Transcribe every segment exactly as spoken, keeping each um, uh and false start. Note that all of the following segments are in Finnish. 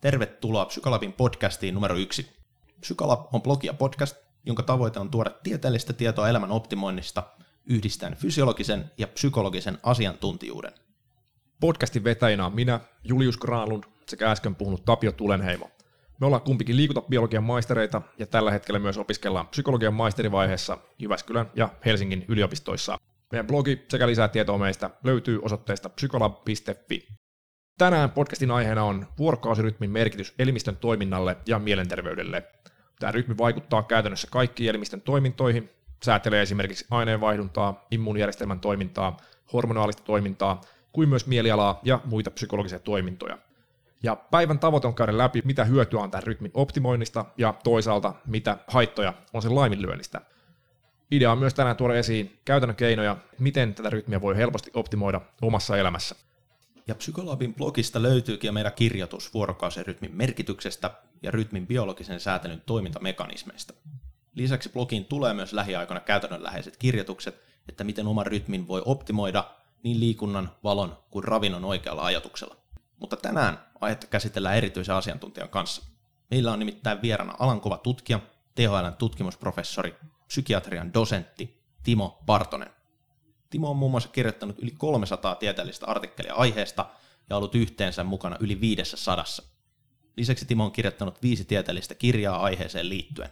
Tervetuloa Psykolabin podcastiin numero yksi. Psykolab on blogi ja podcast, jonka tavoite on tuoda tieteellistä tietoa elämän optimoinnista yhdistäen fysiologisen ja psykologisen asiantuntijuuden. Podcastin vetäjänä on minä, Julius Granlund, sekä äsken puhunut Tapio Tulenheimo. Me ollaan kumpikin liikuntabiologian maistereita ja tällä hetkellä myös opiskellaan psykologian maisterivaiheessa Jyväskylän ja Helsingin yliopistoissa. Meidän blogi sekä lisää tietoa meistä löytyy osoitteesta psykolab piste fi. Tänään podcastin aiheena on vuorokausirytmin merkitys elimistön toiminnalle ja mielenterveydelle. Tämä rytmi vaikuttaa käytännössä kaikkiin elimistön toimintoihin, säätelee esimerkiksi aineenvaihduntaa, immuunijärjestelmän toimintaa, hormonaalista toimintaa, kuin myös mielialaa ja muita psykologisia toimintoja. Ja päivän tavoite on käydä läpi, mitä hyötyä on tämän rytmin optimoinnista ja toisaalta mitä haittoja on sen laiminlyönnistä. Idea on myös tänään tuoda esiin käytännön keinoja, miten tätä rytmiä voi helposti optimoida omassa elämässä. Ja Psykolabin blogista löytyykin meidän kirjoitus vuorokausirytmin merkityksestä ja rytmin biologisen säätelyn toimintamekanismeista. Lisäksi blogiin tulee myös lähiaikoina käytännönläheiset kirjoitukset, että miten oman rytmin voi optimoida niin liikunnan, valon kuin ravinnon oikealla ajatuksella. Mutta tänään aihetta käsitellään erityisen asiantuntijan kanssa. Meillä on nimittäin vieraana alan kova tutkija, T H L:n tutkimusprofessori, psykiatrian dosentti Timo Partonen. Timo on muun muassa kirjoittanut yli kolmesataa tieteellistä artikkelia aiheesta ja ollut yhteensä mukana yli viidessä sadassa. Lisäksi Timo on kirjoittanut viisi tieteellistä kirjaa aiheeseen liittyen.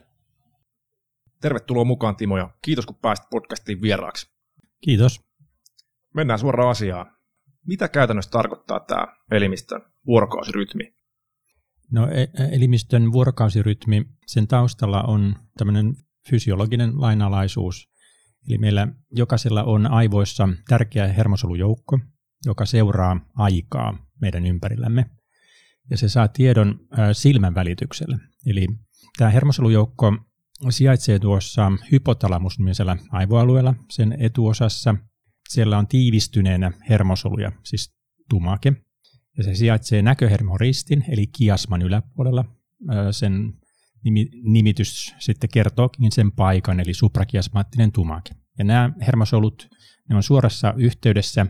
Tervetuloa mukaan, Timo, ja kiitos kun pääsit podcastiin vieraaksi. Kiitos. Mennään suoraan asiaan. Mitä käytännössä tarkoittaa tämä elimistön vuorokausirytmi? No, elimistön vuorokausirytmi, sen taustalla on tämmöinen fysiologinen lainalaisuus. Eli meillä jokaisella on aivoissa tärkeä hermosolujoukko, joka seuraa aikaa meidän ympärillämme. Ja se saa tiedon silmän välityksellä. Eli tämä hermosolujoukko sijaitsee tuossa hypotalamus-nimisellä aivoalueella, sen etuosassa. Siellä on tiivistyneenä hermosoluja, siis tumake. Ja se sijaitsee näköhermoristin, eli kiasman yläpuolella. Sen nimitys sitten kertookin sen paikan, eli suprakiasmaattinen tumake. Ja nämä hermosolut, ne on suorassa yhteydessä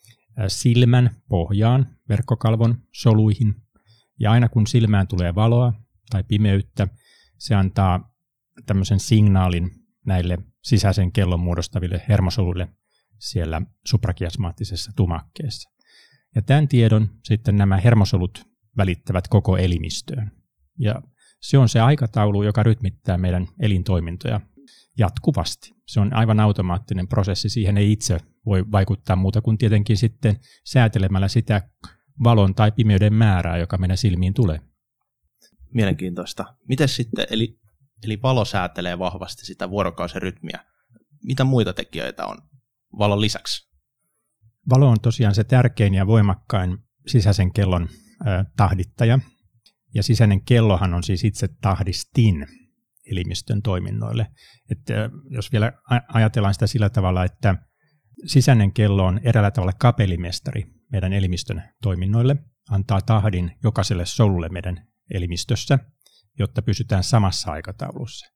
silmän pohjaan, verkkokalvon soluihin. Ja aina kun silmään tulee valoa tai pimeyttä, se antaa tämmöisen signaalin näille sisäisen kellon muodostaville hermosoluille siellä suprakiasmaattisessa tumakkeessa. Ja tämän tiedon sitten nämä hermosolut välittävät koko elimistöön. Ja se on se aikataulu, joka rytmittää meidän elintoimintoja jatkuvasti. Se on aivan automaattinen prosessi, siihen ei itse voi vaikuttaa muuta kuin tietenkin sitten säätelemällä sitä valon tai pimeyden määrää, joka meidän silmiin tulee. Mielenkiintoista. Miten sitten, eli, eli valo säätelee vahvasti sitä vuorokausirytmiä. Mitä muita tekijöitä on valon lisäksi? Valo on tosiaan se tärkein ja voimakkain sisäisen kellon äh, tahdittaja. Ja sisäinen kellohan on siis itse tahdistin elimistön toiminnoille. Että jos vielä ajatellaan sitä sillä tavalla, että sisäinen kello on eräällä tavalla kapellimestari meidän elimistön toiminnoille, antaa tahdin jokaiselle solulle meidän elimistössä, jotta pysytään samassa aikataulussa.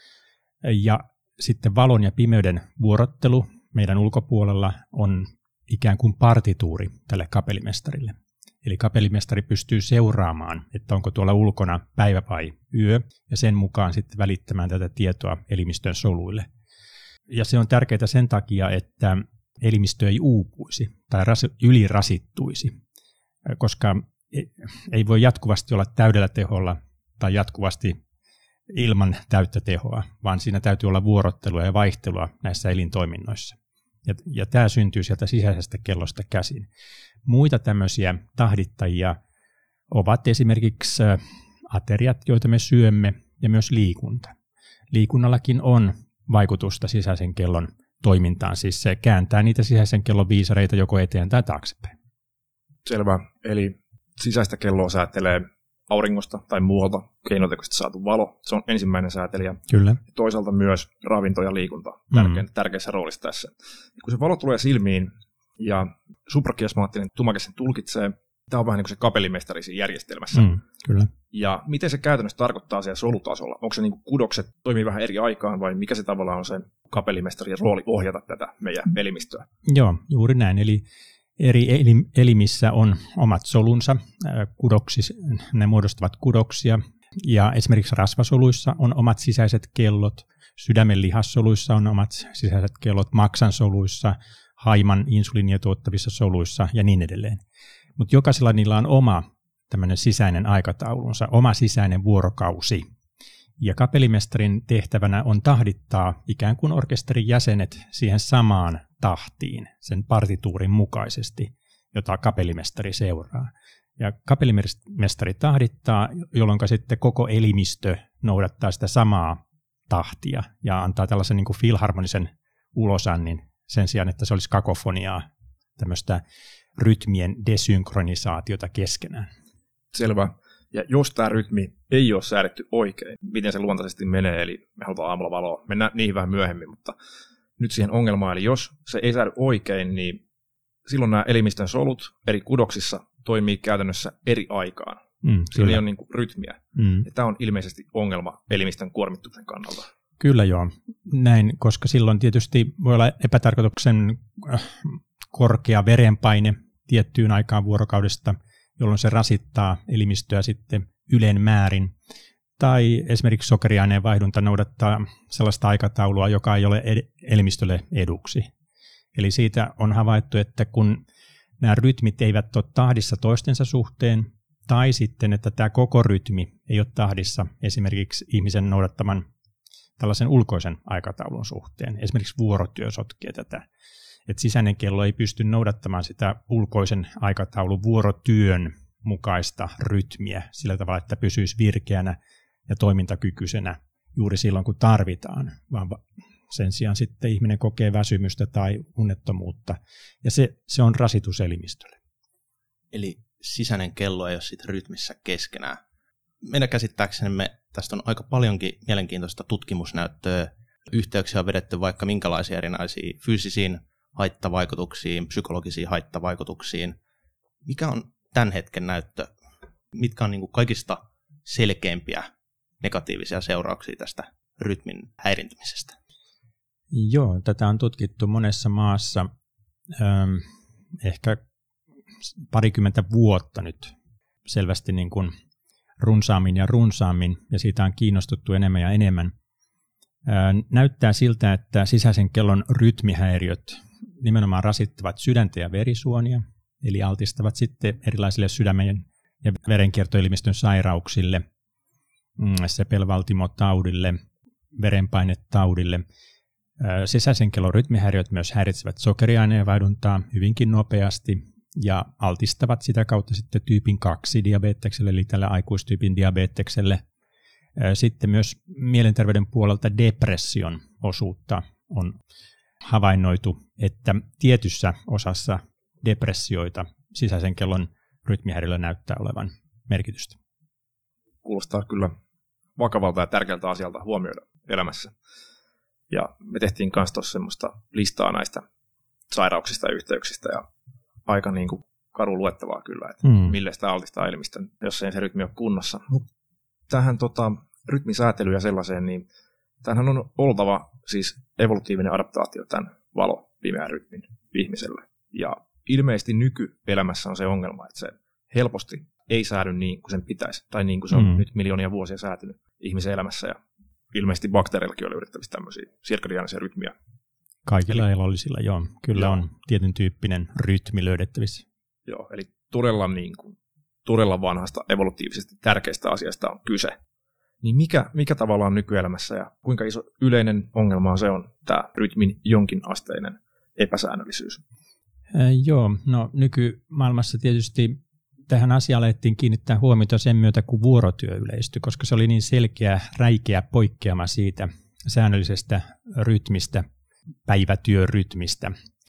Ja sitten valon ja pimeyden vuorottelu meidän ulkopuolella on ikään kuin partituuri tälle kapellimestarille. Eli kapellimestari pystyy seuraamaan, että onko tuolla ulkona päivä vai yö, ja sen mukaan sitten välittämään tätä tietoa elimistön soluille. Ja se on tärkeää sen takia, että elimistö ei uupuisi tai ylirasittuisi, koska ei voi jatkuvasti olla täydellä teholla tai jatkuvasti ilman täyttä tehoa, vaan siinä täytyy olla vuorottelua ja vaihtelua näissä elintoiminnoissa. Ja, ja tämä syntyy sieltä sisäisestä kellosta käsin. Muita tämmöisiä tahdittajia ovat esimerkiksi ateriat, joita me syömme, ja myös liikunta. Liikunnallakin on vaikutusta sisäisen kellon toimintaan, siis se kääntää niitä sisäisen kellon viisareita joko eteen tai taaksepäin. Selvä, eli sisäistä kelloa säätelee auringosta tai muualta keinotekoisesti saatu valo. Se on ensimmäinen säätelijä. Kyllä. Toisaalta myös ravinto ja liikunta tärkein, mm. tärkeässä roolissa tässä. Kun se valo tulee silmiin ja suprakiasmaattinen tumake sen tulkitsee, tämä on vähän niin kuin se kapellimestari siinä järjestelmässä. Mm, kyllä. Ja miten se käytännössä tarkoittaa siellä solutasolla? Onko se niin kuin kudokset toimii vähän eri aikaan vai mikä se tavallaan on sen kapellimestarin rooli ohjata tätä meidän elimistöä? Joo, juuri näin. Eli Eri elimissä on omat solunsa, kudoksis, ne muodostavat kudoksia, ja esimerkiksi rasvasoluissa on omat sisäiset kellot, sydämen lihassoluissa on omat sisäiset kellot, maksansoluissa, haiman insuliinia tuottavissa soluissa ja niin edelleen. Mutta jokaisella niillä on oma tämmöinen sisäinen aikataulunsa, oma sisäinen vuorokausi. Ja kapellimestarin tehtävänä on tahdittaa ikään kuin orkesterin jäsenet siihen samaan tahtiin, sen partituurin mukaisesti, jota kapellimestari seuraa. Ja kapellimestari tahdittaa, jolloin sitten koko elimistö noudattaa sitä samaa tahtia ja antaa tällaisen niin kuin filharmonisen ulosannin sen sijaan, että se olisi kakofoniaa, tämmöistä rytmien desynkronisaatiota keskenään. Selvä. Ja jos tämä rytmi ei ole säädetty oikein, miten se luontaisesti menee, eli me halutaan aamulla valoa, mennään niihin vähän myöhemmin, mutta nyt siihen ongelmaan, eli jos se ei säädy oikein, niin silloin nämä elimistön solut eri kudoksissa toimii käytännössä eri aikaan. Mm, Siinä ei ole niin kuin rytmiä. Mm. Ja tämä on ilmeisesti ongelma elimistön kuormittumisen kannalta. Kyllä joo, näin, koska silloin tietysti voi olla epätarkoituksen korkea verenpaine tiettyyn aikaan vuorokaudesta, jolloin se rasittaa elimistöä sitten ylen määrin. Tai esimerkiksi sokeriaineen vaihdunta noudattaa sellaista aikataulua, joka ei ole ed- elimistölle eduksi. Eli siitä on havaittu, että kun nämä rytmit eivät ole tahdissa toistensa suhteen, tai sitten, että tämä koko rytmi ei ole tahdissa esimerkiksi ihmisen noudattaman tällaisen ulkoisen aikataulun suhteen. Esimerkiksi vuorotyö sotkee tätä. Että sisäinen kello ei pysty noudattamaan sitä ulkoisen aikataulun vuorotyön mukaista rytmiä sillä tavalla, että pysyisi virkeänä ja toimintakykyisenä juuri silloin, kun tarvitaan, vaan sen sijaan sitten ihminen kokee väsymystä tai unettomuutta, ja se, se on rasitus elimistölle. Eli sisäinen kello ei ole sitten rytmissä keskenään. Meidän käsittääksemme tästä on aika paljonkin mielenkiintoista tutkimusnäyttöä. Yhteyksiä on vedetty vaikka minkälaisia erinäisiin fyysisiin haittavaikutuksiin, psykologisiin haittavaikutuksiin. Mikä on tämän hetken näyttö? Mitkä on niin kuin kaikista selkeimpiä negatiivisia seurauksia tästä rytmin häirintymisestä? Joo, tätä on tutkittu monessa maassa ähm, ehkä parikymmentä vuotta nyt selvästi niin kuin runsaammin ja runsaammin, ja siitä on kiinnostuttu enemmän ja enemmän. Äh, näyttää siltä, että sisäisen kellon rytmihäiriöt nimenomaan rasittavat sydäntä ja verisuonia, eli altistavat sitten erilaisille sydämen ja verenkiertoelimistön sairauksille, sepelvaltimotaudille, verenpainetaudille. Sisäisen kellon rytmihäiriöt myös häiritsevät sokeriaineenvaihduntaa hyvinkin nopeasti ja altistavat sitä kautta sitten tyypin kaksi diabetekselle, eli tällä aikuistyypin diabetekselle. Sitten myös mielenterveyden puolelta depression osuutta on havainnoitu, että tietyssä osassa depressioita sisäisen kellon rytmihäiriöllä näyttää olevan merkitystä. Kuulostaa kyllä vakavalta ja tärkeältä asialta huomioida elämässä. Ja me tehtiin myös tuossa semmoista listaa näistä sairauksista ja yhteyksistä, ja aika niin kuin karu luettavaa kyllä, että mm. millä sitä altistaa elimistön, jos ei se rytmi ole kunnossa. Mutta tähän tota, rytmisäätelyyn ja sellaiseen, niin tämähän on oltava siis evolutiivinen adaptaatio tämän valo-pimeän rytmin ihmiselle. Ja ilmeisesti nykyelämässä on se ongelma, että se helposti ei säädy niin kuin sen pitäisi, tai niin kuin se on mm. nyt miljoonia vuosia säätynyt ihmisen elämässä, ja ilmeisesti bakteereillakin on löydettävissä tämmöisiä sirkadiaanisia rytmiä. Kaikilla elollisilla, joo. Kyllä joo. On tietyn tyyppinen rytmi löydettävissä. Joo, eli todella, niin kuin, todella vanhasta evolutiivisesti tärkeästä asiasta on kyse. Niin mikä, mikä tavallaan nykyelämässä ja kuinka iso yleinen ongelma se on, tämä rytmin jonkinasteinen epäsäännöllisyys? Äh, joo, no nykymaailmassa tietysti tähän asiaan alettiin kiinnittää huomiota sen myötä, kun vuorotyö yleistyi, koska se oli niin selkeä, räikeä poikkeama siitä säännöllisestä rytmistä, päivätyörytmistä,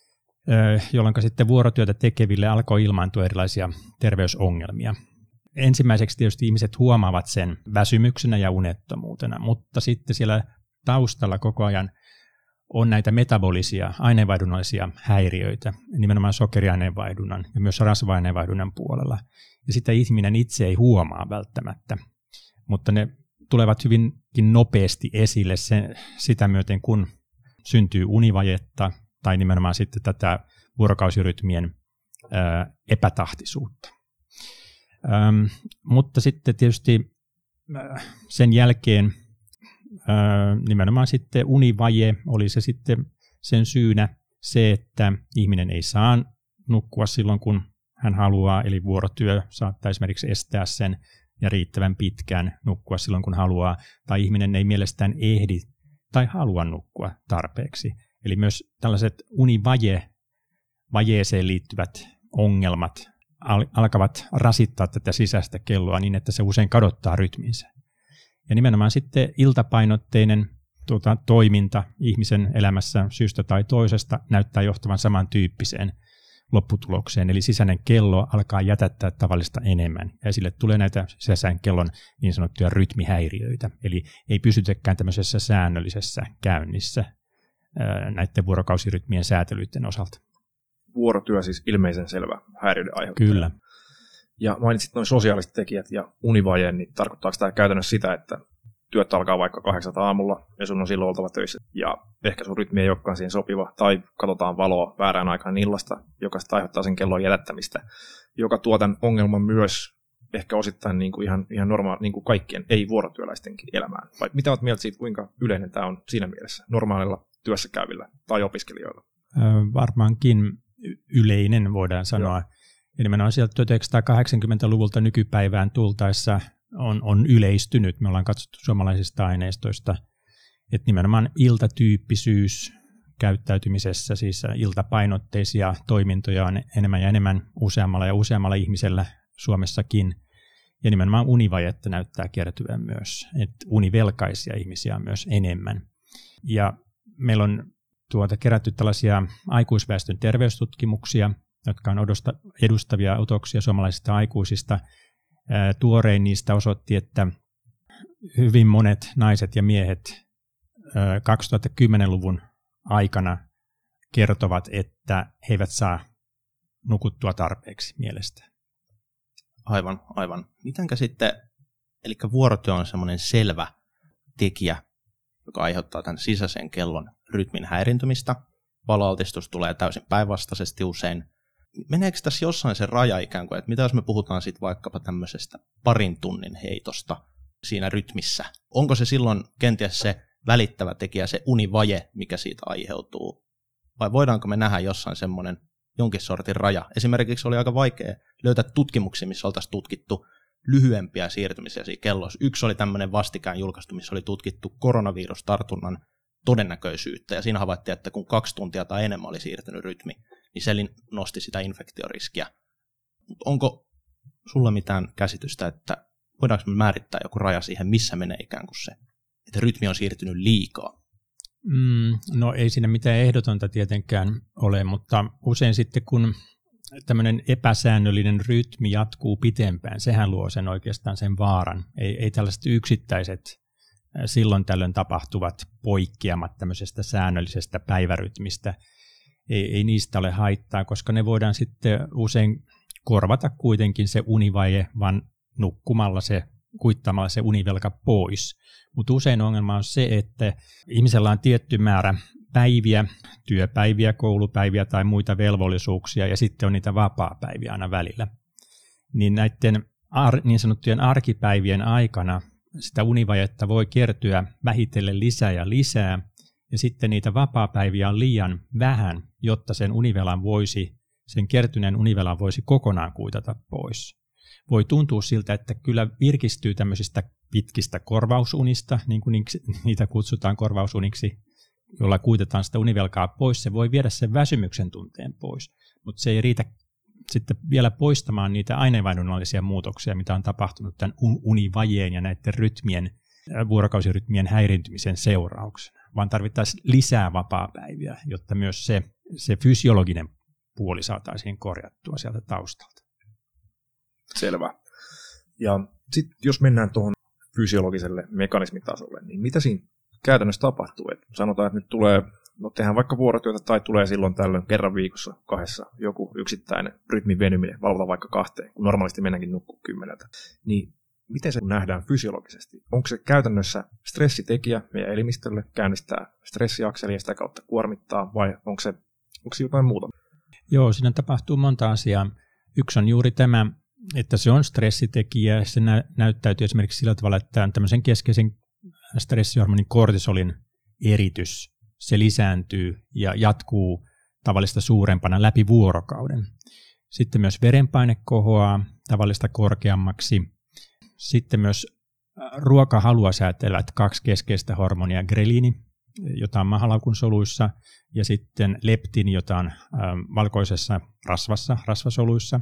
jolloin sitten vuorotyötä tekeville alkoi ilmaantua erilaisia terveysongelmia. Ensimmäiseksi tietysti ihmiset huomaavat sen väsymyksenä ja unettomuutena, mutta sitten siellä taustalla koko ajan on näitä metabolisia, aineenvaihdunnallisia häiriöitä, nimenomaan sokeriaineenvaihdunnan ja myös rasva-aineenvaihdunnan puolella. Ja sitä ihminen itse ei huomaa välttämättä, mutta ne tulevat hyvinkin nopeasti esille sen, sitä myöten, kun syntyy univajetta tai nimenomaan sitten tätä vuorokausirytmien ää, epätahtisuutta. Ähm, mutta sitten tietysti äh, sen jälkeen äh, nimenomaan sitten univaje oli se sitten sen syynä se, että ihminen ei saa nukkua silloin, kun hän haluaa, eli vuorotyö saattaa esimerkiksi estää sen ja riittävän pitkään nukkua silloin, kun haluaa, tai ihminen ei mielestään ehdi tai halua nukkua tarpeeksi. Eli myös tällaiset univaje, vajeeseen liittyvät ongelmat al- alkavat rasittaa tätä sisäistä kelloa niin, että se usein kadottaa rytminsä. Ja nimenomaan sitten iltapainotteinen tuota, toiminta ihmisen elämässä syystä tai toisesta näyttää johtavan samantyyppiseen lopputulokseen, eli sisäinen kello alkaa jätättää tavallista enemmän, ja sille tulee näitä sisäisen kellon niin sanottuja rytmihäiriöitä, eli ei pysytäkään tämmöisessä säännöllisessä käynnissä ää, näiden vuorokausirytmien säätelyiden osalta. Vuorotyö siis ilmeisen selvä häiriöiden aiheuttaja. Kyllä. Ja mainitsit noin sosiaaliset tekijät ja univajeen, niin tarkoittaako tämä käytännössä sitä, että työt alkaa vaikka kahdeksalta aamulla ja sun on silloin oltava töissä ja ehkä sun rytmi ei olekaan siihen sopiva tai katsotaan valoa väärään aikaan illasta, joka sitten aiheuttaa sen kellon jätättämistä, joka tuo tämän ongelman myös ehkä osittain niin kuin ihan, ihan normaali, niin kuin kaikkien ei-vuorotyöläistenkin elämään. Vai mitä olet mieltä siitä, kuinka yleinen tämä on siinä mielessä normaalilla työssä käyvillä tai opiskelijoilla? Ö, varmaankin yleinen voidaan sanoa. Joo. Ja nimenomaan sieltä tuhatyhdeksänsataakahdeksankymmentäluvulta nykypäivään tultaessa on, on yleistynyt. Me ollaan katsottu suomalaisista aineistoista, että nimenomaan iltatyyppisyys käyttäytymisessä, siis iltapainotteisia toimintoja on enemmän ja enemmän useammalla ja useammalla ihmisellä Suomessakin. Ja nimenomaan univajetta näyttää kertyvän myös, että univelkaisia ihmisiä on myös enemmän. Ja meillä on tuota kerätty tällaisia aikuisväestön terveystutkimuksia, jotka on edustavia otoksia suomalaisista aikuisista. Tuorein niistä osoitti, että hyvin monet naiset ja miehet kaksituhattakymmenluvun aikana kertovat, että he eivät saa nukuttua tarpeeksi mielestään. Aivan, aivan. Mitenkä sitten, eli vuorotyö on semmoinen selvä tekijä, joka aiheuttaa tämän sisäisen kellon rytmin häirintymistä. Valoaltistus tulee täysin päinvastaisesti usein. Meneekö tässä jossain se raja ikään kuin, että mitä jos me puhutaan sitten vaikkapa tämmöisestä parin tunnin heitosta siinä rytmissä? Onko se silloin kenties se välittävä tekijä, se univaje, mikä siitä aiheutuu? Vai voidaanko me nähdä jossain semmoinen jonkin sortin raja? Esimerkiksi oli aika vaikea löytää tutkimuksia, missä oltaisiin tutkittu lyhyempiä siirtymisiä siinä kellossa. Yksi oli tämmöinen vastikään julkaistu, missä oli tutkittu koronavirustartunnan todennäköisyyttä, ja siinä havaittiin, että kun kaksi tuntia tai enemmän oli siirtynyt rytmi, niin se nosti sitä infektioriskiä. Mut onko sulla mitään käsitystä, että voidaanko me määrittää joku raja siihen, missä menee ikään kuin se, että rytmi on siirtynyt liikaa? Mm, no ei siinä mitään ehdotonta tietenkään ole, mutta usein sitten kun tämmöinen epäsäännöllinen rytmi jatkuu pitempään, sehän luo sen oikeastaan sen vaaran. Ei, ei tällaiset yksittäiset silloin tällöin tapahtuvat poikkeamat tämmöisestä säännöllisestä päivärytmistä, ei, ei niistä ole haittaa, koska ne voidaan sitten usein korvata kuitenkin se univaje, vaan nukkumalla se, kuittaamalla se univelka pois. Mutta usein ongelma on se, että ihmisellä on tietty määrä päiviä, työpäiviä, koulupäiviä tai muita velvollisuuksia, ja sitten on niitä vapaapäiviä aina välillä. Niin näiden ar- niin sanottujen arkipäivien aikana sitä univajetta voi kertyä vähitellen lisää ja lisää, ja sitten niitä vapaapäiviä on liian vähän, jotta sen univelan voisi, sen kertyneen univelan voisi kokonaan kuitata pois. Voi tuntua siltä, että kyllä virkistyy tämmöisistä pitkistä korvausunista, niin kuin niitä kutsutaan korvausuniksi, jolla kuitetaan sitä univelkaa pois. Se voi viedä sen väsymyksen tunteen pois, mutta se ei riitä sitten vielä poistamaan niitä aineenvaihdunnallisia muutoksia, mitä on tapahtunut tämän univajeen ja näiden rytmien, vuorokausirytmien häirintymisen seurauksena, vaan tarvittaisiin lisää vapaapäiviä, jotta myös se, se fysiologinen puoli saataisiin korjattua sieltä taustalta. Selvä. Ja sitten jos mennään tuohon fysiologiselle mekanismitasolle, niin mitä siinä käytännössä tapahtuu? Et sanotaan, että nyt tulee, no tehdään vaikka vuorotyötä tai tulee silloin tällöin kerran viikossa kahdessa joku yksittäinen rytmin venyminen, valvotaan vaikka kahteen, kun normaalisti mennäänkin nukkuu kymmeneltä. Niin miten se nähdään fysiologisesti? Onko se käytännössä stressitekijä meidän elimistölle, käynnistää stressiakselia ja sitä kautta kuormittaa, vai onko se, onko se jotain muuta? Joo, siinä tapahtuu monta asiaa. Yksi on juuri tämä, että se on stressitekijä. Se nä- näyttäytyy esimerkiksi sillä tavalla, että on tämmöisen keskeisen stressihormonin kortisolin eritys. Se lisääntyy ja jatkuu tavallista suurempana läpi vuorokauden. Sitten myös verenpaine kohoaa tavallista korkeammaksi. Sitten myös ruokahalua säätelevät kaksi keskeistä hormonia, greliini, jota on mahalaukun soluissa, ja sitten leptiini, jota on valkoisessa rasvassa, rasvasoluissa.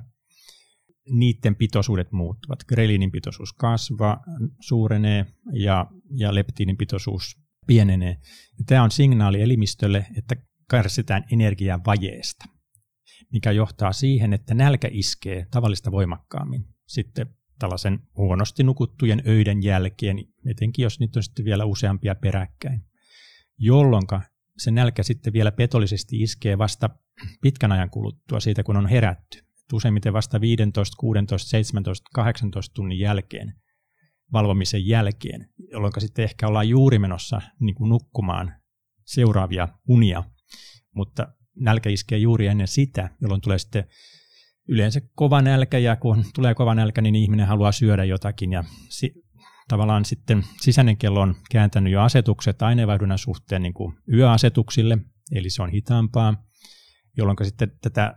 Niiden pitoisuudet muuttuvat. Greliinin pitoisuus kasvaa, suurenee ja, ja leptiinin pitoisuus pienenee. Ja tämä on signaali elimistölle, että kärsitään energiavajeesta, mikä johtaa siihen, että nälkä iskee tavallista voimakkaammin. Sitten tällaisen huonosti nukuttujen öiden jälkeen, etenkin jos niitä on sitten vielä useampia peräkkäin, jolloin se nälkä sitten vielä petollisesti iskee vasta pitkän ajan kuluttua siitä, kun on herätty. Useimmiten vasta viisitoista, kuusitoista, seitsemäntoista, kahdeksantoista tunnin jälkeen, valvomisen jälkeen, jolloin sitten ehkä ollaan juuri menossa niin kuin nukkumaan seuraavia unia, mutta nälkä iskee juuri ennen sitä, jolloin tulee sitten yleensä kova nälkä, ja kun tulee kova nälkä, niin ihminen haluaa syödä jotakin, ja si- tavallaan sitten sisäinen kello on kääntänyt jo asetukset aineenvaihdunnan suhteen niin kuin yöasetuksille, eli se on hitaampaa, jolloin sitten tätä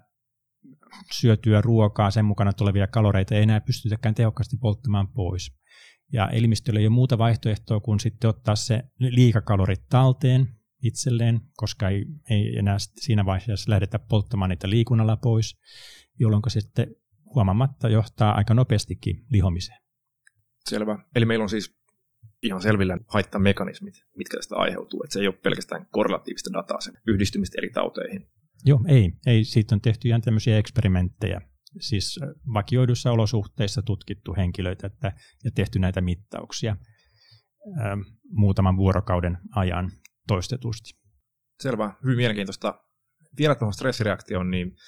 syötyä ruokaa, sen mukana tulevia kaloreita ei enää pystytäkään tehokkaasti polttamaan pois. Ja elimistöllä ei ole muuta vaihtoehtoa kuin sitten ottaa se liikakalorit talteen itselleen, koska ei, ei enää siinä vaiheessa lähdetä polttamaan niitä liikunnalla pois, jolloin se sitten huomaamatta johtaa aika nopeastikin lihomiseen. Selvä. Eli meillä on siis ihan selvillä haittamekanismit, mitkä tästä aiheutuu. Että se ei ole pelkästään korrelatiivista dataa, sen yhdistymistä eri tauteihin. Joo, ei. ei. Siitä on tehty ihan tämmöisiä eksperimenttejä, siis vakioiduissa olosuhteissa tutkittu henkilöitä että, ja tehty näitä mittauksia ää, muutaman vuorokauden ajan toistetusti. Selvä. Hyvin mielenkiintoista. Vielä tuohon stressireaktioon, niin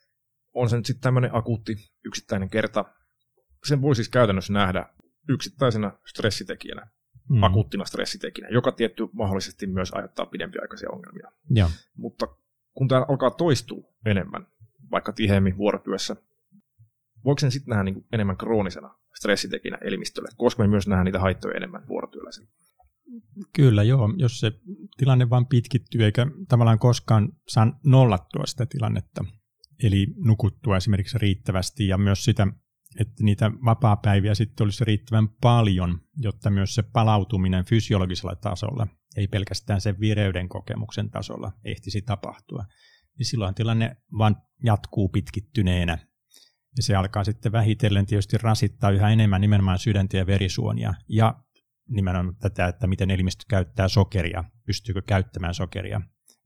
on se nyt sitten tämmöinen akuutti yksittäinen kerta. Sen voi siis käytännössä nähdä yksittäisenä stressitekijänä, mm. akuuttina stressitekijänä, joka tietty mahdollisesti myös aiheuttaa pidempiaikaisia ongelmia. Joo. Mutta kun tämä alkaa toistua enemmän, vaikka tiheämmin vuorotyössä, voiko sen sitten nähdä niin kuin enemmän kroonisena stressitekijänä elimistölle, koska me myös nähdään niitä haittoja enemmän vuorotyöläisillä? Kyllä joo, jos se tilanne vaan pitkittyy eikä tavallaan koskaan saa nollattua sitä tilannetta, eli nukuttua esimerkiksi riittävästi ja myös sitä, että niitä vapaapäiviä sitten olisi riittävän paljon, jotta myös se palautuminen fysiologisella tasolla, ei pelkästään sen vireyden kokemuksen tasolla ehtisi tapahtua, niin silloin tilanne vaan jatkuu pitkittyneenä. Ja se alkaa sitten vähitellen tietysti rasittaa yhä enemmän nimenomaan sydäntä ja verisuonia ja nimenomaan tätä, että miten elimistö käyttää sokeria, pystyykö käyttämään sokeria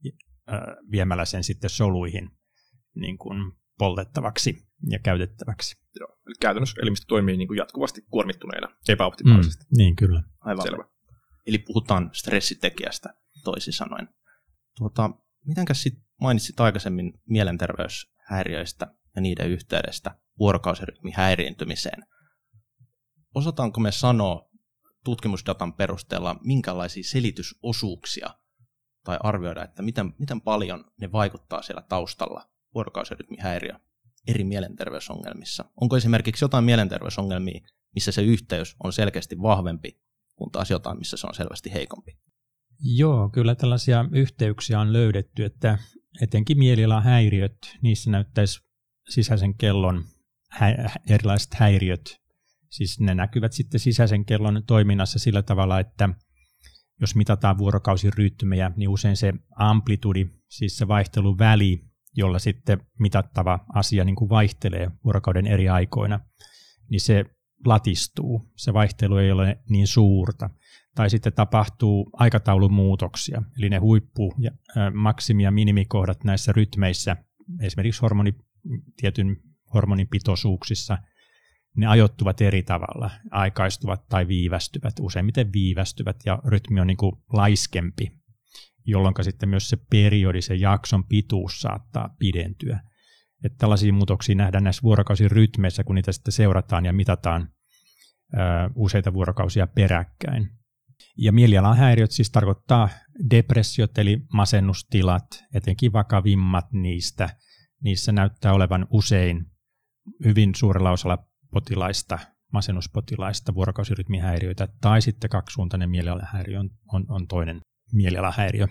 viemällä sen sitten soluihin niin kuin poltettavaksi ja käytettäväksi. Joo. Eli käytännössä elimistö toimii niin kuin jatkuvasti kuormittuneena, epäoptimaalisesti. Mm, niin, kyllä. Aivan. Selvä. Eli puhutaan stressitekijästä toisin sanoen. Tuota, mitenkäs sitten mainitsit aikaisemmin mielenterveyshäiriöistä ja niiden yhteydestä vuorokausirytmin häiriintymiseen? Osataanko me sanoa tutkimusdatan perusteella, minkälaisia selitysosuuksia tai arvioida, että miten, miten paljon ne vaikuttaa siellä taustalla vuorokausirytmin häiriö eri mielenterveysongelmissa? Onko esimerkiksi jotain mielenterveysongelmia, missä se yhteys on selkeästi vahvempi, kun taas jotain, missä se on selvästi heikompi? Joo, kyllä tällaisia yhteyksiä on löydetty, että etenkin mielialan häiriöt, niissä näyttäisi sisäisen kellon hä- erilaiset häiriöt. Siis ne näkyvät sitten sisäisen kellon toiminnassa sillä tavalla, että jos mitataan vuorokausirytmejä, niin usein se amplitudi, siis se vaihteluväli, jolla sitten mitattava asia niin kuin vaihtelee vuorokauden eri aikoina, niin se latistuu. Se vaihtelu ei ole niin suurta. Tai sitten tapahtuu aikataulun muutoksia, eli ne huippu- ja maksimi- ja minimikohdat näissä rytmeissä, esimerkiksi hormoni, tietyn hormonin pitoisuuksissa, ne ajoittuvat eri tavalla, aikaistuvat tai viivästyvät, useimmiten viivästyvät, ja rytmi on niin kuin laiskempi, jolloin sitten myös se periodi, se jakson pituus saattaa pidentyä. Että tällaisia muutoksia nähdään näissä vuorokausirytmeissä, kun niitä sitten seurataan ja mitataan ää, useita vuorokausia peräkkäin. Ja mielialan häiriöt siis tarkoittaa depressiot, eli masennustilat, etenkin vakavimmat niistä, niissä näyttää olevan usein hyvin suurella osalla potilaista, masennuspotilaista vuorokausirytmihäiriöitä, tai sitten kaksisuuntainen mielialahäiriö on, on, on toinen mielialahäiriö.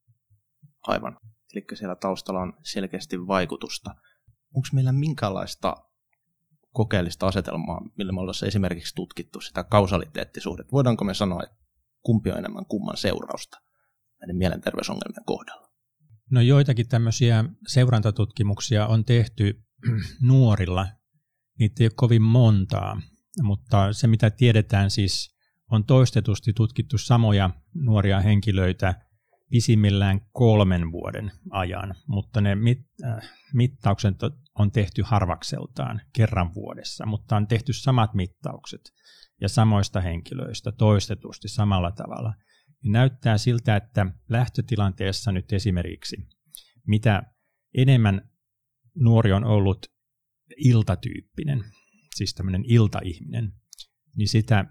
Aivan. Eli siellä taustalla on selkeästi vaikutusta. Onko meillä minkälaista kokeellista asetelmaa, millä me ollaan esimerkiksi tutkittu sitä kausaliteettisuudet? Voidaanko me sanoa, että kumpi on enemmän kumman seurausta näiden mielenterveysongelmien kohdalla? No joitakin tämmöisiä seurantatutkimuksia on tehty nuorilla. Niitä ei ole kovin montaa, mutta se mitä tiedetään siis on toistetusti tutkittu samoja nuoria henkilöitä pisimmillään kolmen vuoden ajan, mutta ne mit, äh, mittaukset on tehty harvakseltaan kerran vuodessa, mutta on tehty samat mittaukset ja samoista henkilöistä toistetusti samalla tavalla. Ja näyttää siltä, että lähtötilanteessa nyt esimerkiksi, mitä enemmän nuori on ollut iltatyyppinen, siis tämmöinen iltaihminen, niin sitä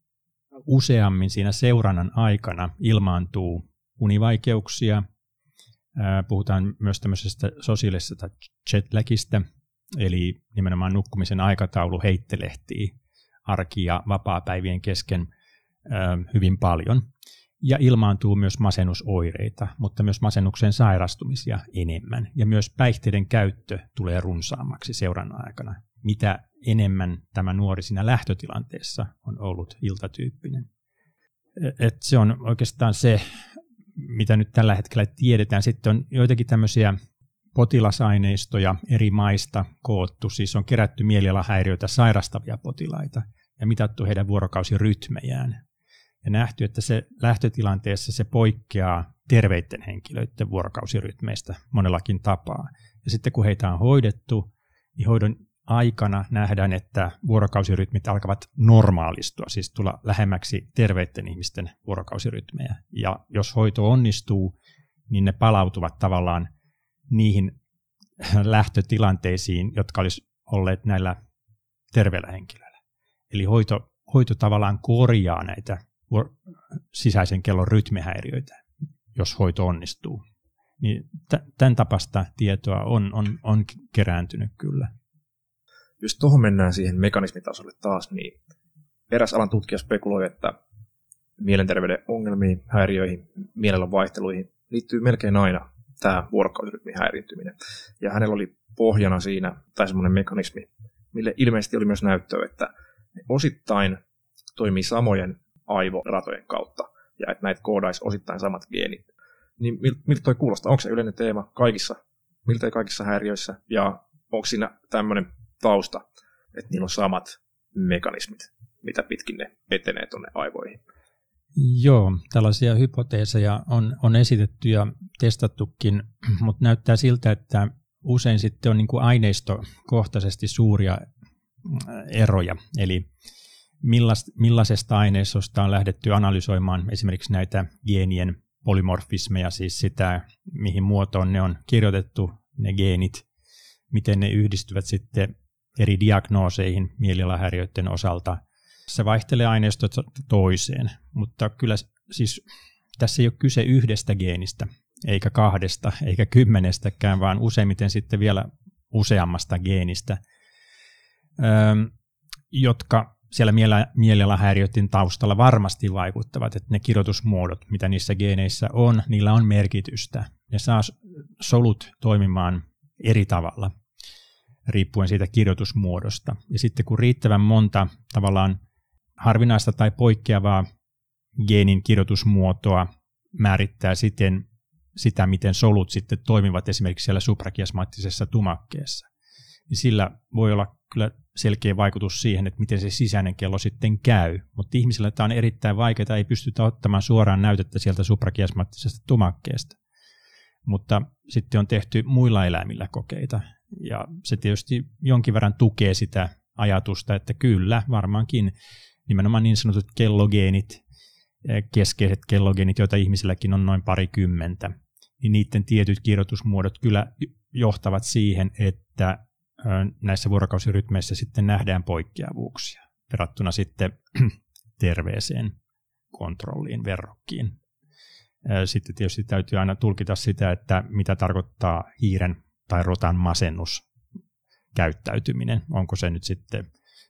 useammin siinä seurannan aikana ilmaantuu univaikeuksia. Puhutaan myös tämmöisestä sosiaalisesta jetlagista, eli nimenomaan nukkumisen aikataulu heittelehtii arki- ja vapaapäivien kesken hyvin paljon. Ja ilmaantuu myös masennusoireita, mutta myös masennuksen sairastumisia enemmän. Ja myös päihteiden käyttö tulee runsaammaksi seurannan aikana, mitä enemmän tämä nuori siinä lähtötilanteessa on ollut iltatyyppinen. Et se on oikeastaan se, mitä nyt tällä hetkellä tiedetään. Sitten on joitakin tämmöisiä potilasaineistoja eri maista koottu, siis on kerätty mielialahäiriöitä sairastavia potilaita ja mitattu heidän vuorokausirytmejään. Ja nähty, että se lähtötilanteessa se poikkeaa terveiden henkilöiden vuorokausirytmeistä monellakin tapaa. Ja sitten kun heitä on hoidettu, niin hoidon aikana nähdään, että vuorokausirytmit alkavat normaalistua, siis tulla lähemmäksi terveiden ihmisten vuorokausirytmejä. Ja jos hoito onnistuu, niin ne palautuvat tavallaan niihin lähtötilanteisiin, jotka olisi olleet näillä terveillä henkilöillä. Eli hoito, hoito tavallaan korjaa näitä sisäisen kellon rytmihäiriöitä, jos hoito onnistuu. Niin tämän tapaista tietoa on, on, on kerääntynyt kyllä. Jos tuohon mennään siihen mekanismitasolle taas, niin eräs alan tutkija spekuloi, että mielenterveyden ongelmiin, häiriöihin, mielen vaihteluihin liittyy melkein aina tämä vuorokausirytmin häiriintyminen. Ja hänellä oli pohjana siinä tai semmoinen mekanismi, mille ilmeisesti oli myös näyttöä, että ne osittain toimii samojen aivoratojen kautta, ja että näitä koodaisi osittain samat geenit. Niin miltä toi kuulostaa? Onko se yleinen teema kaikissa, miltä kaikissa häiriöissä, ja onko siinä tämmöinen tausta, että niillä on samat mekanismit, mitä pitkin ne etenee tuonne aivoihin? Joo, tällaisia hypoteeseja on, on esitetty ja testattukin, mutta näyttää siltä, että usein sitten on niin kuin aineistokohtaisesti suuria eroja, eli millaisesta aineistosta on lähdetty analysoimaan esimerkiksi näitä geenien polymorfismeja, siis sitä, mihin muotoon ne on kirjoitettu, ne geenit, miten ne yhdistyvät sitten eri diagnooseihin mielialahäiriöiden osalta. Se vaihtelee aineistosta toiseen, mutta kyllä siis tässä ei ole kyse yhdestä geenistä, eikä kahdesta, eikä kymmenestäkään, vaan useimmiten sitten vielä useammasta geenistä, jotka siellä mielialahäiriöiden taustalla varmasti vaikuttavat, että ne kirjoitusmuodot, mitä niissä geeneissä on, niillä on merkitystä. Ne saa solut toimimaan eri tavalla, riippuen siitä kirjoitusmuodosta. Ja sitten kun riittävän monta tavallaan harvinaista tai poikkeavaa geenin kirjoitusmuotoa määrittää siten sitä, miten solut sitten toimivat esimerkiksi siellä suprakiasmaattisessa tumakkeessa, niin sillä voi olla kyllä selkeä vaikutus siihen, että miten se sisäinen kello sitten käy. Mutta ihmisillä tämä on erittäin vaikeaa, ei pystytä ottamaan suoraan näytettä sieltä suprakiasmaattisesta tumakkeesta. Mutta sitten on tehty muilla eläimillä kokeita, ja se tietysti jonkin verran tukee sitä ajatusta, että kyllä, varmaankin nimenomaan niin sanotut kellogeenit, keskeiset kellogeenit, joita ihmisilläkin on noin parikymmentä, niin niiden tietyt kirjoitusmuodot kyllä johtavat siihen, että näissä vuorokausirytmeissä sitten nähdään poikkeavuuksia verrattuna sitten terveeseen kontrolliin, verrokkiin. Sitten tietysti täytyy aina tulkita sitä, että mitä tarkoittaa hiiren tai rotan masennuskäyttäytyminen. Onko se nyt sitten,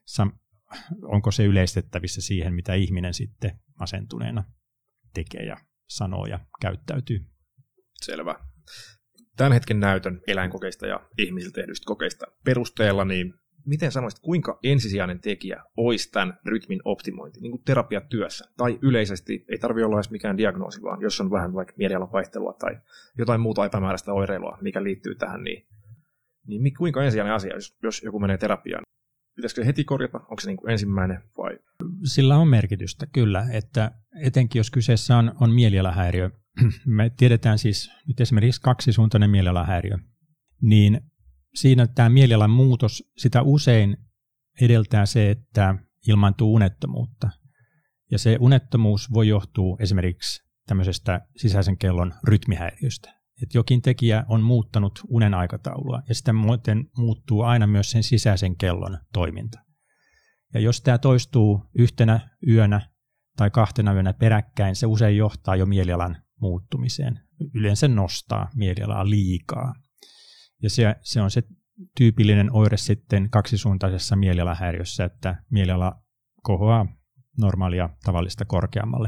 onko se yleistettävissä siihen, mitä ihminen sitten masentuneena tekee ja sanoo ja käyttäytyy? Selvä. Tämän hetken näytön eläinkokeista ja ihmisiltä tehdyistä kokeista perusteella, niin miten sanoisit, kuinka ensisijainen tekijä olisi tämän rytmin optimointi niin kuin terapiatyössä? Tai yleisesti, ei tarvitse olla edes mikään diagnoosi, vaan jos on vähän vaikka mielialan vaihtelua tai jotain muuta epämääräistä oireilua, mikä liittyy tähän, niin, niin kuinka ensisijainen asia, jos, jos joku menee terapiaan? Pitäisikö se heti korjata? Onko se niin kuin ensimmäinen vai? Sillä on merkitystä, kyllä. Että etenkin jos kyseessä on, on mielialahäiriö, me tiedetään siis nyt esimerkiksi kaksisuuntainen mielialahäiriö, niin siinä tämä mielialan muutos, sitä usein edeltää se, että ilmaantuu unettomuutta. Ja se unettomuus voi johtua esimerkiksi tämmöisestä sisäisen kellon rytmihäiriöstä. Että jokin tekijä on muuttanut unen aikataulua ja sitä muuten muuttuu aina myös sen sisäisen kellon toiminta. Ja jos tämä toistuu yhtenä yönä tai kahtena yönä peräkkäin, se usein johtaa jo mielialan muuttumiseen. Yleensä nostaa mielialaa liikaa. Ja se, se on se tyypillinen oire sitten kaksisuuntaisessa mielialahäiriössä, että mieliala kohoaa normaalia tavallista korkeammalle.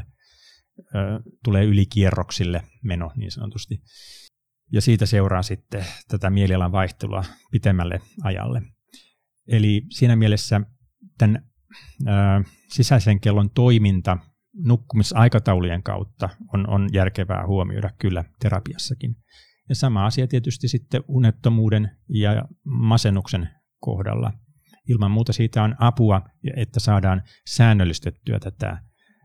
Ö, tulee ylikierroksille meno niin sanotusti. Ja siitä seuraa sitten tätä mielialan vaihtelua pitemmälle ajalle. Eli siinä mielessä tämän ö, sisäisen kellon toiminta nukkumisaikataulujen kautta on, on järkevää huomioida kyllä terapiassakin. Ja sama asia tietysti sitten unettomuuden ja masennuksen kohdalla. Ilman muuta siitä on apua, että saadaan säännöllistettyä tätä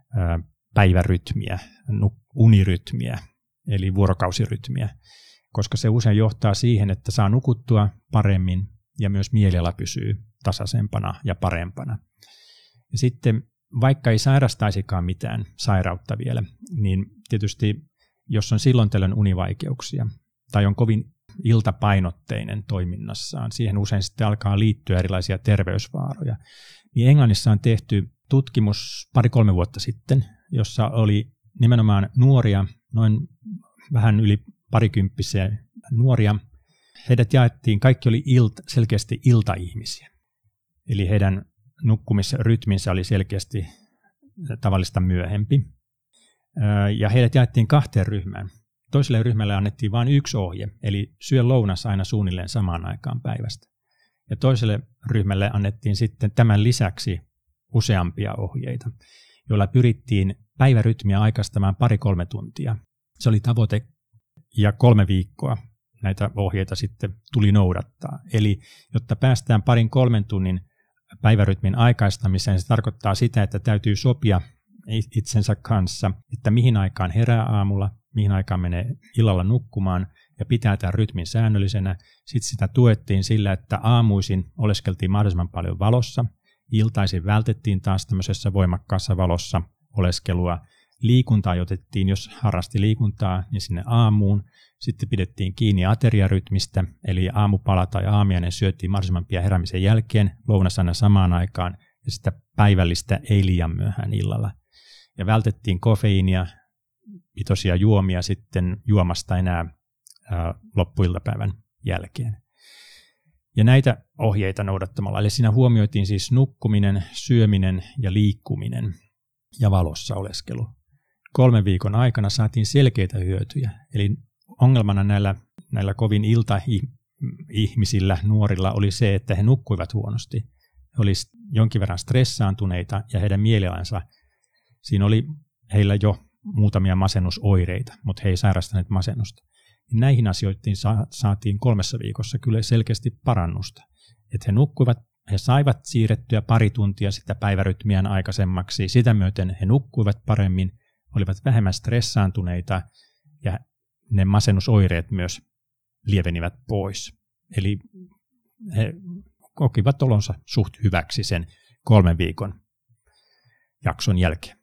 päivärytmiä, unirytmiä, eli vuorokausirytmiä, koska se usein johtaa siihen, että saa nukuttua paremmin ja myös mieliala pysyy tasaisempana ja parempana. Ja sitten vaikka ei sairastaisikaan mitään sairautta vielä, niin tietysti jos on silloin tällöin univaikeuksia tai on kovin iltapainotteinen toiminnassaan, siihen usein sitten alkaa liittyä erilaisia terveysvaaroja. Niin Englannissa on tehty tutkimus pari-kolme vuotta sitten, jossa oli nimenomaan nuoria, noin vähän yli parikymppisiä nuoria. Heidät jaettiin, kaikki oli ilta, selkeästi iltaihmisiä. Eli heidän nukkumisrytminsä oli selkeästi tavallista myöhempi. Ja heidät jaettiin kahteen ryhmään. Toiselle ryhmälle annettiin vain yksi ohje, eli syö lounas aina suunnilleen samaan aikaan päivästä. Ja toiselle ryhmälle annettiin sitten tämän lisäksi useampia ohjeita, joilla pyrittiin päivärytmiä aikaistamaan pari-kolme tuntia. Se oli tavoite ja kolme viikkoa näitä ohjeita sitten tuli noudattaa. Eli jotta päästään parin kolmen tunnin päivärytmin aikaistamiseen, se tarkoittaa sitä, että täytyy sopia itsensä kanssa, että mihin aikaan herää aamulla, mihin aikaan menee illalla nukkumaan ja pitää tämän rytmin säännöllisenä. Sitten sitä tuettiin sillä, että aamuisin oleskeltiin mahdollisimman paljon valossa, iltaisin vältettiin taas tämmöisessä voimakkaassa valossa oleskelua. Liikuntaa otettiin, jos harrasti liikuntaa, niin sinne aamuun. Sitten pidettiin kiinni ateriarytmistä, eli aamupala tai aamiainen syötiin mahdollisimman pian heräämisen jälkeen, lounas aina samaan aikaan, ja sitä päivällistä ei liian myöhään illalla. Ja vältettiin kofeiinia, pitoisia juomia sitten juomasta enää ää, loppuiltapäivän jälkeen. Ja näitä ohjeita noudattamalla, eli siinä huomioitiin siis nukkuminen, syöminen ja liikkuminen ja valossa oleskelu. Kolmen viikon aikana saatiin selkeitä hyötyjä, eli ongelmana näillä, näillä kovin iltaihmisillä, nuorilla oli se, että he nukkuivat huonosti. He olisivat jonkin verran stressaantuneita ja heidän mielialansa, siinä oli heillä jo muutamia masennusoireita, mutta he ei sairastaneet masennusta. Näihin asioihin saatiin kolmessa viikossa kyllä selkeästi parannusta. Että he nukkuivat, he saivat siirrettyä pari tuntia sitä päivärytmiään aikaisemmaksi, sitä myöten he nukkuivat paremmin, olivat vähemmän stressaantuneita ja ne masennusoireet myös lievenivät pois. Eli he kokivat olonsa suht hyväksi sen kolmen viikon jakson jälkeen.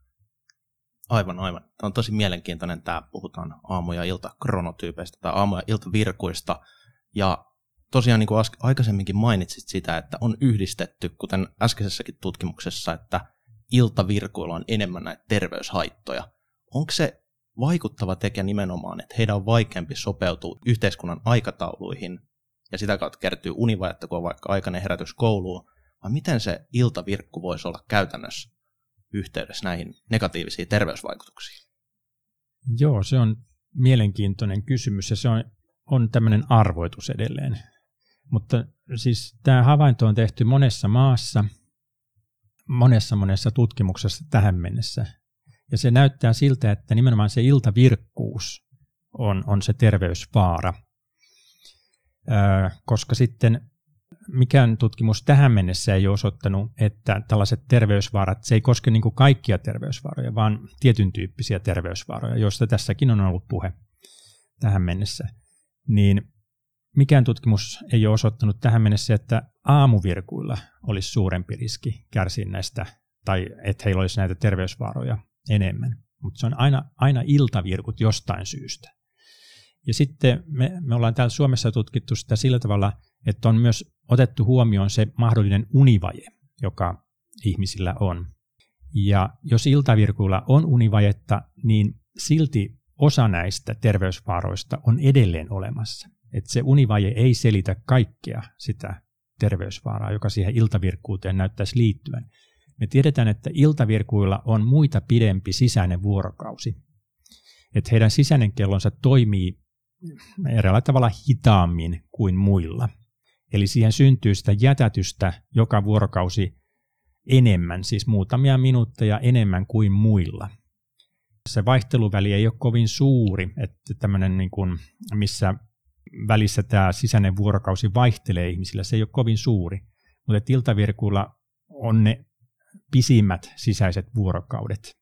Aivan, aivan. Tämä on tosi mielenkiintoinen, tämä puhutaan aamu- ja iltakronotyypeistä tai aamu- ja iltavirkuista. Ja tosiaan niin kuin aikaisemminkin mainitsit sitä, että on yhdistetty, kuten äskeisessäkin tutkimuksessa, että iltavirkuilla on enemmän näitä terveyshaittoja. Onko se vaikuttava tekijä nimenomaan, että heidän on vaikeampi sopeutua yhteiskunnan aikatauluihin ja sitä kautta kertyy univajetta, kun on vaikka aikainen herätys kouluun, vai miten se iltavirkku voisi olla käytännössä yhteydessä näihin negatiivisiin terveysvaikutuksiin? Joo, se on mielenkiintoinen kysymys ja se on, on tämmöinen arvoitus edelleen. Mutta siis tämä havainto on tehty monessa maassa, monessa monessa tutkimuksessa tähän mennessä. Ja se näyttää siltä, että nimenomaan se iltavirkkuus on, on se terveysvaara. Öö, koska sitten mikään tutkimus tähän mennessä ei ole osoittanut, että tällaiset terveysvaarat, se ei koske niin kuin kaikkia terveysvaaroja, vaan tietyn tyyppisiä terveysvaaroja, joista tässäkin on ollut puhe tähän mennessä. Niin mikään tutkimus ei ole osoittanut tähän mennessä, että aamuvirkuilla olisi suurempi riski kärsiä näistä, tai että heillä olisi näitä terveysvaaroja enemmän. Mutta se on aina, aina iltavirkut jostain syystä. Ja sitten me, me ollaan täällä Suomessa tutkittu sitä sillä tavalla, että on myös otettu huomioon se mahdollinen univaje, joka ihmisillä on. Ja jos iltavirkuilla on univajetta, niin silti osa näistä terveysvaaroista on edelleen olemassa. Että se univaje ei selitä kaikkea sitä terveysvaaraa, joka siihen iltavirkkuuteen näyttäisi liittyvän. Me tiedetään, että iltavirkuilla on muita pidempi sisäinen vuorokausi. Että heidän sisäinen kellonsa toimii eräällä tavalla hitaammin kuin muilla. Eli siihen syntyy sitä jätätystä joka vuorokausi enemmän, siis muutamia minuutteja enemmän kuin muilla. Se vaihteluväli ei ole kovin suuri, että tämmöinen niin kuin, missä välissä tämä sisäinen vuorokausi vaihtelee ihmisillä, se ei ole kovin suuri. Mutta iltavirkuilla on ne pisimmät sisäiset vuorokaudet.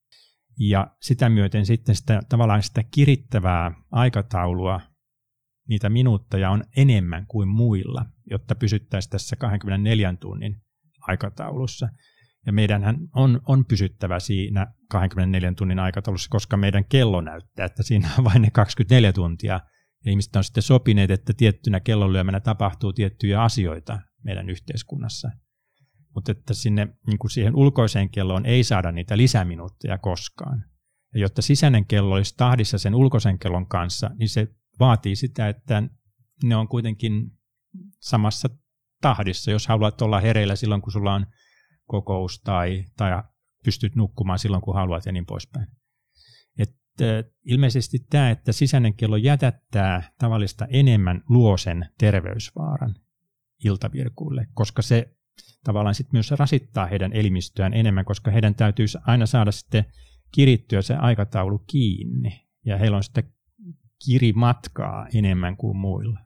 Ja sitä myöten sitten sitä, tavallaan sitä kirittävää aikataulua, niitä minuutteja on enemmän kuin muilla, jotta pysyttäisiin tässä kaksikymmentäneljän tunnin aikataulussa. Ja meidänhän on, on pysyttävä siinä kaksikymmentäneljän tunnin aikataulussa, koska meidän kello näyttää, että siinä on vain ne kaksikymmentäneljä tuntia. Ja ihmiset on sitten sopineet, että tiettynä kellonlyömänä tapahtuu tiettyjä asioita meidän yhteiskunnassa. Mutta että sinne, niin kuin siihen ulkoiseen kelloon ei saada niitä lisäminuutteja koskaan. Ja jotta sisäinen kello olisi tahdissa sen ulkoisen kellon kanssa, niin se vaatii sitä, että ne on kuitenkin samassa tahdissa, jos haluat olla hereillä silloin, kun sulla on kokous tai, tai pystyt nukkumaan silloin, kun haluat ja niin poispäin. Että ilmeisesti tämä, että sisäinen kello jätättää tavallista enemmän, luo sen terveysvaaran iltavirkuille, koska se tavallaan sitten myös rasittaa heidän elimistöään enemmän, koska heidän täytyisi aina saada sitten kirittyä se aikataulu kiinni, ja heillä on sitten kirimatkaa enemmän kuin muilla.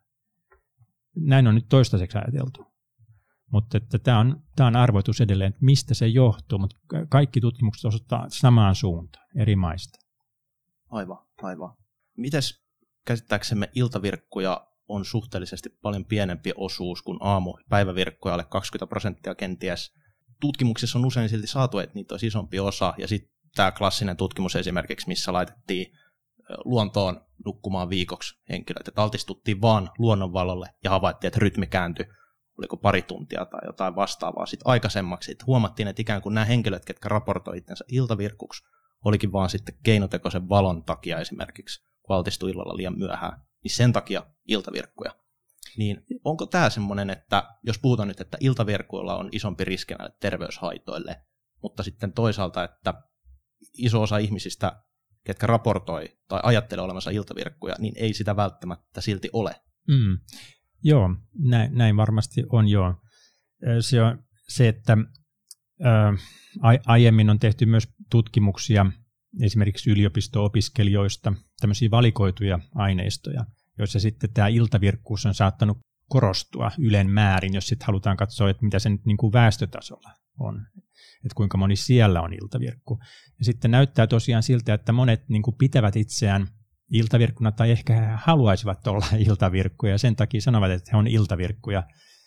Näin on nyt toistaiseksi ajateltu. Mutta että tämä on, tämä on arvoitus edelleen, että mistä se johtuu, mutta kaikki tutkimukset osoittaa samaan suuntaan eri maista. Aivan, aivan. Mites käsittääksemme iltavirkkuja on suhteellisesti paljon pienempi osuus kuin aamu, päivävirkkuja alle kaksikymmentä prosenttia kenties. Tutkimuksissa on usein silti saatu, että niitä olisi isompi osa, ja sitten tämä klassinen tutkimus esimerkiksi, missä laitettiin luontoon nukkumaan viikoksi henkilöitä, että altistuttiin vaan luonnonvalolle ja havaittiin, että rytmi kääntyi, oliko pari tuntia tai jotain vastaavaa sitten aikaisemmaksi. Sitten huomattiin, että ikään kuin nämä henkilöt, ketkä raportoi itsensä iltavirkuksi, olikin vaan sitten keinotekoisen valon takia esimerkiksi, kun altistui illalla liian myöhään, niin sen takia iltavirkkuja. Niin onko tämä semmoinen, että jos puhutaan nyt, että iltavirkuilla on isompi riski näille terveyshaitoille, mutta sitten toisaalta, että iso osa ihmisistä, ketkä raportoi tai ajattelee olevansa iltavirkkuja, niin ei sitä välttämättä silti ole. Mm. Joo, näin, näin varmasti on joo. Se on se, että ää, aiemmin on tehty myös tutkimuksia esimerkiksi yliopisto-opiskelijoista, tämmöisiä valikoituja aineistoja, joissa sitten tämä iltavirkkuus on saattanut korostua ylen määrin, jos sitten halutaan katsoa, että mitä se nyt niin kuin väestötasolla on, että kuinka moni siellä on iltavirkku. Ja sitten näyttää tosiaan siltä, että monet niin kuin pitävät itseään iltavirkkuna tai ehkä he haluaisivat olla iltavirkkuja ja sen takia sanovat, että he on iltavirkkuja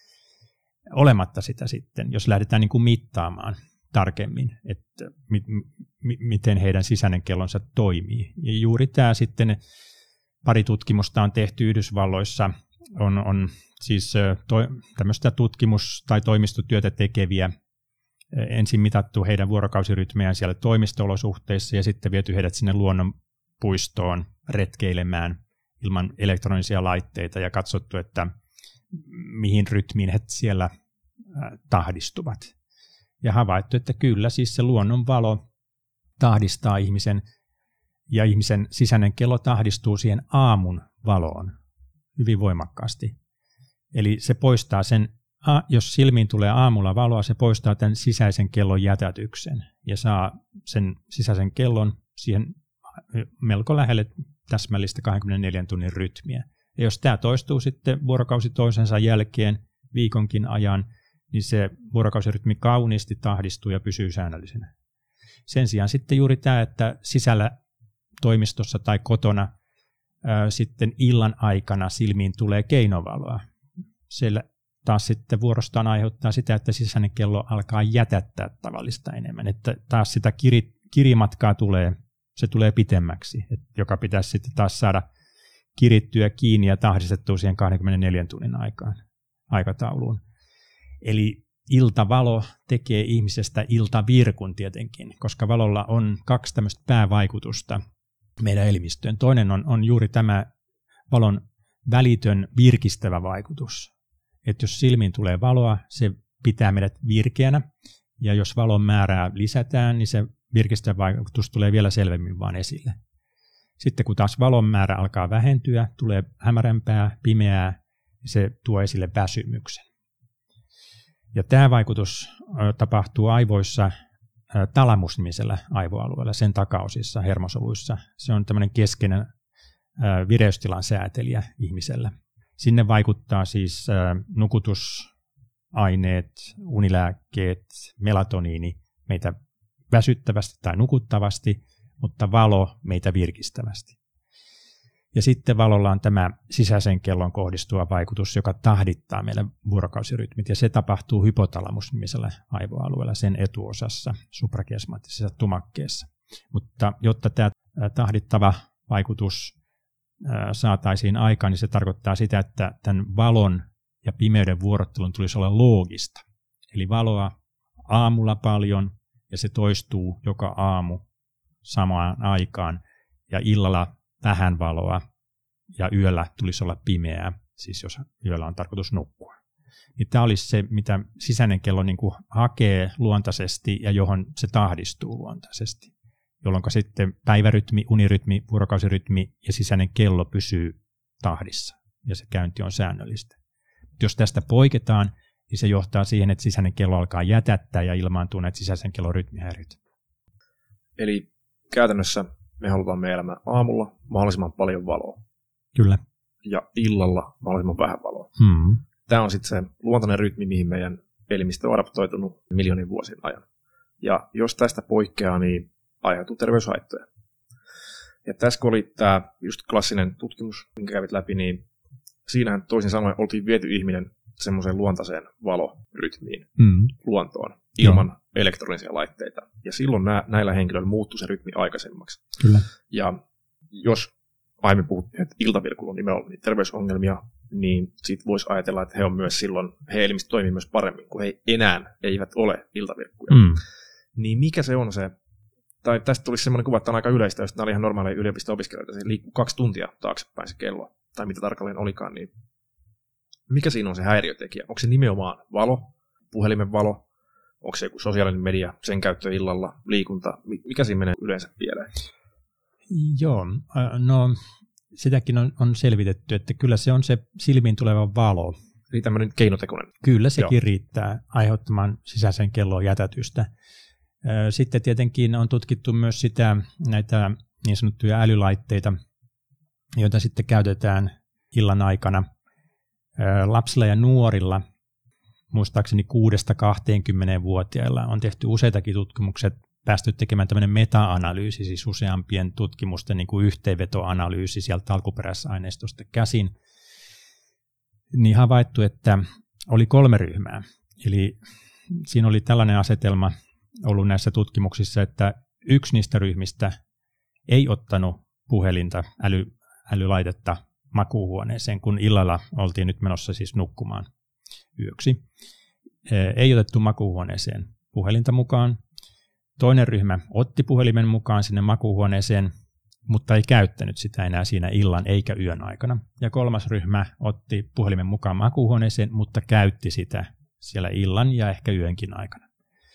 olematta sitä sitten, jos lähdetään niin kuin mittaamaan tarkemmin, että mi- mi- miten heidän sisäinen kellonsa toimii. Ja juuri tämä sitten, pari tutkimusta on tehty Yhdysvalloissa, on, on siis to, tämmöistä tutkimus- tai toimistotyötä tekeviä, ensin mitattu heidän vuorokausirytmejään siellä toimisto-olosuhteissa ja sitten viety heidät sinne luonnon puistoon retkeilemään ilman elektronisia laitteita ja katsottu, että mihin rytmiin he siellä tahdistuvat. Ja havaittu, että kyllä siis se luonnonvalo tahdistaa ihmisen ja ihmisen sisäinen kello tahdistuu siihen aamun valoon hyvin voimakkaasti. Eli se poistaa sen, jos silmiin tulee aamulla valoa, se poistaa tämän sisäisen kellon jätätyksen ja saa sen sisäisen kellon siihen melko lähelle täsmällistä kaksikymmentäneljän tunnin rytmiä. Ja jos tämä toistuu sitten vuorokausi toisensa jälkeen viikonkin ajan, niin se vuorokausirytmi kauniisti tahdistuu ja pysyy säännöllisenä. Sen sijaan sitten juuri tämä, että sisällä toimistossa tai kotona ää, sitten illan aikana silmiin tulee keinovaloa. Siellä taas sitten vuorostaan aiheuttaa sitä, että sisäinen kello alkaa jätättää tavallista enemmän. Että taas sitä kiri, kirimatkaa tulee, se tulee pitemmäksi, että joka pitäisi sitten taas saada kirittyä kiinni ja tahdistettua siihen kaksikymmentäneljän tunnin aikaan, aikatauluun. Eli iltavalo tekee ihmisestä iltavirkun tietenkin, koska valolla on kaksi tämmöistä päävaikutusta meidän elimistöön. Toinen on, on juuri tämä valon välitön virkistävä vaikutus. Että jos silmiin tulee valoa, se pitää meidät virkeänä, ja jos valon määrää lisätään, niin se virkistävä vaikutus tulee vielä selvemmin vaan esille. Sitten kun taas valon määrä alkaa vähentyä, tulee hämärämpää, pimeää, se tuo esille väsymyksen. Ja tämä vaikutus tapahtuu aivoissa talamus-nimisellä aivoalueella, sen takaosissa, hermosoluissa. Se on tämmöinen keskeinen vireystilan säätelijä ihmisellä. Sinne vaikuttaa siis nukutusaineet, unilääkkeet, melatoniini meitä väsyttävästi tai nukuttavasti, mutta valo meitä virkistävästi. Ja sitten valolla on tämä sisäisen kellon kohdistuva vaikutus, joka tahdittaa meille vuorokausirytmit, ja se tapahtuu hypotalamus-nimisellä aivoalueella, sen etuosassa, suprakiasmaattisessa tumakkeessa. Mutta jotta tämä tahdittava vaikutus saataisiin aikaan, niin se tarkoittaa sitä, että tämän valon ja pimeyden vuorottelun tulisi olla loogista. Eli valoa aamulla paljon, ja se toistuu joka aamu samaan aikaan, ja illalla vähän valoa, ja yöllä tulisi olla pimeää, siis jos yöllä on tarkoitus nukkua. Niin tämä olisi se, mitä sisäinen kello niin kuin hakee luontaisesti, ja johon se tahdistuu luontaisesti, jolloin sitten päivärytmi, unirytmi, vuorokausirytmi ja sisäinen kello pysyy tahdissa, ja se käynti on säännöllistä. Jos tästä poiketaan, niin se johtaa siihen, että sisäinen kello alkaa jätättää ja ilmaantuu näitä sisäisen kellon rytmihäiriöitä. Eli käytännössä me halutaan meidän elämään aamulla mahdollisimman paljon valoa. Kyllä. Ja illalla mahdollisimman vähän valoa. Mm. Tämä on sitten se luontainen rytmi, mihin meidän elimistö on adaptoitunut miljoonien vuosien ajan. Ja jos tästä poikkeaa, niin aiheutuu terveyshaittoja. Ja tässä kun oli tämä just klassinen tutkimus, minkä kävit läpi, niin siinähän toisin sanoen oltiin viety ihminen semmoiseen luontaiseen valorytmiin mm. luontoon ilman Joo. elektronisia laitteita. Ja silloin nä- näillä henkilöillä muuttui se rytmi aikaisemmaksi. Kyllä. Ja jos aiemmin puhuttiin, että iltavirkulla on nimenomaan niitä terveysongelmia, niin siitä voisi ajatella, että he on myös silloin, he elimistö toimii myös paremmin, kun he enää eivät ole iltavirkkuja. Mm. Niin mikä se on se, tai tästä tulisi semmoinen kuva, että on aika yleistä, jos nämä oli ihan normaaleja yliopisto-opiskelijoita, se liikkuu kaksi tuntia taaksepäin se kello, tai mitä tarkalleen olikaan, niin mikä siinä on se häiriötekijä? Onko se nimenomaan valo, puhelimen valo, onko se joku sosiaalinen media, sen käyttö illalla, liikunta, mikä siinä menee yleensä pieleen? Joo, no sitäkin on, on selvitetty, että kyllä se on se silmiin tuleva valo. Eli tämmöinen keinotekoinen. Kyllä sekin Joo. riittää aiheuttamaan sisäisen kellon jätätystä. Sitten tietenkin on tutkittu myös sitä, näitä niin sanottuja älylaitteita, joita sitten käytetään illan aikana lapsilla ja nuorilla. Muistaakseni kuudesta kaksikymmentä-vuotiailla on tehty useitakin tutkimuksia, päästy tekemään tämmöinen meta-analyysi, siis useampien tutkimusten niin kuin yhteenvetoanalyysi sieltä alkuperäisaineistosta käsin, niin havaittu, että oli kolme ryhmää. Eli siinä oli tällainen asetelma ollut näissä tutkimuksissa, että yksi niistä ryhmistä ei ottanut puhelinta, äly, älylaitetta makuuhuoneeseen, kun illalla oltiin nyt menossa siis nukkumaan yöksi. Ei otettu makuuhuoneeseen puhelinta mukaan. Toinen ryhmä otti puhelimen mukaan sinne makuuhuoneeseen mutta ei käyttänyt sitä enää siinä illan eikä yön aikana. Ja kolmas ryhmä otti puhelimen mukaan makuuhuoneeseen, mutta käytti sitä siellä illan ja ehkä yönkin aikana.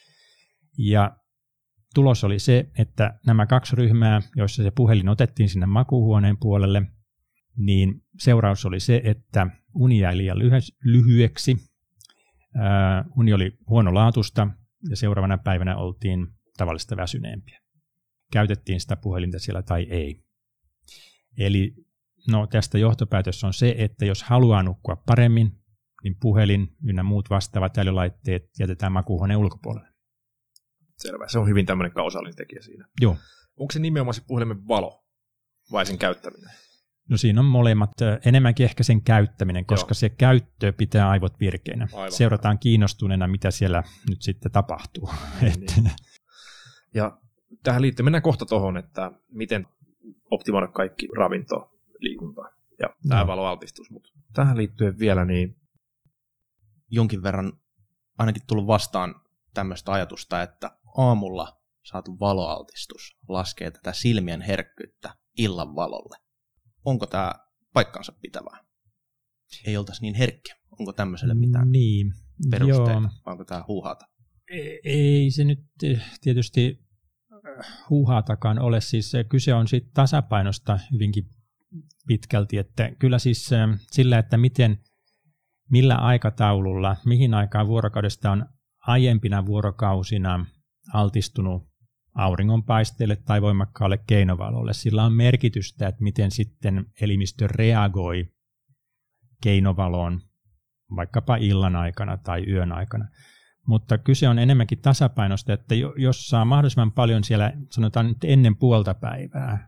Ja tulos oli se, että nämä kaksi ryhmää, joissa se puhelin otettiin sinne makuuhuoneen puolelle, niin seuraus oli se, että uni jäi liian lyhyeksi, ää, uni oli huonolaatuista ja seuraavana päivänä oltiin tavallista väsyneempiä. Käytettiin sitä puhelinta siellä tai ei. Eli no, tästä johtopäätös on se, että jos haluaa nukkua paremmin, niin puhelin ynnä muut vastaavat älylaitteet jätetään makuuhuoneen ulkopuolelle. Selvä. Se on hyvin tämmöinen kausaalinen tekijä siinä. Joo. Onko se nimenomaan se puhelimen valo vai sen käyttäminen? No siinä on molemmat. Enemmänkin ehkä sen käyttäminen, koska Joo. se käyttö pitää aivot virkeinä. Aivan. Seurataan kiinnostuneena, mitä siellä nyt sitten tapahtuu. Niin. Ja tähän liittyy, mennään kohta tuohon, että miten optimoida kaikki ravinto, liikunta ja tämä valoaltistus. Mutta tähän liittyen vielä niin jonkin verran ainakin tullut vastaan tämmöistä ajatusta, että aamulla saatu valoaltistus laskee tätä silmien herkkyyttä illan valolle. Onko tämä paikkansa pitävää? Ei oltaisi niin herkkiä. Onko tämmöiselle mitään niin, perusteita? Joo. Vai onko tämä huuhaata? Ei se nyt tietysti huuhaatakaan ole. Siis kyse on siitä tasapainosta hyvinkin pitkälti. Että kyllä siis sillä, että miten, millä aikataululla, mihin aikaan vuorokaudesta on aiempina vuorokausina altistunut auringonpaisteelle tai voimakkaalle keinovalolle. Sillä on merkitystä, että miten sitten elimistö reagoi keinovaloon vaikkapa illan aikana tai yön aikana. Mutta kyse on enemmänkin tasapainosta, että jos saa mahdollisimman paljon siellä, sanotaan nyt ennen puolta päivää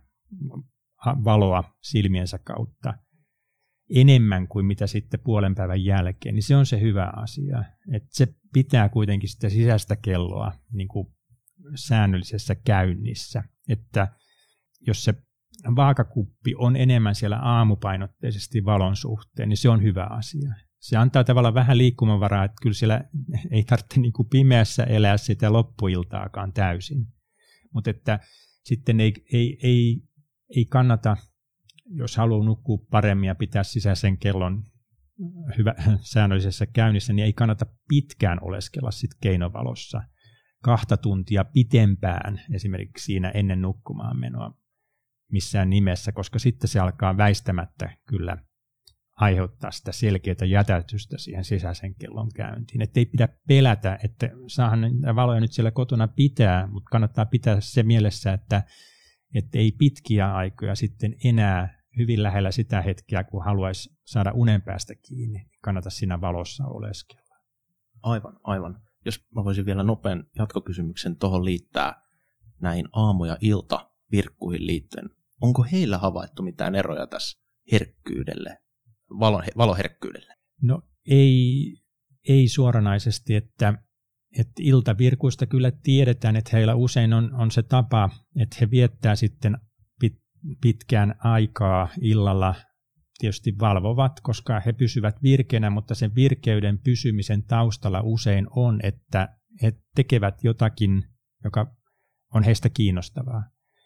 valoa silmiensä kautta, enemmän kuin mitä sitten puolen päivän jälkeen, niin se on se hyvä asia. Että se pitää kuitenkin sitä sisäistä kelloa niin kuin säännöllisessä käynnissä. Että jos se vaakakuppi on enemmän siellä aamupainotteisesti valon suhteen, niin se on hyvä asia. Se antaa tavallaan vähän liikkumavaraa, että kyllä siellä ei tarvitse niin kuin pimeässä elää sitä loppuiltaakaan täysin. Mutta että sitten ei, ei, ei, ei kannata, jos haluaa nukkua paremmin ja pitää sisäisen kellon hyvä, säännöllisessä käynnissä, niin ei kannata pitkään oleskella sit keinovalossa kahta tuntia pitempään esimerkiksi siinä ennen nukkumaan menoa missään nimessä, koska sitten se alkaa väistämättä kyllä aiheuttaa sitä selkeää jätätystä siihen sisäisen kellon käyntiin. Että ei pidä pelätä, että saahan valoja nyt siellä kotona pitää, mutta kannattaa pitää se mielessä, että, että ei pitkiä aikoja sitten enää hyvin lähellä sitä hetkeä, kun haluaisi saada unen päästä kiinni, kannata siinä valossa oleskella. Aivan, aivan. Jos mä voisin vielä nopean jatkokysymyksen tuohon liittää näihin aamu- ja iltavirkkuihin liittyen. Onko heillä havaittu mitään eroja tässä herkkyydelle, valon, valoherkkyydelle? No ei, ei suoranaisesti, että, että iltavirkuista kyllä tiedetään, että heillä usein on, on se tapa, että he viettää sitten pit, pitkään aikaa illalla, tietysti valvovat, koska he pysyvät virkeänä, mutta sen virkeyden pysymisen taustalla usein on, että he tekevät jotakin, joka on heistä kiinnostavaa.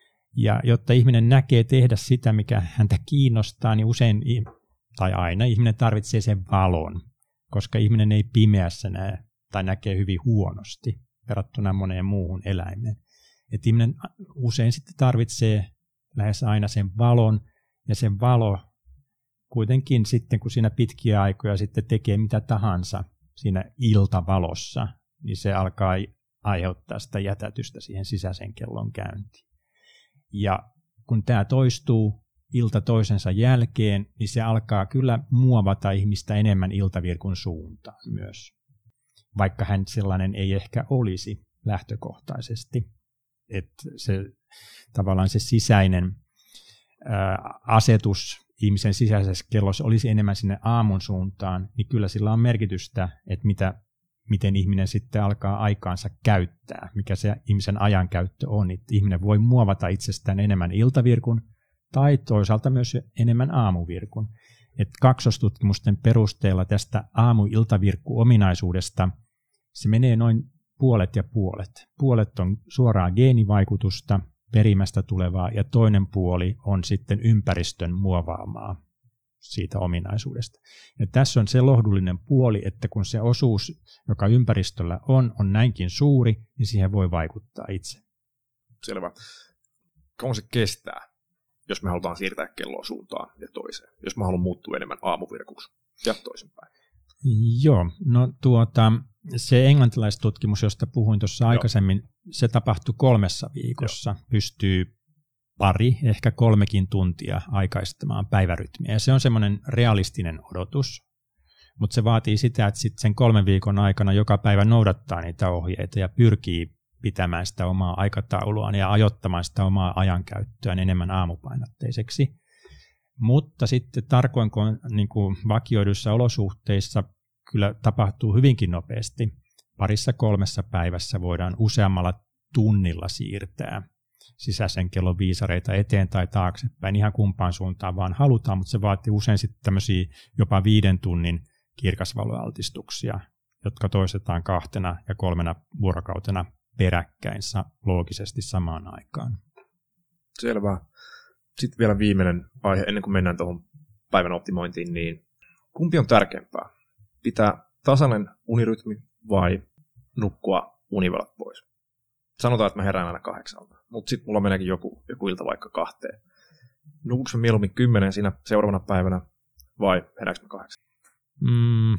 Ja jotta ihminen näkee tehdä sitä, mikä häntä kiinnostaa, niin usein tai aina ihminen tarvitsee sen valon, koska ihminen ei pimeässä näe tai näkee hyvin huonosti verrattuna moneen muuhun eläimeen. Et ihminen usein sitten tarvitsee lähes aina sen valon, ja sen valo kuitenkin sitten, kun siinä pitkiä aikoja sitten tekee mitä tahansa siinä iltavalossa, niin se alkaa aiheuttaa sitä jätätystä siihen sisäisen kellon käyntiin. Ja kun tämä toistuu ilta toisensa jälkeen, niin se alkaa kyllä muovata ihmistä enemmän iltavirkun suuntaan myös, vaikka hän sellainen ei ehkä olisi lähtökohtaisesti. Että se tavallaan se sisäinen ää, asetus ihmisen sisäisessä kellossa olisi enemmän sinne aamun suuntaan, niin kyllä sillä on merkitystä, että mitä, miten ihminen sitten alkaa aikaansa käyttää, mikä se ihmisen ajankäyttö on. Että ihminen voi muovata itsestään enemmän iltavirkun tai toisaalta myös enemmän aamuvirkun. Et kaksostutkimusten perusteella tästä aamu-iltavirkku-ominaisuudesta se menee noin puolet ja puolet. Puolet on suoraa geenivaikutusta perimästä tulevaa, ja toinen puoli on sitten ympäristön muovaamaa siitä ominaisuudesta. Ja tässä on se lohdullinen puoli, että kun se osuus, joka ympäristöllä on, on näinkin suuri, niin siihen voi vaikuttaa itse. Selvä. Kauan se kestää, jos me halutaan siirtää kelloa suuntaan ja toiseen, jos mä haluan muuttua enemmän aamuvirkuksi ja toisinpäin? Joo, no tuota, se englantilaistutkimus, josta puhuin tuossa Joo. aikaisemmin, se tapahtui kolmessa viikossa, Joo. pystyy pari, ehkä kolmekin tuntia aikaistamaan päivärytmiä. Ja se on semmoinen realistinen odotus, mutta se vaatii sitä, että sitten sen kolmen viikon aikana joka päivä noudattaa niitä ohjeita ja pyrkii pitämään sitä omaa aikatauluaan ja ajoittamaan sitä omaa ajankäyttöään enemmän aamupainotteiseksi. Mutta sitten tarkoin, kun niin kuin vakioiduissa olosuhteissa kyllä tapahtuu hyvinkin nopeasti. Parissa kolmessa päivässä voidaan useammalla tunnilla siirtää sisäisen kellon viisareita eteen tai taaksepäin, ihan kumpaan suuntaan vaan halutaan, mutta se vaatii usein sitten tämmöisiä jopa viiden tunnin kirkasvaloaltistuksia, jotka toistetaan kahtena ja kolmena vuorokautena peräkkäin loogisesti samaan aikaan. Selvä. Sitten vielä viimeinen aihe, ennen kuin mennään tuohon päivän optimointiin, niin kumpi on tärkeämpää? Pitää tasainen unirytmi vai nukkua univelat pois? Sanotaan, että mä herään aina kahdeksalta, mutta sitten mulla meneekin joku, joku ilta vaikka kahteen. Nukuks mä mieluummin kymmenen siinä seuraavana päivänä vai heräänkö mä kahdeksan? Mm,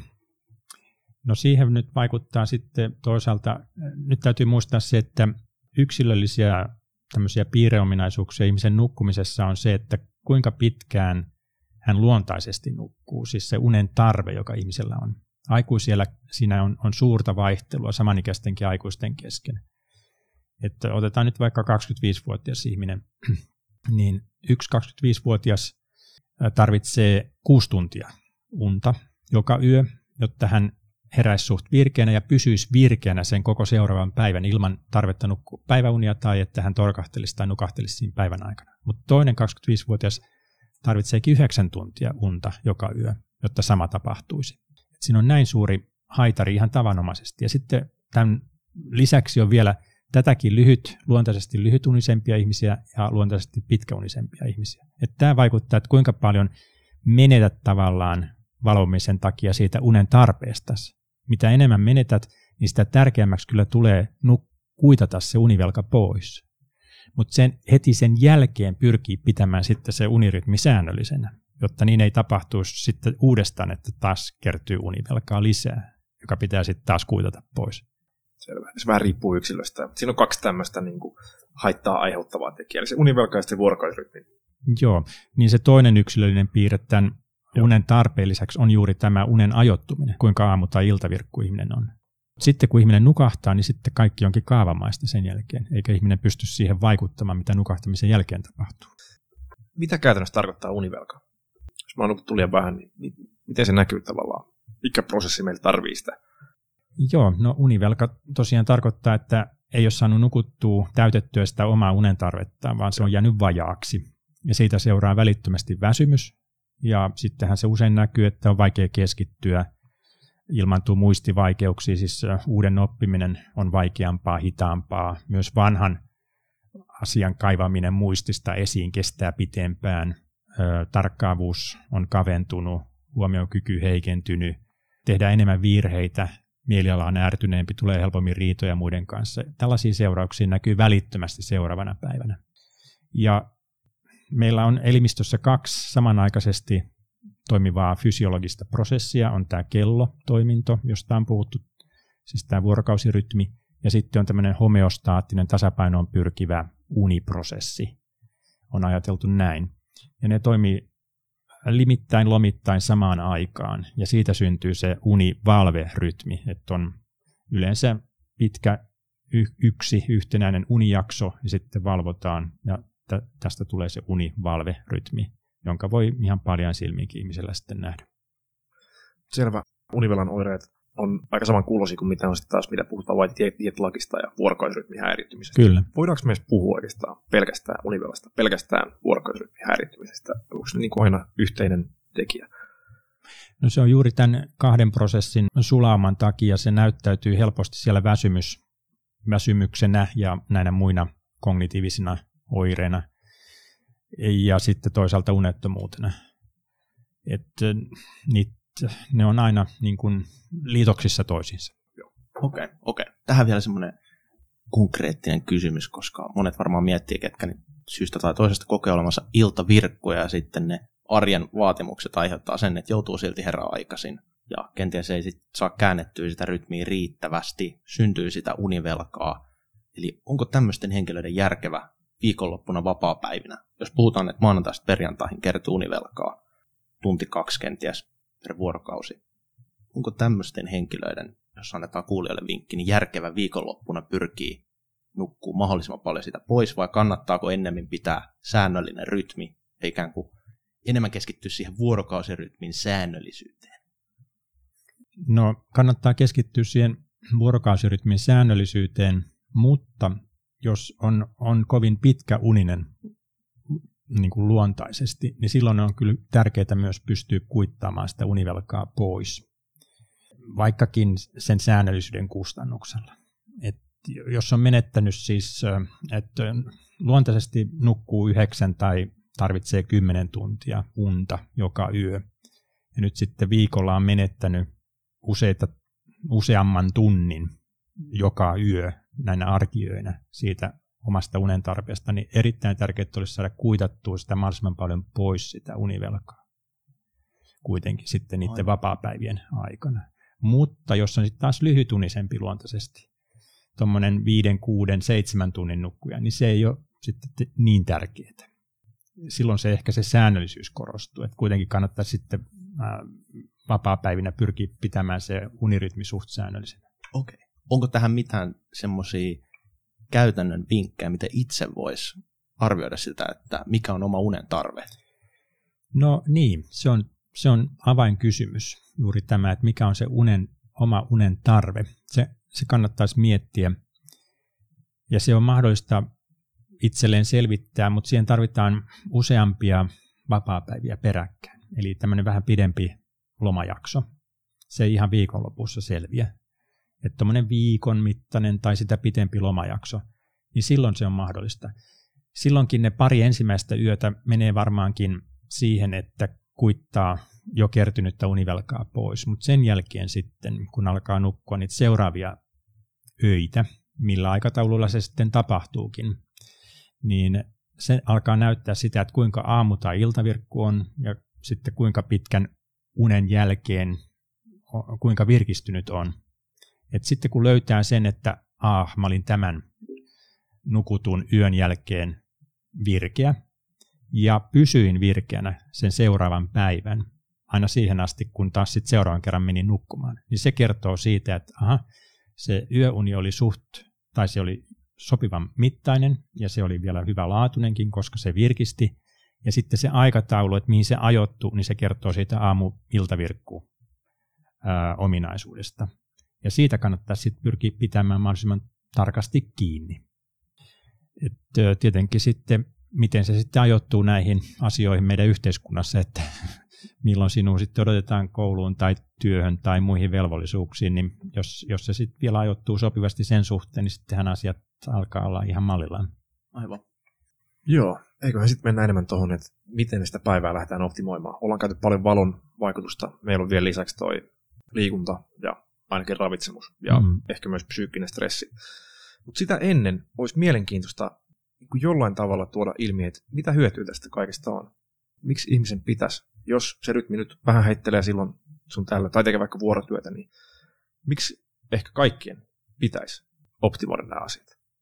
no siihen nyt vaikuttaa sitten toisaalta, nyt täytyy muistaa se, että yksilöllisiä tämmöisiä piirreominaisuuksia ihmisen nukkumisessa on se, että kuinka pitkään hän luontaisesti nukkuu, siis se unen tarve, joka ihmisellä on. Aikuisilla siinä on, on suurta vaihtelua samanikäistenkin aikuisten kesken. Että otetaan nyt vaikka kaksikymmentäviisivuotias ihminen, niin yksi kaksikymmentäviisivuotias tarvitsee kuusi tuntia unta joka yö, jotta hän heräisi suht virkeänä ja pysyisi virkeänä sen koko seuraavan päivän ilman tarvetta nukkua päiväunia tai että hän torkahtelisi tai nukahtelisi siinä päivän aikana. Mutta toinen kaksikymmentäviisivuotias tarvitseekin yhdeksän tuntia unta joka yö, jotta sama tapahtuisi. Et siinä on näin suuri haitari ihan tavanomaisesti. Ja sitten tämän lisäksi on vielä tätäkin lyhyt, luontaisesti lyhytunisempia ihmisiä ja luontaisesti pitkäunisempia ihmisiä. Että tämä vaikuttaa, että kuinka paljon menetät tavallaan valvomisen takia siitä unen tarpeesta. Mitä enemmän menetät, niin sitä tärkeämmäksi kyllä tulee nuk- kuitata se univelka pois. Mutta sen, heti sen jälkeen pyrkii pitämään sitten se unirytmi säännöllisenä, jotta niin ei tapahtuisi sitten uudestaan, että taas kertyy univelkaa lisää, joka pitää sitten taas kuitata pois. Selvä. Se vähän riippuu yksilöstä. Siinä on kaksi tämmöistä niin kuin haittaa aiheuttavaa tekijää, eli se univelka ja se vuorokausirytmi. Joo, niin se toinen yksilöllinen piirre tämän Joo. unen tarpeen lisäksi on juuri tämä unen ajoittuminen, kuinka aamu- tai iltavirkku ihminen on. Sitten kun ihminen nukahtaa, niin sitten kaikki onkin kaavamaista sen jälkeen, eikä ihminen pysty siihen vaikuttamaan, mitä nukahtamisen jälkeen tapahtuu. Mitä käytännössä tarkoittaa univelka? Jos mä oon nukuttu liian vähän, niin miten se näkyy tavallaan? Mikä prosessi meillä tarvii sitä? Joo, no univelka tosiaan tarkoittaa, että ei ole saanut nukuttua täytettyä sitä omaa unen tarvettaan, vaan se on jäänyt vajaaksi. Ja siitä seuraa välittömästi väsymys, ja sittenhän se usein näkyy, että on vaikea keskittyä, ilmaantuu muistivaikeuksia, siis uuden oppiminen on vaikeampaa, hitaampaa. Myös vanhan asian kaivaminen muistista esiin kestää pitempään. Ö, tarkkaavuus on kaventunut, huomiokyky heikentynyt, tehdään enemmän virheitä, mieliala on ärtyneempi, tulee helpommin riitoja muiden kanssa. Tällaisia seurauksia näkyy välittömästi seuraavana päivänä. Ja meillä on elimistössä kaksi samanaikaisesti toimivaa fysiologista prosessia. On tämä kellotoiminto, josta on puhuttu, siis tämä vuorokausirytmi, ja sitten on tämmöinen homeostaattinen tasapainoon pyrkivä uniprosessi. On ajateltu näin. Ja ne toimii limittäin lomittain samaan aikaan, ja siitä syntyy se uni-valve-rytmi, että on yleensä pitkä y- yksi yhtenäinen unijakso, ja sitten valvotaan, ja tä- tästä tulee se uni-valve-rytmi, jonka voi ihan paljon silmiinkin ihmisellä sitten nähdä. Selvä. Univelan oireet on aika saman kuulosia kuin mitä on sitten taas, mitä puhutaan vain jetlagista ja vuorokausrytmin häiriintymisestä. Kyllä. Voidaanko me puhua oikeastaan pelkästään univelasta, pelkästään vuorokausrytmin häiriintymisestä? Onko se niin kuin aina yhteinen tekijä? No se on juuri tämän kahden prosessin sulaaman takia. Se näyttäytyy helposti siellä väsymys, väsymyksenä ja näinä muina kognitiivisina oireena ja sitten toisaalta unettomuutena. Että niitä, ne on aina niin kuin liitoksissa toisiinsa. Okei, okay, okei. Okay. Tähän vielä semmoinen konkreettinen kysymys, koska monet varmaan miettii, ketkä nyt syystä tai toisesta kokee olemassa iltavirkkoja ja sitten ne arjen vaatimukset aiheuttaa sen, että joutuu silti herää aikaisin ja kenties ei sit saa käännettyä sitä rytmiä riittävästi, syntyy sitä univelkaa. Eli onko tämmöisten henkilöiden järkevä viikonloppuna vapaapäivinä, jos puhutaan, että maanantaista perjantaihin kertyy univelkaa tunti kaksi kenties per vuorokausi. Onko tämmöisten henkilöiden, jos annetaan kuulijoille vinkki, niin järkevä viikonloppuna pyrkii nukkuu mahdollisimman paljon sitä pois, vai kannattaako ennemmin pitää säännöllinen rytmi, ikään kuin enemmän keskittyä siihen vuorokausirytmin säännöllisyyteen? No, kannattaa keskittyä siihen vuorokausirytmin säännöllisyyteen, mutta jos on, on kovin pitkä uninen niin kuin luontaisesti, niin silloin on kyllä tärkeää myös pystyä kuittaamaan sitä univelkaa pois, vaikkakin sen säännöllisyyden kustannuksella. Et jos on menettänyt siis, että luontaisesti nukkuu yhdeksän tai tarvitsee kymmenen tuntia unta joka yö, ja nyt sitten viikolla on menettänyt useita, useamman tunnin joka yö näinä arkiöinä siitä omasta unen tarpeesta, niin erittäin tärkeää olisi saada kuitattua sitä mahdollisimman paljon pois sitä univelkaa kuitenkin sitten niiden vapaapäivien aikana. Mutta jos on sitten taas lyhytunisempi luontaisesti, tuommoinen viiden, kuuden, seitsemän tunnin nukkuja, niin se ei ole sitten niin tärkeää. Silloin se ehkä se säännöllisyys korostuu, että kuitenkin kannattaa sitten vapaapäivinä pyrkiä pitämään se unirytmi suht säännöllisenä. Okei. Onko tähän mitään semmoisia käytännön vinkkejä, miten itse voisi arvioida sitä, että mikä on oma unen tarve? No niin, se on, se on avainkysymys juuri tämä, että mikä on se unen, oma unen tarve. Se, se kannattaisi miettiä ja se on mahdollista itselleen selvittää, mutta siihen tarvitaan useampia vapaapäiviä peräkkäin. Eli tämmöinen vähän pidempi lomajakso. Se ei ihan viikonlopussa selviä. Että tuommoinen viikon mittainen tai sitä pitempi lomajakso, niin silloin se on mahdollista. Silloinkin ne pari ensimmäistä yötä menee varmaankin siihen, että kuittaa jo kertynyttä univelkaa pois, mutta sen jälkeen sitten, kun alkaa nukkua niitä seuraavia öitä, millä aikataululla se sitten tapahtuukin, niin se alkaa näyttää sitä, että kuinka aamu- tai iltavirkku on ja sitten kuinka pitkän unen jälkeen, kuinka virkistynyt on. Et sitten kun löytää sen, että ah, mä olin tämän nukutun yön jälkeen virkeä ja pysyin virkeänä sen seuraavan päivän aina siihen asti, kun taas sitten seuraavan kerran menin nukkumaan, niin se kertoo siitä, että aha, se yöuni oli suht, tai se oli sopivan mittainen ja se oli vielä hyvä laatuinenkin, koska se virkisti. Ja sitten se aikataulu, että mihin se ajoittui, niin se kertoo siitä aamu-iltavirkku ominaisuudesta. Ja siitä kannattaa sitten pyrkiä pitämään mahdollisimman tarkasti kiinni. Et tietenkin sitten, miten se sitten ajoittuu näihin asioihin meidän yhteiskunnassa, että milloin sinua sitten odotetaan kouluun tai työhön tai muihin velvollisuuksiin, niin jos, jos se sitten vielä ajoittuu sopivasti sen suhteen, niin sittenhän asiat alkaa olla ihan mallillaan. Aivan. Joo, eiköhän sitten mennä enemmän tuohon, että miten sitä päivää lähdetään optimoimaan. Ollaan käyty paljon valon vaikutusta. Meillä on vielä lisäksi toi liikunta ja ainakin ravitsemus ja mm. ehkä myös psyykkinen stressi. Mutta sitä ennen olisi mielenkiintoista niin jollain tavalla tuoda ilmi, että mitä hyötyä tästä kaikesta on. Miksi ihmisen pitäisi, jos se rytmi nyt vähän heittelee silloin sun tällä, tai tekee vaikka vuorotyötä, niin miksi ehkä kaikkien pitäisi optimoida nämä asiat?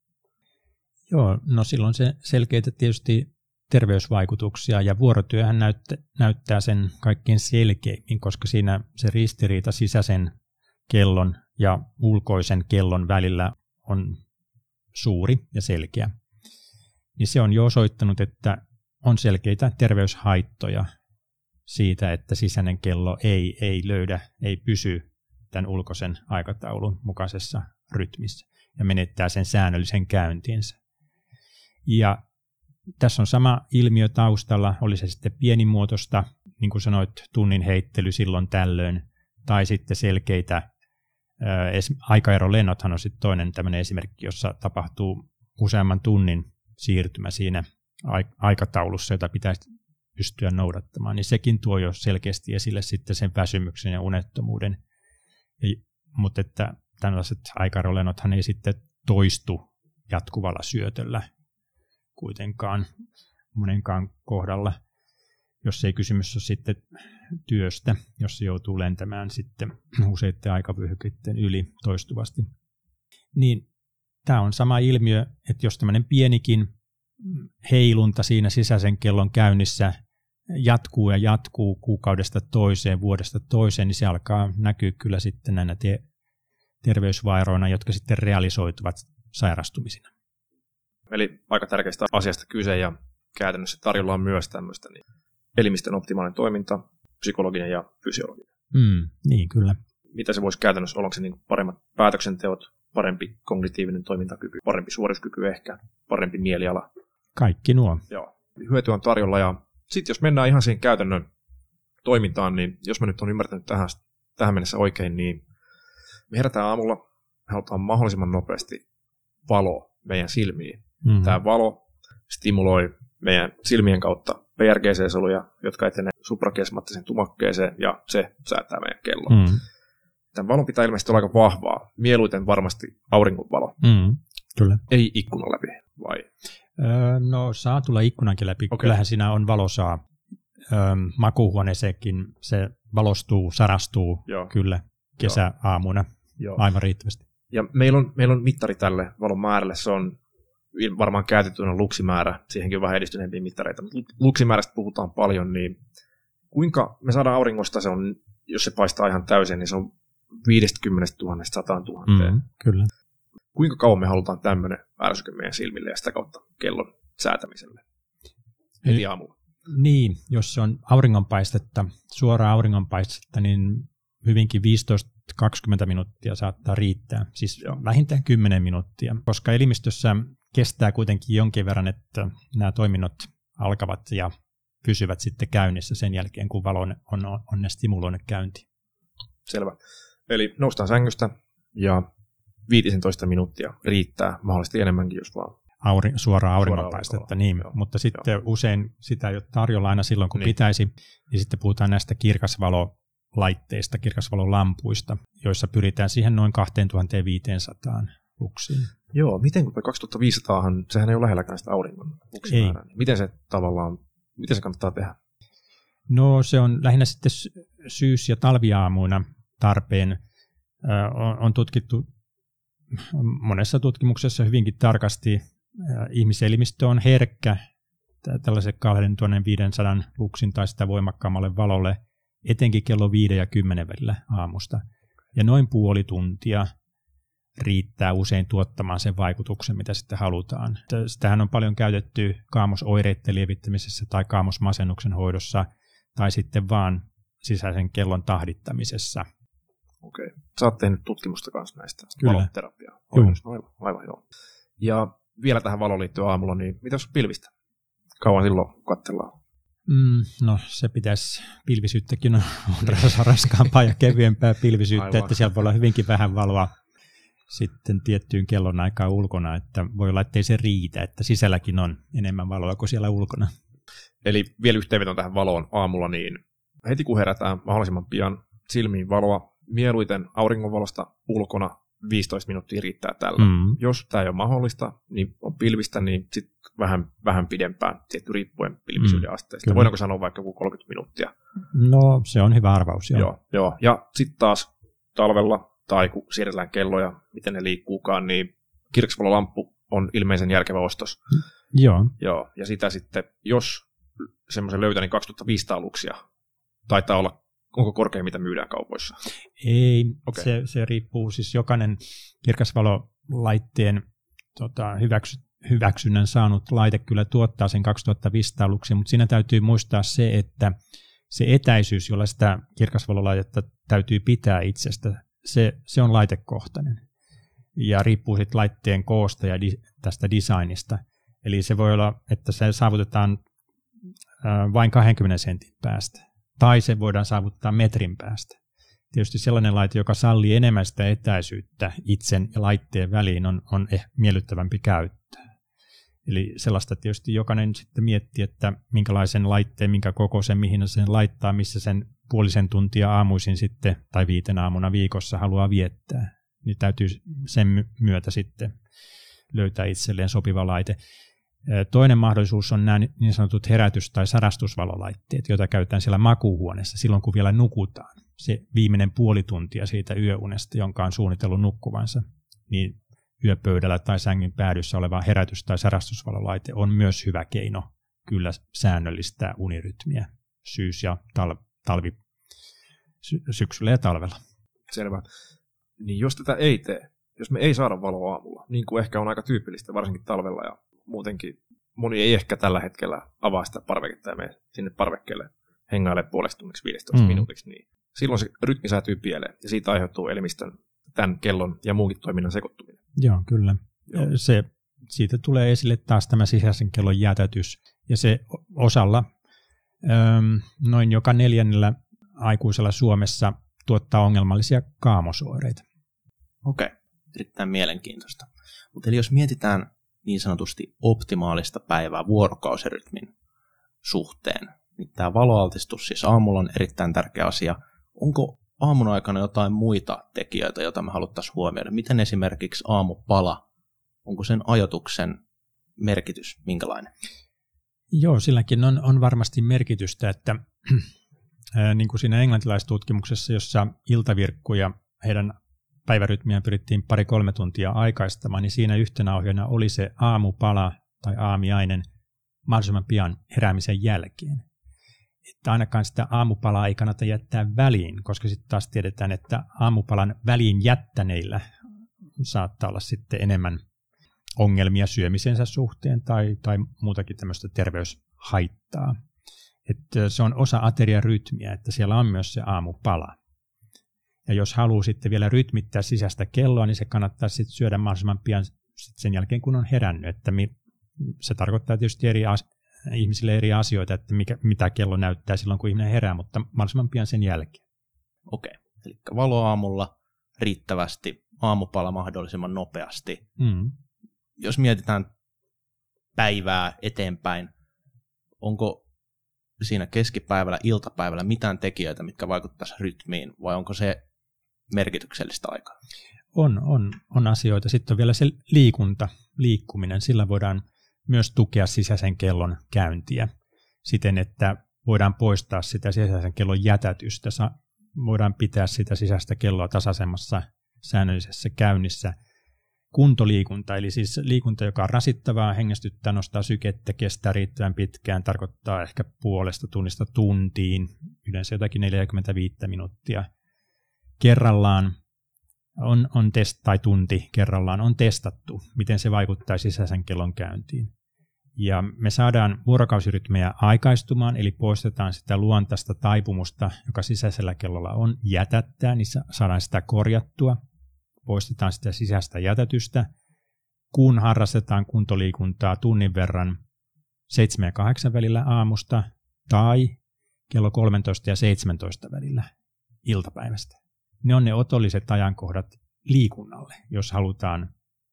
Joo, no silloin se selkeitä tietysti terveysvaikutuksia, ja vuorotyöhän näyttä, näyttää sen kaikkein selkeimmin, koska siinä se ristiriita sisäisen kellon ja ulkoisen kellon välillä on suuri ja selkeä. Niin se on jo osoittanut, että on selkeitä terveyshaittoja siitä, että sisäinen kello ei, ei löydä, ei pysy tämän ulkoisen aikataulun mukaisessa rytmissä ja menettää sen säännöllisen käyntinsä. Ja tässä on sama ilmiö taustalla, oli se sitten pienimuotoista, niin kuin sanoit, tunnin heittely silloin tällöin, tai sitten selkeitä aikaerolennothan on sitten toinen tämmöinen esimerkki, jossa tapahtuu useamman tunnin siirtymä siinä aikataulussa, jota pitäisi pystyä noudattamaan, niin sekin tuo jo selkeästi esille sitten sen väsymyksen ja unettomuuden. Ja, mutta että tällaiset aikarolennothan ei sitten toistu jatkuvalla syötöllä kuitenkaan monenkaan kohdalla, jos ei kysymys ole sitten työstä, jos se joutuu lentämään sitten useiden aikavyöhykkeiden yli toistuvasti. Niin tämä on sama ilmiö, että jos tämmöinen pienikin heilunta siinä sisäisen kellon käynnissä jatkuu ja jatkuu kuukaudesta toiseen, vuodesta toiseen, niin se alkaa näkyä kyllä sitten näinä te- terveysvairoina, jotka sitten realisoituvat sairastumisina. Eli aika tärkeästä asiasta kyse ja käytännössä tarjolla on myös tämmöistä niin elimistön optimaalinen toiminta, psykologinen ja fysiologinen. Mm, niin, kyllä. Mitä se voisi käytännössä olla? Onko se niin paremmat päätöksenteot, parempi kognitiivinen toimintakyky, parempi suorituskyky ehkä, parempi mieliala? Kaikki nuo. Joo, hyötyä on tarjolla. Ja sitten jos mennään ihan siihen käytännön toimintaan, niin jos mä nyt olen ymmärtänyt tähän, tähän mennessä oikein, niin me herätään aamulla, me halutaan mahdollisimman nopeasti valoa meidän silmiin. Mm-hmm. Tämä valo stimuloi meidän silmien kautta P R G C-soluja, jotka etenee suprakiasmaattisen tumakkeeseen, ja se säätää meidän kellon. Mm-hmm. Tämän valon pitää ilmeisesti olla aika vahvaa. Mieluiten varmasti auringonvalo. Mm-hmm. Kyllä. Ei ikkunan läpi, vai? Öö, no saa tulla ikkunankin läpi. Okay. Kyllähän siinä on valosaa. Öö, makuuhuoneeseenkin se valostuu, sarastuu Joo. kyllä kesäaamuna Joo. aivan riittävästi. Ja meillä on, meillä on mittari tälle valon määrälle. Se on varmaan käytettynä luksimäärä. Siihenkin on vähän edistyneempiä mittareita. Luksimäärästä puhutaan paljon, niin kuinka me saadaan auringosta, se on, jos se paistaa ihan täysin, niin se on viisikymmentätuhatta sata tuhatta. Mm, kyllä. Kuinka kauan me halutaan tämmöinen ärsyke meidän silmille ja sitä kautta kellon säätämiselle heti aamulla? Niin, jos se on auringonpaistetta, suoraa auringonpaistetta, niin hyvinkin viisitoista kaksikymmentä minuuttia saattaa riittää. Siis Joo. vähintään kymmenen minuuttia, koska elimistössä kestää kuitenkin jonkin verran, että nämä toiminnot alkavat ja pysyvät sitten käynnissä sen jälkeen, kun valo on, on, on ne stimuloinut käyntiin. Selvä. Eli noustaan sängystä ja viisitoista minuuttia riittää, mahdollisesti enemmänkin, jos vaan. Auri, suoraa auringonpaistetta, niin. Joo. Mutta sitten Joo. usein sitä ei ole tarjolla aina silloin, kun niin. pitäisi, niin sitten puhutaan näistä kirkasvalolaitteista, kirkasvalolampuista, joissa pyritään siihen noin kaksituhattaviisisataa luksiin. Joo, miten kaksituhattaviisisataahan, sehän ei ole lähelläkään sitä auringon luksimäärää. Miten se tavallaan, miten se kannattaa tehdä? No se on lähinnä sitten syys- ja talviaamuina tarpeen. On, on tutkittu monessa tutkimuksessa hyvinkin tarkasti. Ihmiselimistö on herkkä tällaisen kaksituhattaviisisataa luksin tai sitä voimakkaammalle valolle, etenkin kello viiden ja kymmenen välillä aamusta. Ja noin puoli tuntia riittää usein tuottamaan sen vaikutuksen, mitä sitten halutaan. Sitähän on paljon käytetty kaamosoireiden lievittämisessä tai kaamosmasennuksen hoidossa tai sitten vaan sisäisen kellon tahdittamisessa. Okei. Sä oot tehnyt tutkimusta kanssa näistä valoterapiaa. Aivan, aivan joo. Ja vielä tähän valoon liittyen aamulla, niin mitä jos pilvistä? Kauan silloin katsellaan? Mm, no se pitäisi, pilvisyyttäkin on, on raskaampaa ja kevyempää pilvisyyttä, aivan. Että siellä voi olla hyvinkin vähän valoa sitten tiettyyn kellon aikaan ulkona, että voi olla, ettei se riitä, että sisälläkin on enemmän valoa kuin siellä ulkona. Eli vielä yhteenveton tähän valoon aamulla, niin heti kun herätään mahdollisimman pian silmiin valoa, mieluiten auringonvalosta ulkona viisitoista minuuttia riittää tällä. Mm. Jos tämä ei ole mahdollista, niin on pilvistä, niin sitten vähän, vähän pidempään, tietty riippuen pilvisyyden mm. asteesta. Voidaanko sanoa vaikka joku kolmekymmentä minuuttia? No, se on hyvä arvaus, joo. Joo, joo. Ja sitten taas talvella, tai kun siirretään kelloja, miten ne liikkuukaan, niin kirkasvalolamppu on ilmeisen järkevä ostos. Mm. Joo. Joo. Ja sitä sitten, jos semmoisen löytää, niin kaksituhattaviisisataa luksia taitaa olla. Onko korkein, mitä myydään kaupoissa? Ei, okay. se, se riippuu siis jokainen kirkasvalolaitteen tota, hyväksy, hyväksynnän saanut laite kyllä tuottaa sen kaksituhattaviisisataa luksia, mutta siinä täytyy muistaa se, että se etäisyys, jolla sitä kirkasvalolaitetta täytyy pitää itsestä, se, se on laitekohtainen ja riippuu sitten laitteen koosta ja di, tästä designista. Eli se voi olla, että se saavutetaan äh, vain kaksikymmentä sentin päästä. Tai se voidaan saavuttaa metrin päästä. Tietysti sellainen laite, joka sallii enemmän sitä etäisyyttä itsen ja laitteen väliin, on, on ehkä miellyttävämpi käyttää. Eli sellaista tietysti jokainen sitten miettii, että minkälaisen laitteen, minkä kokoisen, mihin sen laittaa, missä sen puolisen tuntia aamuisin sitten tai viiten aamuna viikossa haluaa viettää. Niin täytyy sen myötä sitten löytää itselleen sopiva laite. Toinen mahdollisuus on nämä niin sanotut herätys- tai sarastusvalolaitteet, joita käytetään siellä makuuhuoneessa silloin, kun vielä nukutaan. Se viimeinen puoli tuntia siitä yöunesta, jonka on suunnitellut nukkuvansa, niin yöpöydällä tai sängyn päädyssä oleva herätys- tai sarastusvalolaite on myös hyvä keino kyllä säännöllistää unirytmiä syys- ja tal- talvi, sy- syksyllä ja talvella. Selvä. Niin jos tätä ei tee, jos me ei saada valoa aamulla, niin kuin ehkä on aika tyypillistä, varsinkin talvella ja muutenkin, moni ei ehkä tällä hetkellä avaa sitä parveketta ja mene sinne parvekkeelle hengaille puoleksi tunniksi viisitoista mm. minuutiksi, niin silloin se rytmi säätyy pieleen ja siitä aiheutuu elimistön tämän kellon ja muunkin toiminnan sekoittuminen. Joo, kyllä. Joo. Se, siitä tulee esille taas tämä sisäisen kellon jätätys ja se osalla äm, noin joka neljännellä aikuisella Suomessa tuottaa ongelmallisia kaamosoireita. Okei, erittäin mielenkiintoista. Mutta eli jos mietitään niin sanotusti optimaalista päivää vuorokausirytmin suhteen, niin tämä valoaltistus siis aamulla on erittäin tärkeä asia. Onko aamun aikana jotain muita tekijöitä, joita me haluttaisiin huomioida? Miten esimerkiksi aamupala, onko sen ajoituksen merkitys minkälainen? Joo, silläkin on, on varmasti merkitystä, että ää, niin kuin siinä englantilaistutkimuksessa, jossa iltavirkkuja heidän päivärytmiään pyrittiin pari-kolme tuntia aikaistamaan, niin siinä yhtenä ohjeena oli se aamupala tai aamiainen mahdollisimman pian heräämisen jälkeen. Että ainakaan sitä aamupalaa ei kannata jättää väliin, koska sitten taas tiedetään, että aamupalan väliin jättäneillä saattaa olla sitten enemmän ongelmia syömisensä suhteen tai, tai muutakin tämmöistä terveyshaittaa. Että se on osa ateriarytmiä, että siellä on myös se aamupala. Ja jos haluaa sitten vielä rytmittää sisäistä kelloa, niin se kannattaa sitten syödä mahdollisimman pian sen jälkeen, kun on herännyt. Että se tarkoittaa tietysti eri as- ihmisille eri asioita, että mikä, mitä kello näyttää silloin, kun ihminen herää, mutta mahdollisimman pian sen jälkeen. Okei, eli valo aamulla riittävästi, aamupala mahdollisimman nopeasti. Mm. Jos mietitään päivää eteenpäin, onko siinä keskipäivällä, iltapäivällä mitään tekijöitä, mitkä vaikuttaisivat rytmiin, vai onko se merkityksellistä aikaa? On, on, on asioita. Sitten on vielä se liikunta, liikkuminen. Sillä voidaan myös tukea sisäisen kellon käyntiä siten, että voidaan poistaa sitä sisäisen kellon jätätystä. Voidaan pitää sitä sisäistä kelloa tasaisemmassa säännöllisessä käynnissä. Kuntoliikunta, eli siis liikunta, joka on rasittavaa, hengästyttää, nostaa sykettä, kestää riittävän pitkään, tarkoittaa ehkä puolesta tunnista tuntiin, yleensä jotakin neljäkymmentäviisi minuuttia kerrallaan on, on test, tai tunti kerrallaan on testattu, miten se vaikuttaa sisäisen kellon käyntiin. Ja me saadaan vuorokausirytmejä aikaistumaan, eli poistetaan sitä luontaista taipumusta, joka sisäisellä kellolla on, jätättää, niin saadaan sitä korjattua. Poistetaan sitä sisäistä jätätystä, kun harrastetaan kuntoliikuntaa tunnin verran seitsemän ja kahdeksan välillä aamusta tai kello kolmetoista ja seitsemäntoista välillä iltapäivästä. Ne on ne otolliset ajankohdat liikunnalle, jos halutaan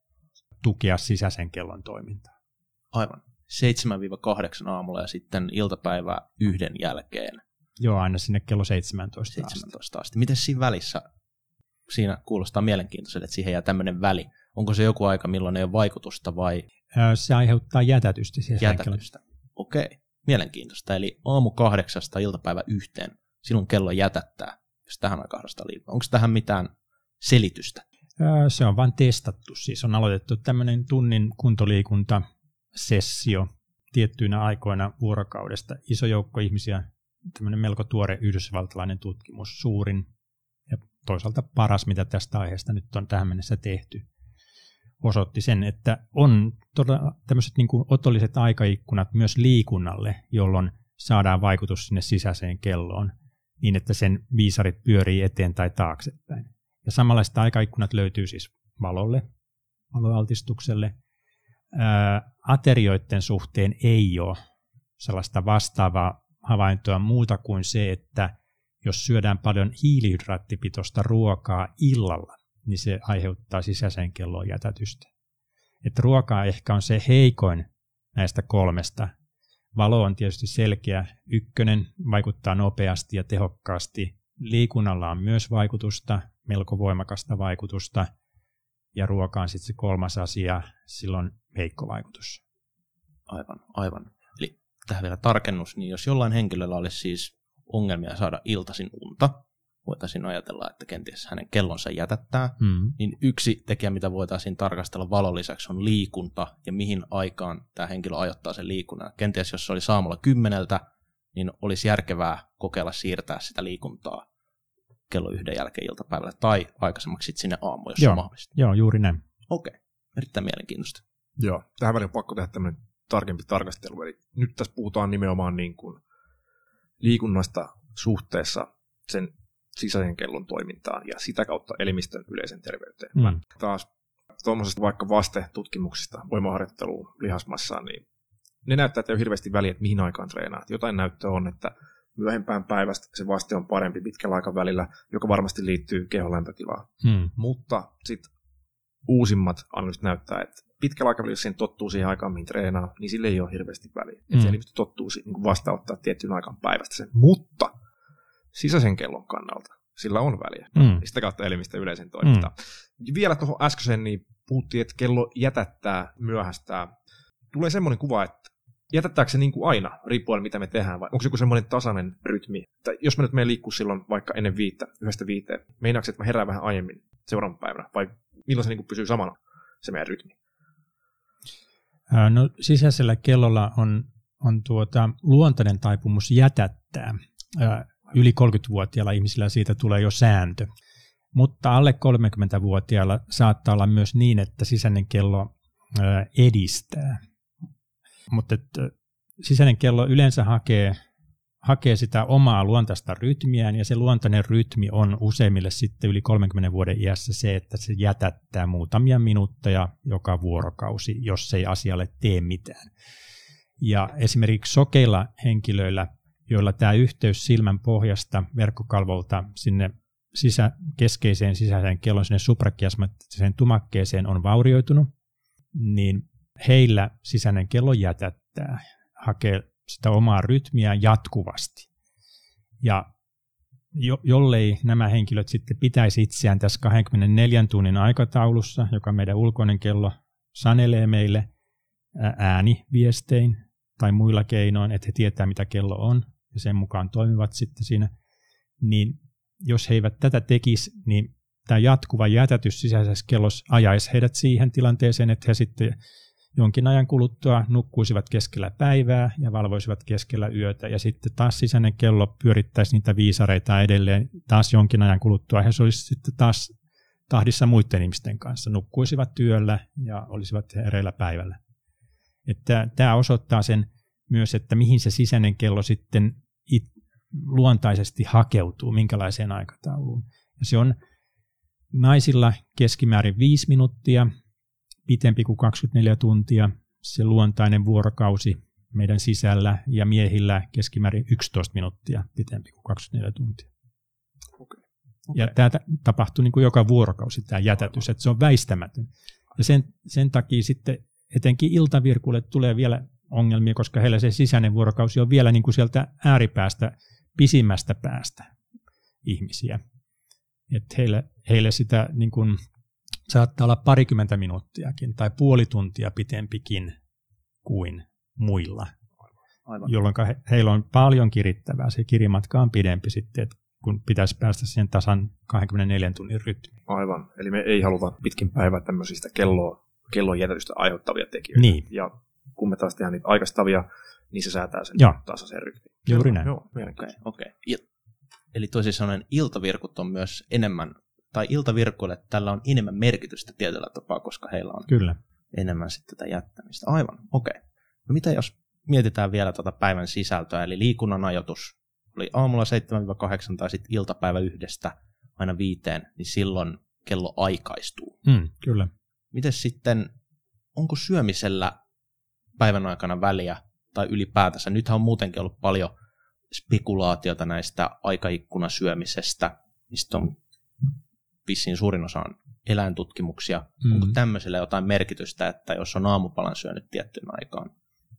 tukea sisäisen kellon toimintaa. Aivan. seitsemän kahdeksan aamulla ja sitten iltapäivää yhden jälkeen. Joo, aina sinne kello seitsemäntoista, seitsemäntoista asti. Miten siinä välissä? Siinä kuulostaa mielenkiintoiselle, että siihen jää tämmöinen väli. Onko se joku aika, milloin ei ole vaikutusta vai? Se aiheuttaa jätätystä. Jätätystä. Okei, mielenkiintoista. Eli aamu kahdeksasta iltapäivä yhteen, silloin kello jätättää, jos tähän aikaan harrastaa liikuntaa. Onko tähän mitään selitystä? Se on vain testattu. Siis on aloitettu tämmöinen tunnin kuntoliikuntasessio tiettyinä aikoina vuorokaudesta. Iso joukko ihmisiä, tämmöinen melko tuore yhdysvaltalainen tutkimus, suurin ja toisaalta paras, mitä tästä aiheesta nyt on tähän mennessä tehty, osoitti sen, että on todella tämmöiset niin kuin otolliset aikaikkunat myös liikunnalle, jolloin saadaan vaikutus sinne sisäiseen kelloon niin, että sen viisarit pyörii eteen tai taaksepäin. Ja samanlaista aikaikkunat löytyy siis valolle, valoaltistukselle. Ää, aterioiden suhteen ei ole sellaista vastaavaa havaintoa muuta kuin se, että jos syödään paljon hiilihydraattipitoista ruokaa illalla, niin se aiheuttaa sisäiseen kelloon jätätystä. Että ruokaa ehkä on se heikoin näistä kolmesta. Valo on tietysti selkeä ykkönen, vaikuttaa nopeasti ja tehokkaasti. Liikunnalla on myös vaikutusta, melko voimakasta vaikutusta. Ja ruoka on sitten se kolmas asia, silloin heikko vaikutus. Aivan, aivan. Eli tähän vielä tarkennus, niin jos jollain henkilöllä olisi siis ongelmia saada iltaisin unta, voitaisiin ajatella, että kenties hänen kellonsa jätättää, mm. niin yksi tekijä, mitä voitaisiin tarkastella valon lisäksi, on liikunta ja mihin aikaan tämä henkilö ajoittaa sen liikunnan. Kenties jos se oli aamulla kymmeneltä, niin olisi järkevää kokeilla siirtää sitä liikuntaa kello yhden jälkeen iltapäivällä tai aikaisemmaksi sitten sinne aamuun, jos Joo. on mahdollista. Joo, juuri näin. Okei, erittäin mielenkiintoista. Joo, tähän väliin on pakko tehdä tämmöinen tarkempi tarkastelu. Eli nyt tässä puhutaan nimenomaan niin kuin liikunnasta suhteessa sen sisäisen kellon toimintaan ja sitä kautta elimistön yleisen terveyteen. Mm. Taas tuommoisesta vaikka vastetutkimuksista, voimaharjoitteluun, lihasmassaan, niin ne näyttää, että ei ole hirveästi väliä, että mihin aikaan treenaat. Jotain näyttöä on, että myöhempään päivästä se vaste on parempi pitkällä aikavälillä, joka varmasti liittyy kehon lämpötilaan. Mm. Mutta sitten uusimmat analyysit näyttää, että pitkällä aikavälillä, jos sen tottuu siihen aikaan, mihin treenaa, niin sille ei ole hirveästi väliä. Mm. Että se elimistö tottuu niin vastaanottaa tiettyyn aikaan päivästä sen. Mutta sisäisen kellon kannalta sillä on väliä. Mm. Sitä kautta elimistön yleisen toimintaa. Mm. Vielä tuohon äskeiseen niin puhuttiin, että kello jätättää, myöhästää. Tulee semmoinen kuva, että jätättääkö se niin kuin aina, riippuen mitä me tehdään, vai onko se joku semmoinen tasainen rytmi? Tai jos mä nyt menen liikkuu silloin vaikka ennen viittä, yhdestä viiteen, meinaatko, että mä herään vähän aiemmin seuraavan päivänä, vai milloin se niin kuin pysyy samana, se meidän rytmi? No sisäisellä kellolla on, on tuota, luontainen taipumus jätättää. Yli kolmekymmentävuotiailla ihmisillä siitä tulee jo sääntö. Mutta alle kolmekymmentävuotiailla saattaa olla myös niin, että sisäinen kello edistää. Mutta sisäinen kello yleensä hakee, hakee sitä omaa luontaista rytmiään, ja se luontainen rytmi on useimmille sitten yli kolmenkymmenen vuoden iässä se, että se jätättää muutamia minuutteja joka vuorokausi, jos ei asialle tee mitään. Ja esimerkiksi sokeilla henkilöillä, joilla tämä yhteys silmän pohjasta verkkokalvolta sinne sisä, keskeiseen sisäiseen kellon, sinne suprakiasmaattiseen tumakkeeseen on vaurioitunut, niin heillä sisäinen kello jätättää, hakee sitä omaa rytmiä jatkuvasti. Ja jo, jollei nämä henkilöt sitten pitäisi itseään tässä kaksikymmentäneljän tunnin aikataulussa, joka meidän ulkoinen kello sanelee meille ääniviestein tai muilla keinoin, että he tietää mitä kello on ja sen mukaan toimivat sitten siinä, niin jos he eivät tätä tekisi, niin tämä jatkuva jätätys sisäisessä kellossa ajaisi heidät siihen tilanteeseen, että he sitten jonkin ajan kuluttua nukkuisivat keskellä päivää ja valvoisivat keskellä yötä, ja sitten taas sisäinen kello pyörittäisi niitä viisareita edelleen taas jonkin ajan kuluttua. He olisivat sitten taas tahdissa muiden ihmisten kanssa, nukkuisivat työllä ja olisivat hereillä päivällä. Että tämä osoittaa sen myös, että mihin se sisäinen kello sitten it, luontaisesti hakeutuu, minkälaiseen aikatauluun. Ja se on naisilla keskimäärin viisi minuuttia, pitempi kuin kaksikymmentäneljä tuntia, se luontainen vuorokausi meidän sisällä, ja miehillä keskimäärin yksitoista minuuttia pitempi kuin kaksikymmentäneljä tuntia. Okay. Okay. Ja tämä tapahtuu niin kuin joka vuorokausi, tämä jätätys, että se on väistämätön. Ja sen, sen takia sitten etenkin iltavirkuille tulee vielä ongelmia, koska heillä se sisäinen vuorokausi on vielä niin kuin sieltä ääripäästä, pisimmästä päästä ihmisiä. Että heille, heille sitä niin kuin saattaa olla parikymmentä minuuttiakin tai puoli tuntia pitempikin kuin muilla, aivan, jolloin he, heillä on paljon kirittävää. Se kirimatka on pidempi sitten, kun pitäisi päästä siihen tasan kaksikymmentäneljän tunnin rytmiin. Aivan, eli me ei haluta pitkin päivää tämmöisistä kelloa, kellon jätätystä aiheuttavia tekijöitä. Niin. Ja kun me taas tehdään niitä aikaistavia, niin se säätää sen tasaisen rytmiin. Juuri näin. Joo, okei, okei. Okay. Eli toisin sanoen iltavirkut on myös enemmän, tai iltavirkuille tällä on enemmän merkitystä tietyllä tapaa, koska heillä on Kyllä. enemmän sitten tätä jättämistä. Aivan, okei. Okay. No mitä jos mietitään vielä tuota päivän sisältöä, eli liikunnan ajoitus oli aamulla seitsemän kahdeksan tai sitten iltapäivä yhdestä aina viiteen, niin silloin kello aikaistuu. Mm, kyllä. Miten sitten, onko syömisellä päivän aikana väliä tai ylipäätänsä? Nythän on muutenkin ollut paljon spekulaatiota näistä aikaikkunasyömisestä, mistä on vissiin suurin osa on eläintutkimuksia. Mm. Onko tämmöisellä jotain merkitystä, että jos on aamupalan syönyt tiettyyn aikaan,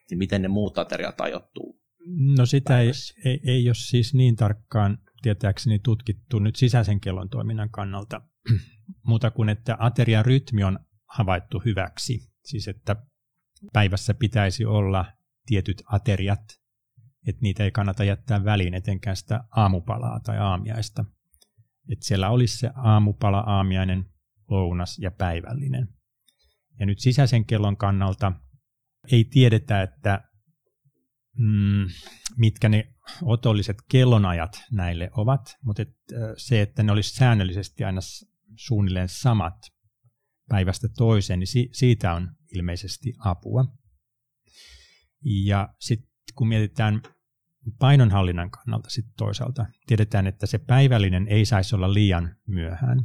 niin miten ne muut ateriat ajoittuu? No sitä ei, ei, ei ole siis niin tarkkaan tietääkseni tutkittu nyt sisäisen kellon toiminnan kannalta, muuta kuin että aterian rytmi on havaittu hyväksi. Siis että päivässä pitäisi olla tietyt ateriat, että niitä ei kannata jättää väliin, etenkään sitä aamupalaa tai aamiaista. Että siellä olisi se aamupala, aamiainen, lounas ja päivällinen. Ja nyt sisäisen kellon kannalta ei tiedetä, että mm, mitkä ne otolliset kellonajat näille ovat, mutta et, se, että ne olisi säännöllisesti aina suunnilleen samat päivästä toiseen, niin si- siitä on ilmeisesti apua. Ja sitten kun mietitään painonhallinnan kannalta sit toisaalta, tiedetään, että se päivällinen ei saisi olla liian myöhään,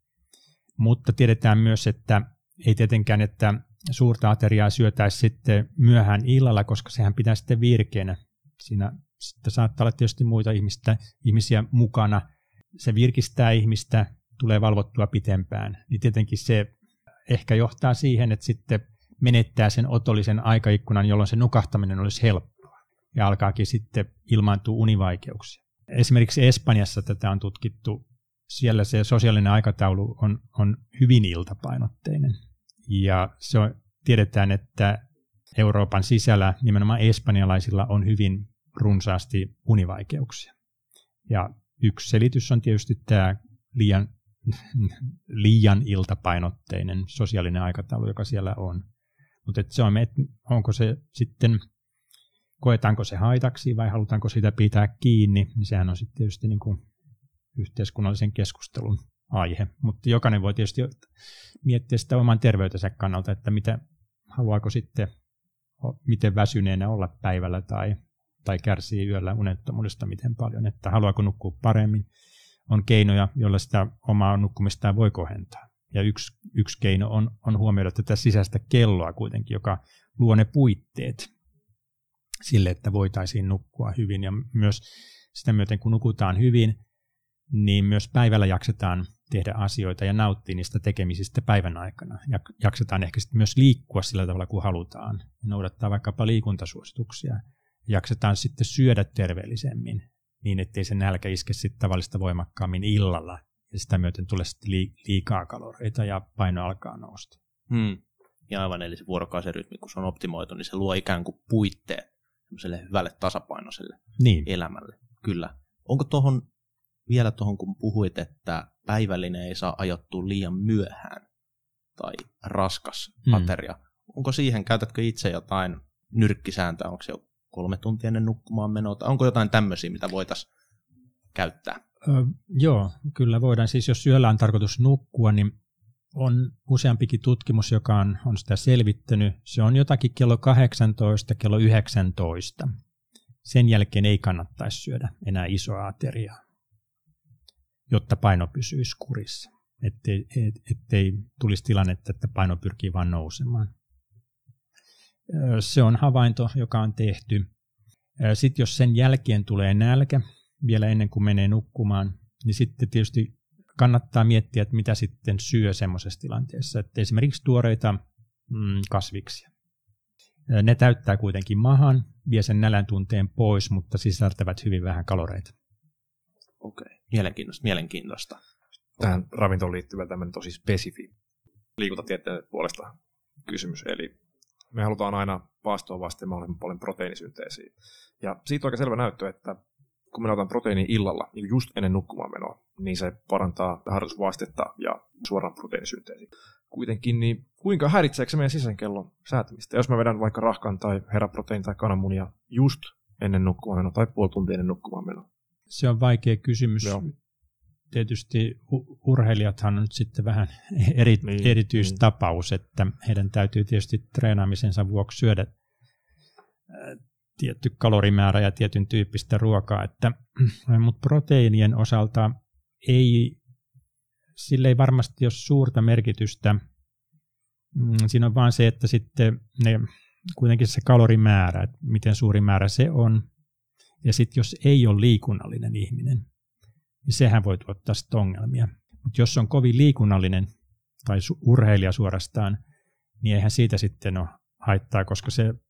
mutta tiedetään myös, että ei tietenkään, että suurta ateriaa syötäisi sitten myöhään illalla, koska sehän pitää sitten virkeänä. Siinä sitten saattaa olla tietysti muita ihmistä, ihmisiä mukana. Se virkistää ihmistä, tulee valvottua pitempään. Niin tietenkin se ehkä johtaa siihen, että sitten menettää sen otollisen aikaikkunan, jolloin se nukahtaminen olisi helppoa. Ja alkaakin sitten ilmaantua univaikeuksia. Esimerkiksi Espanjassa tätä on tutkittu. Siellä se sosiaalinen aikataulu on, on hyvin iltapainotteinen. Ja se on, tiedetään, että Euroopan sisällä nimenomaan espanjalaisilla on hyvin runsaasti univaikeuksia. Ja yksi selitys on tietysti tämä liian, liian iltapainotteinen sosiaalinen aikataulu, joka siellä on. Mutta se on, että onko se sitten, koetaanko se haitaksi vai halutaanko sitä pitää kiinni, niin sehän on sitten tietysti niin kuin yhteiskunnallisen keskustelun aihe. Mutta jokainen voi tietysti miettiä sitä oman terveytensä kannalta, että mitä, haluaako sitten, miten väsyneenä olla päivällä tai, tai kärsii yöllä unettomuudesta miten paljon, että haluaako nukkua paremmin. On keinoja, joilla sitä omaa nukkumistaan voi kohentaa. Ja yksi, yksi keino on, on huomioida tätä sisäistä kelloa kuitenkin, joka luo ne puitteet sille, että voitaisiin nukkua hyvin. Ja myös sitä myöten, kun nukutaan hyvin, niin myös päivällä jaksetaan tehdä asioita ja nauttia niistä tekemisistä päivän aikana. Ja jaksetaan ehkä sitten myös liikkua sillä tavalla, kuin halutaan. Noudattaa vaikkapa liikuntasuosituksia. Jaksetaan sitten syödä terveellisemmin niin, ettei se nälkä iske sitten tavallista voimakkaammin illalla. Ja sitä myöten tulee sitten liikaa kaloreita ja paino alkaa nousta. Hmm. Ja aivan, eli se vuorokausirytmi, kun se on optimoitu, niin se luo ikään kuin puitteet semmoiselle hyvälle tasapainoiselle niin. elämälle. Kyllä. Onko tuohon vielä tuohon, kun puhuit, että päivällinen ei saa ajoittua liian myöhään tai raskas hmm. ateria. Onko siihen, käytätkö itse jotain nyrkkisääntöä, onko se jo kolme tuntia ennen nukkumaan menoa, tai onko jotain tämmöisiä, mitä voitaisiin käyttää? Ö, joo, kyllä voidaan. Siis jos yöllä on tarkoitus nukkua, niin on useampikin tutkimus, joka on, on sitä selvittänyt. Se on jotakin kello kahdeksantoista, kello yhdeksäntoista. Sen jälkeen ei kannattaisi syödä enää isoa ateriaa, jotta paino pysyisi kurissa, ettei, et, ettei tulisi tilannetta, että paino pyrkii vaan nousemaan. Se on havainto, joka on tehty. Sitten jos sen jälkeen tulee nälkä, vielä ennen kuin menee nukkumaan, niin sitten tietysti kannattaa miettiä, että mitä sitten syö semmoisessa tilanteessa. Että esimerkiksi tuoreita mm, kasviksia. Ne täyttää kuitenkin mahan, vie sen nälän tunteen pois, mutta sisältävät hyvin vähän kaloreita. Okei, mielenkiintoista. mielenkiintoista. Tähän ravintoon liittyvä tämmöinen tosi spesifi liikuntatieteen puolesta kysymys. Eli me halutaan aina paastoa vasten mahdollisimman paljon proteiinisynteesiä. Ja siitä on aika selvä näyttö, että kun me otetaan proteiiniä illalla, niin just ennen nukkumaan menoa, niin se parantaa harjoitusvastetta ja suoraan proteiinisynteesiä. Kuitenkin, niin kuinka häiritseekö se meidän sisäisen kellon säätämistä? Jos mä vedän vaikka rahkan tai heraproteiini tai kananmunia just ennen nukkumaan menoa tai puoli tuntia ennen nukkumaan menoa? Se on vaikea kysymys. Joo. Tietysti urheilijathan on nyt sitten vähän eri, niin, erityistapaus, niin. Että heidän täytyy tietysti treenaamisensa vuoksi syödä tietty kalorimäärä ja tietyn tyyppistä ruokaa, että, mutta proteiinien osalta ei, sille ei varmasti ole suurta merkitystä. Siinä on vaan se, että sitten ne, kuitenkin se kalorimäärä, että miten suuri määrä se on, ja sitten jos ei ole liikunnallinen ihminen, niin sehän voi tuottaa sitten ongelmia. Mutta jos on kovin liikunnallinen tai urheilija suorastaan, niin eihän siitä sitten ole haittaa, koska se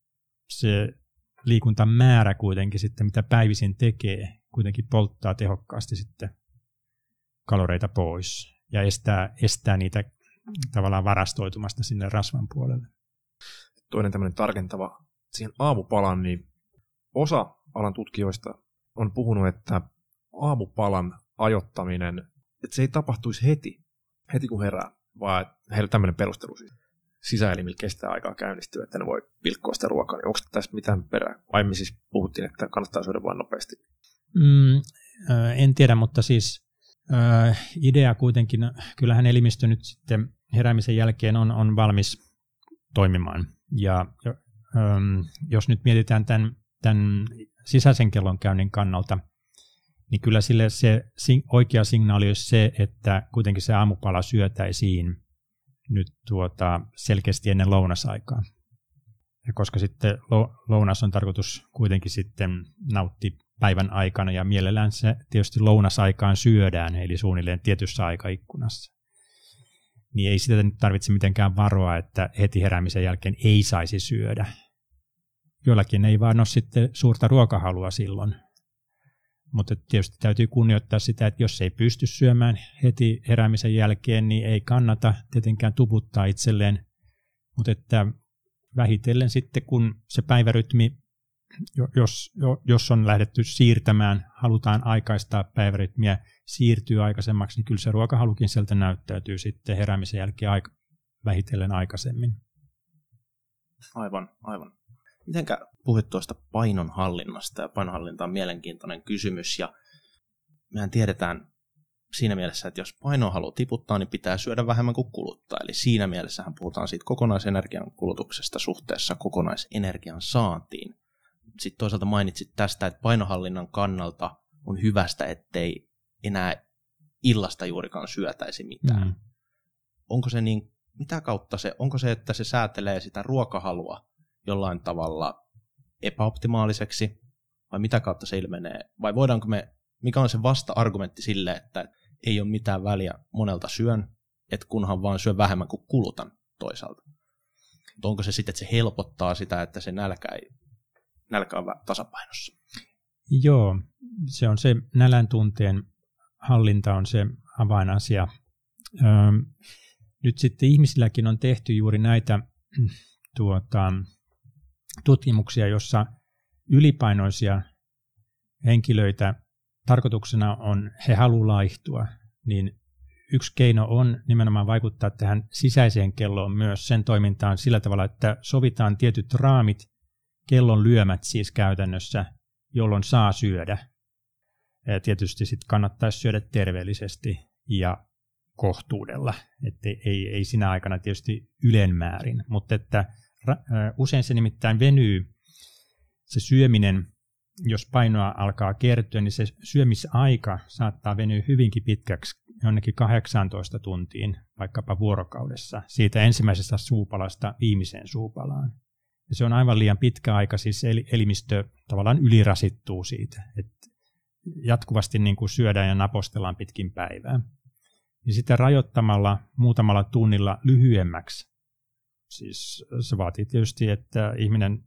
se liikuntamäärä kuitenkin sitten, mitä päivisin tekee, kuitenkin polttaa tehokkaasti sitten kaloreita pois ja estää, estää niitä tavallaan varastoitumasta sinne rasvan puolelle. Toinen tämmöinen tarkentava siihen aamupalan, niin osa alan tutkijoista on puhunut, että aamupalan ajoittaminen, että se ei tapahtuisi heti, heti kun herää, vaan heillä tämmöinen perustelu siis. Sisäelimillä kestää aikaa käynnistyä, että ne voi pilkkoa sitä ruokaa. Niin onko tässä mitään perää? Aiemmin siis puhuttiin, että kannattaa syödä vain nopeasti. Mm, äh, en tiedä, mutta siis äh, idea kuitenkin, kyllähän elimistö nyt sitten heräämisen jälkeen on, on valmis toimimaan. Ja ähm, jos nyt mietitään tämän, tämän sisäisen kellonkäynnin kannalta, niin kyllä sille se oikea signaali olisi se, että kuitenkin se aamupala syötäisiin nyt tuota selkeästi ennen lounasaikaa. Ja koska sitten lounas on tarkoitus kuitenkin sitten nauttia päivän aikana ja mielellään se tietysti lounasaikaan syödään, eli suunnilleen tietyssä aikaikkunassa. Niin ei sitä nyt tarvitse mitenkään varoa, että heti heräämisen jälkeen ei saisi syödä. Joillakin ei vaan ole sitten suurta ruokahalua silloin. Mutta tietysti täytyy kunnioittaa sitä, että jos ei pysty syömään heti heräämisen jälkeen, niin ei kannata tietenkään tuputtaa itselleen. Mutta että vähitellen sitten, kun se päivärytmi, jos, jos on lähdetty siirtämään, halutaan aikaistaa päivärytmiä, siirtyy aikaisemmaksi, niin kyllä se ruokahalukin sieltä näyttäytyy sitten heräämisen jälkeen aika, vähitellen aikaisemmin. Aivan, aivan. Mitenkä puhuit tuosta painonhallinnasta, ja painonhallinta on mielenkiintoinen kysymys, ja mehän tiedetään siinä mielessä, että jos painoa haluaa tiputtaa, niin pitää syödä vähemmän kuin kuluttaa, eli siinä mielessähän puhutaan siitä kokonaisenergian kulutuksesta suhteessa kokonaisenergian saantiin. Sitten toisaalta mainitsit tästä, että painonhallinnan kannalta on hyvästä, ettei enää illasta juurikaan syötäisi mitään. Mm. Onko se niin, mitä kautta se, onko se, että se säätelee sitä ruokahalua jollain tavalla epäoptimaaliseksi, vai mitä kautta se ilmenee, vai voidaanko me, mikä on se vasta-argumentti sille, että ei ole mitään väliä monelta syön, että kunhan vaan syön vähemmän kuin kulutan toisaalta. Mutta onko se sitten, että se helpottaa sitä, että se nälkä, ei, nälkä on tasapainossa? Joo, se on se nälän tunteen hallinta on se avainasia. Öö, nyt sitten ihmisilläkin on tehty juuri näitä tuota, tutkimuksia, jossa ylipainoisia henkilöitä tarkoituksena on, he haluaa laihtua, niin yksi keino on nimenomaan vaikuttaa tähän sisäiseen kelloon myös sen toimintaan sillä tavalla, että sovitaan tietyt raamit, kellon lyömät siis käytännössä, jolloin saa syödä. Ja tietysti sitten kannattaisi syödä terveellisesti ja kohtuudella, että ei, ei siinä aikana tietysti ylenmäärin, mutta että usein se nimittäin venyy, se syöminen, jos painoa alkaa kertyä, niin se syömisaika saattaa venyä hyvinkin pitkäksi, jonnekin kahdeksantoista tuntiin, vaikkapa vuorokaudessa, siitä ensimmäisestä suupalasta viimeiseen suupalaan. Ja se on aivan liian pitkä aika, siis elimistö tavallaan ylirasittuu siitä, että jatkuvasti niin kuin syödään ja napostellaan pitkin päivää. Ja sitten rajoittamalla muutamalla tunnilla lyhyemmäksi, siis se vaatii tietysti, että ihminen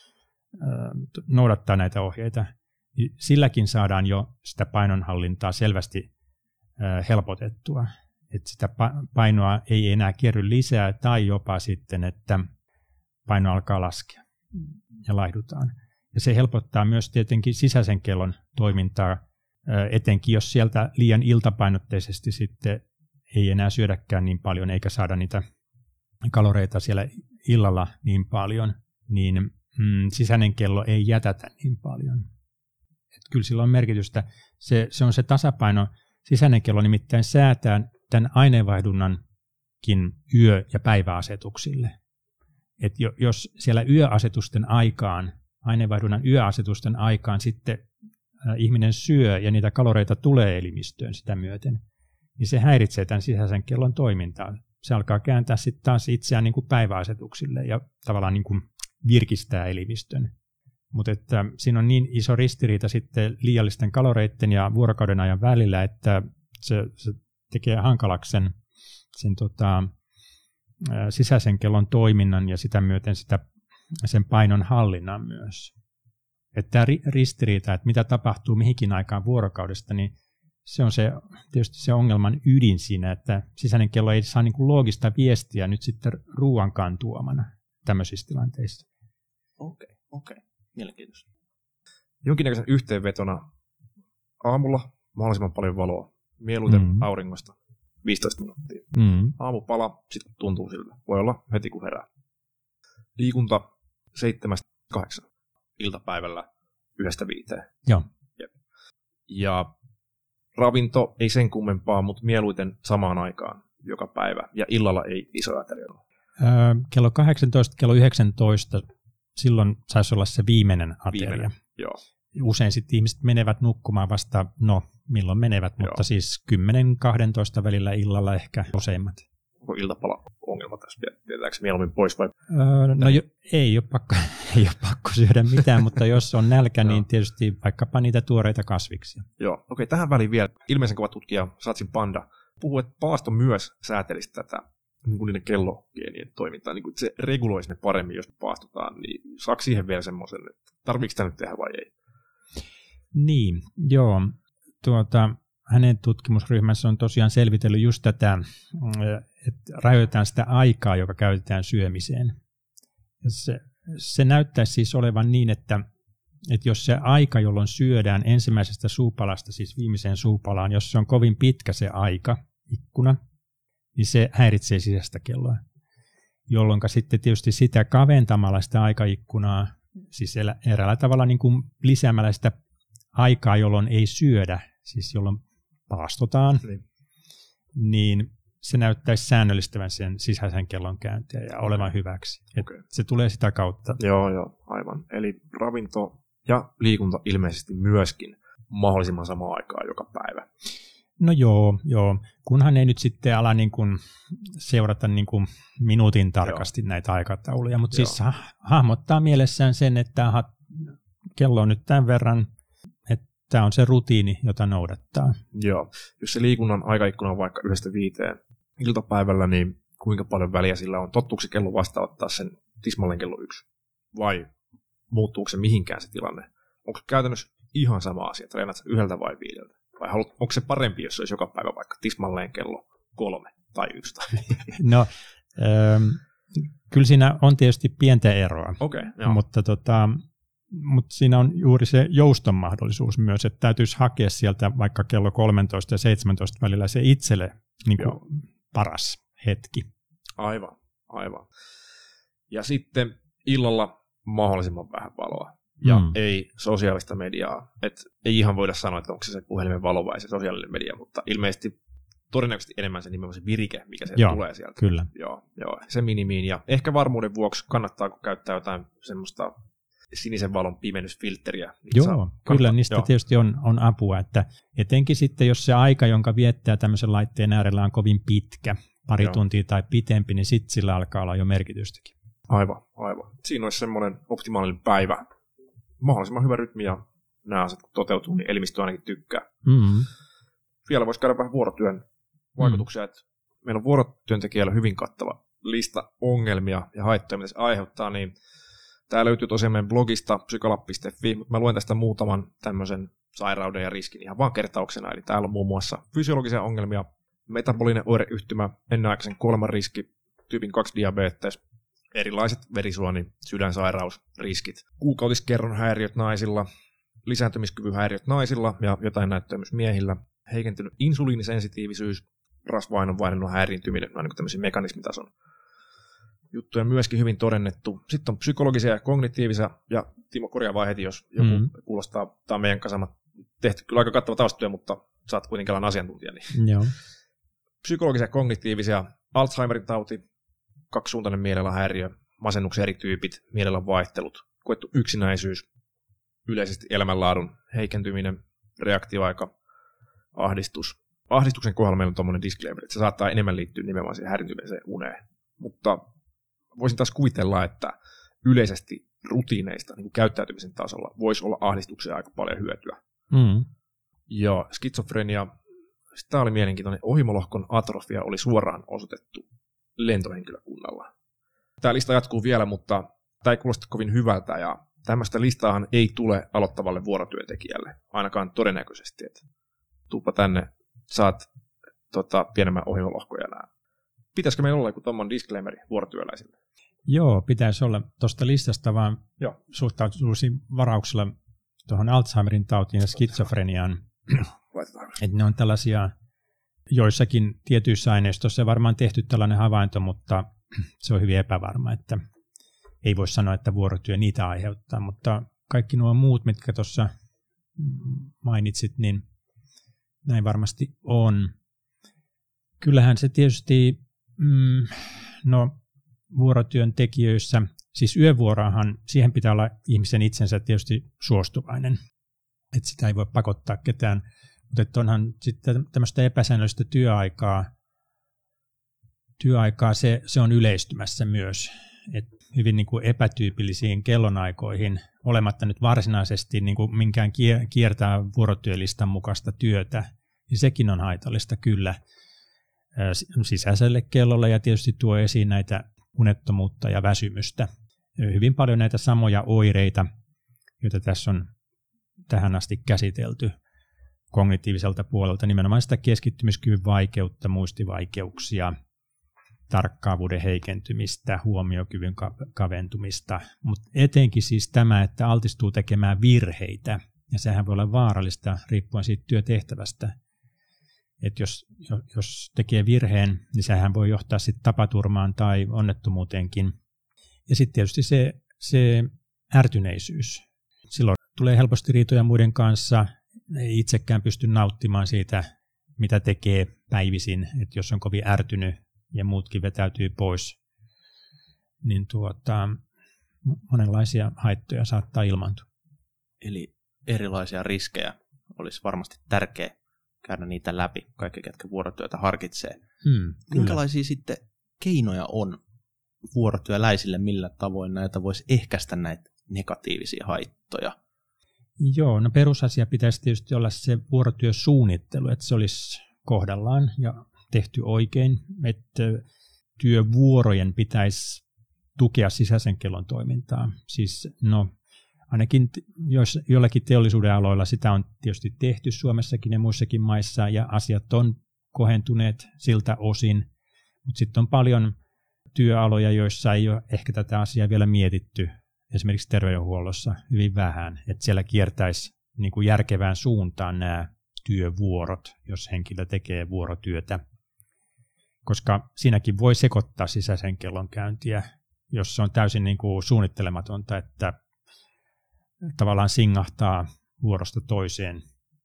noudattaa näitä ohjeita, niin silläkin saadaan jo sitä painonhallintaa selvästi helpotettua, että sitä painoa ei enää kerry lisää tai jopa sitten, että paino alkaa laskea ja laihdutaan. Ja se helpottaa myös tietenkin sisäisen kellon toimintaa, etenkin jos sieltä liian iltapainotteisesti sitten ei enää syödäkään niin paljon eikä saada niitä kaloreita siellä illalla niin paljon, niin mm, sisäinen kello ei jätätä niin paljon. Et kyllä sillä on merkitystä. Se, se on se tasapaino. Sisäinen kello nimittäin säätää tämän aineenvaihdunnankin yö- ja päiväasetuksille. Et jos siellä yöasetusten aikaan, aineenvaihdunnan yöasetusten aikaan sitten äh, ihminen syö ja niitä kaloreita tulee elimistöön sitä myöten, niin se häiritsee tämän sisäisen kellon toimintaa. Se alkaa kääntää sitten taas itseään niin kuin päiväasetuksille ja tavallaan niin kuin virkistää elimistön. Mutta että siinä on niin iso ristiriita sitten liiallisten kaloreiden ja vuorokauden ajan välillä, että se, se tekee hankalaksi sen, sen tota, sisäisen kellon toiminnan ja sitä myöten sitä sen painon hallinnan myös. Että tämä ristiriita, että mitä tapahtuu mihinkin aikaan vuorokaudesta, niin se on se, tietysti se ongelman ydin siinä, että sisäinen kello ei saa niin kuin loogista viestiä nyt sitten ruuankaan tuomana tämmöisissä tilanteissa. Okei, okay, okei. Okay. Mielenkiintoista. Jonkinnäköisen yhteenvetona aamulla mahdollisimman paljon valoa. Mieluiten mm. auringosta viisitoista minuuttia. Mm. Aamupala, sitten tuntuu siltä. Voi olla heti kun herää. Liikunta seitsemästä kahdeksan. Iltapäivällä yhdestä viiteen. Joo. Jep. Ja ravinto ei sen kummempaa, mutta mieluiten samaan aikaan joka päivä. Ja illalla ei isoja aterioita. Öö, kello kahdeksantoista, kello yhdeksäntoista, silloin saisi olla se viimeinen ateria. Viimeinen, joo. Usein sitten ihmiset menevät nukkumaan vasta, no milloin menevät, joo. mutta siis kymmenen kaksitoista välillä illalla ehkä useimmat. Onko iltapala-ongelma tässä? Tietääkö mieluummin pois vai? Öö, no jo, ei, ole pakko, ei ole pakko syödä mitään, mutta jos on nälkä, niin tietysti vaikkapa niitä tuoreita kasviksia. Joo, okei, okay, tähän väliin vielä ilmeisen kova tutkija Satsin Panda puhuu, että paasto myös säätelisi tätä niin kuin niiden kellogeenien toimintaa, niin kuin se reguloisi ne paremmin, jos ne paastotaan, niin saako siihen vielä semmoisen, että tarviiko sitä nyt tehdä vai ei? Niin, joo. Tuota, hänen tutkimusryhmässä on tosiaan selvitellyt just tätä, että rajoitetaan sitä aikaa, joka käytetään syömiseen. Se, se näyttäisi siis olevan niin, että, että jos se aika, jolloin syödään ensimmäisestä suupalasta, siis viimeiseen suupalaan, jos se on kovin pitkä se aika, ikkuna, niin se häiritsee sisäistä kelloa. Jolloin sitten tietysti sitä kaventamalla sitä aikaikkunaa, siis eräällä tavalla niin kuin lisäämällä sitä aikaa, jolloin ei syödä, siis jolloin paastotaan, niin, niin se näyttäisi säännöllistävän sen sisäisen kellon käyntiä ja olevan hyväksi. Okay. Se tulee sitä kautta. Joo, joo, aivan. Eli ravinto ja liikunta ilmeisesti myöskin mahdollisimman samaan aikaan joka päivä. No joo, joo. Kunhan ei nyt sitten ala niin kuin seurata niin kuin minuutin tarkasti joo. näitä aikatauluja, mutta siis ha- hahmottaa mielessään sen, että ha- kello on nyt tämän verran, että tämä on se rutiini, jota noudattaa. Joo, jos se liikunnan aikaikkuna on vaikka yhdestä viiteen iltapäivällä, niin kuinka paljon väliä sillä on? Tottuuko se kello vastaanottaa sen tismalleen kello yksi? Vai muuttuuko se mihinkään se tilanne? Onko käytännössä ihan sama asia, treenat yhdeltä vai viideltä? Vai haluat, onko se parempi, jos se olisi joka päivä vaikka tismalleen kello kolme tai yksi? Tai... No, ähm, kyllä siinä on tietysti pientä eroa, okay, mutta, tota, mutta siinä on juuri se jouston mahdollisuus myös, että täytyisi hakea sieltä vaikka kello kolmetoista ja seitsemäntoista välillä se itselle niin kuin paras hetki. Aivan, aivan. Ja sitten illalla mahdollisimman vähän valoa. Ja mm. ei sosiaalista mediaa. Et ei ihan voida sanoa, että onko se se puhelimen valo vai se sosiaalinen media, mutta ilmeisesti todennäköisesti enemmän se nimenomaan se virike, mikä sieltä joo, tulee sieltä. Kyllä. Joo, joo, se minimiin. Ja ehkä varmuuden vuoksi kannattaako käyttää jotain semmoista sinisen valon pimennysfiltteriä. Joo, saa, kyllä niistä joo. tietysti on, on apua. Että etenkin sitten, jos se aika, jonka viettää tämmöisen laitteen äärellä on kovin pitkä, pari joo. tuntia tai pitempi, niin sitten sillä alkaa olla jo merkitystäkin. Aivan, aivan. Siinä olisi semmoinen optimaalinen päivä. Mahdollisimman hyvä rytmi ja nämä asiat kun toteutuu, niin elimistö ainakin tykkää. Mm-hmm. Vielä voisi käydä vähän vuorotyön vaikutuksia, mm. että meillä on vuorotyöntekijällä hyvin kattava lista ongelmia ja haittoja, mitä se aiheuttaa, niin tämä löytyy tosiaan meidän blogista psykolab piste fi, mutta mä luen tästä muutaman tämmöisen sairauden ja riskin ihan vaan kertauksena, eli täällä on muun muassa fysiologisia ongelmia, metabolinen oireyhtymä, ennenaikaisen kuoleman riski, tyypin kaksi diabetes, erilaiset verisuoni, sydänsairaus, riskit, kuukautiskerron häiriöt naisilla, lisääntymiskyvyn häiriöt naisilla ja jotain näyttöä myös miehillä, heikentynyt insuliinisensitiivisyys, rasva-aineenvaihdunnan häiriintyminen, noin niin kuin tämmöisiä mekanismitason juttuja myöskin hyvin todennettu. Sitten on psykologisia ja kognitiivisia, ja Timo korjaa heti, jos joku mm. kuulostaa, tämä on meidän kanssa tehty kyllä aika kattava taustatyö, mutta sä oot kuitenkin alan asiantuntija. Niin. Joo. Psykologisia ja kognitiivisia, Alzheimerin tauti, kaksisuuntainen mielialahäiriö, masennuksen eri tyypit, mielialan vaihtelut, koettu yksinäisyys, yleisesti elämänlaadun heikentyminen, reaktioaika, ahdistus. Ahdistuksen kohdalla meillä on tuommoinen disclaimer, että se saattaa enemmän liittyä nimenomaan siihen häiriintymiseen uneen. Mutta voisin taas kuvitella, että yleisesti rutiineista niin kuin käyttäytymisen tasolla voisi olla ahdistukseen aika paljon hyötyä. Mm. Ja skitsofrenia, tämä oli mielenkiintoinen, ohimolohkon atrofia oli suoraan osoitettu lentohenkilökunnalla. Tämä lista jatkuu vielä, mutta tämä ei kuulosta kovin hyvältä, ja tämmöistä listaahan ei tule aloittavalle vuorotyöntekijälle, ainakaan todennäköisesti, että tuuppa tänne, saat tota, pienemmän ohjelmalohkoja nämä. Pitäisikö meillä olla joku tuommoinen disclaimeri vuorotyöläisille? Joo, pitäisi olla tuosta listasta, vaan Joo. suhtautuisin varauksella tuohon Alzheimerin tautiin ja skitsofreniaan. Että ne on tällaisia, joissakin tietyissä aineistoissa varmaan tehty tällainen havainto, mutta se on hyvin epävarma, että ei voi sanoa, että vuorotyö niitä aiheuttaa, mutta kaikki nuo muut, mitkä tuossa mainitsit, niin näin varmasti on. Kyllähän se tietysti, mm, no vuorotyön tekijöissä, siis yövuoroahan, siihen pitää olla ihmisen itsensä tietysti suostuvainen, että sitä ei voi pakottaa ketään, mutta onhan sitten tämmöistä epäsäännöllistä työaikaa, työaikaa se, se on yleistymässä myös, että hyvin niin kuin epätyypillisiin kellonaikoihin, olematta nyt varsinaisesti niin kuin minkään kiertää vuorotyölistan mukaista työtä, niin sekin on haitallista kyllä sisäiselle kellolle ja tietysti tuo esiin näitä unettomuutta ja väsymystä. Hyvin paljon näitä samoja oireita, joita tässä on tähän asti käsitelty kognitiiviselta puolelta, nimenomaan sitä keskittymiskyvyn vaikeutta, muistivaikeuksia, tarkkaavuuden heikentymistä, huomiokyvyn kaventumista, mutta etenkin siis tämä, että altistuu tekemään virheitä, ja sehän voi olla vaarallista riippuen siitä työtehtävästä. Että jos, jos tekee virheen, niin sehän voi johtaa sitten tapaturmaan tai onnettomuuteenkin. Ja sitten tietysti se, se ärtyneisyys. Silloin tulee helposti riitoja muiden kanssa, ei itsekään pysty nauttimaan siitä, mitä tekee päivisin. Että jos on kovin ärtynyt ja muutkin vetäytyy pois, niin tuota, monenlaisia haittoja saattaa ilmaantua. Eli erilaisia riskejä olisi varmasti tärkeää käydä niitä läpi, kaikki ketkä vuorotyötä harkitsee. Hmm, Minkälaisia sitten keinoja on vuorotyöläisille, millä tavoin näitä voisi ehkäistä näitä negatiivisia haittoja? Joo, no perusasia pitäisi tietysti olla se vuorotyösuunnittelu, että se olisi kohdallaan ja tehty oikein, että työvuorojen pitäisi tukea sisäisen kellon toimintaa. Siis no, ainakin jos joillakin teollisuuden aloilla sitä on tietysti tehty Suomessakin ja muissakin maissa, ja asiat on kohentuneet siltä osin, mutta sitten on paljon työaloja, joissa ei ole ehkä tätä asiaa vielä mietitty, esimerkiksi terveydenhuollossa hyvin vähän, että siellä kiertäisi niin kuin järkevään suuntaan nämä työvuorot, jos henkilö tekee vuorotyötä, koska siinäkin voi sekoittaa sisäisen kellon käyntiä, jos se on täysin niin kuin suunnittelematonta, että tavallaan singahtaa vuorosta toiseen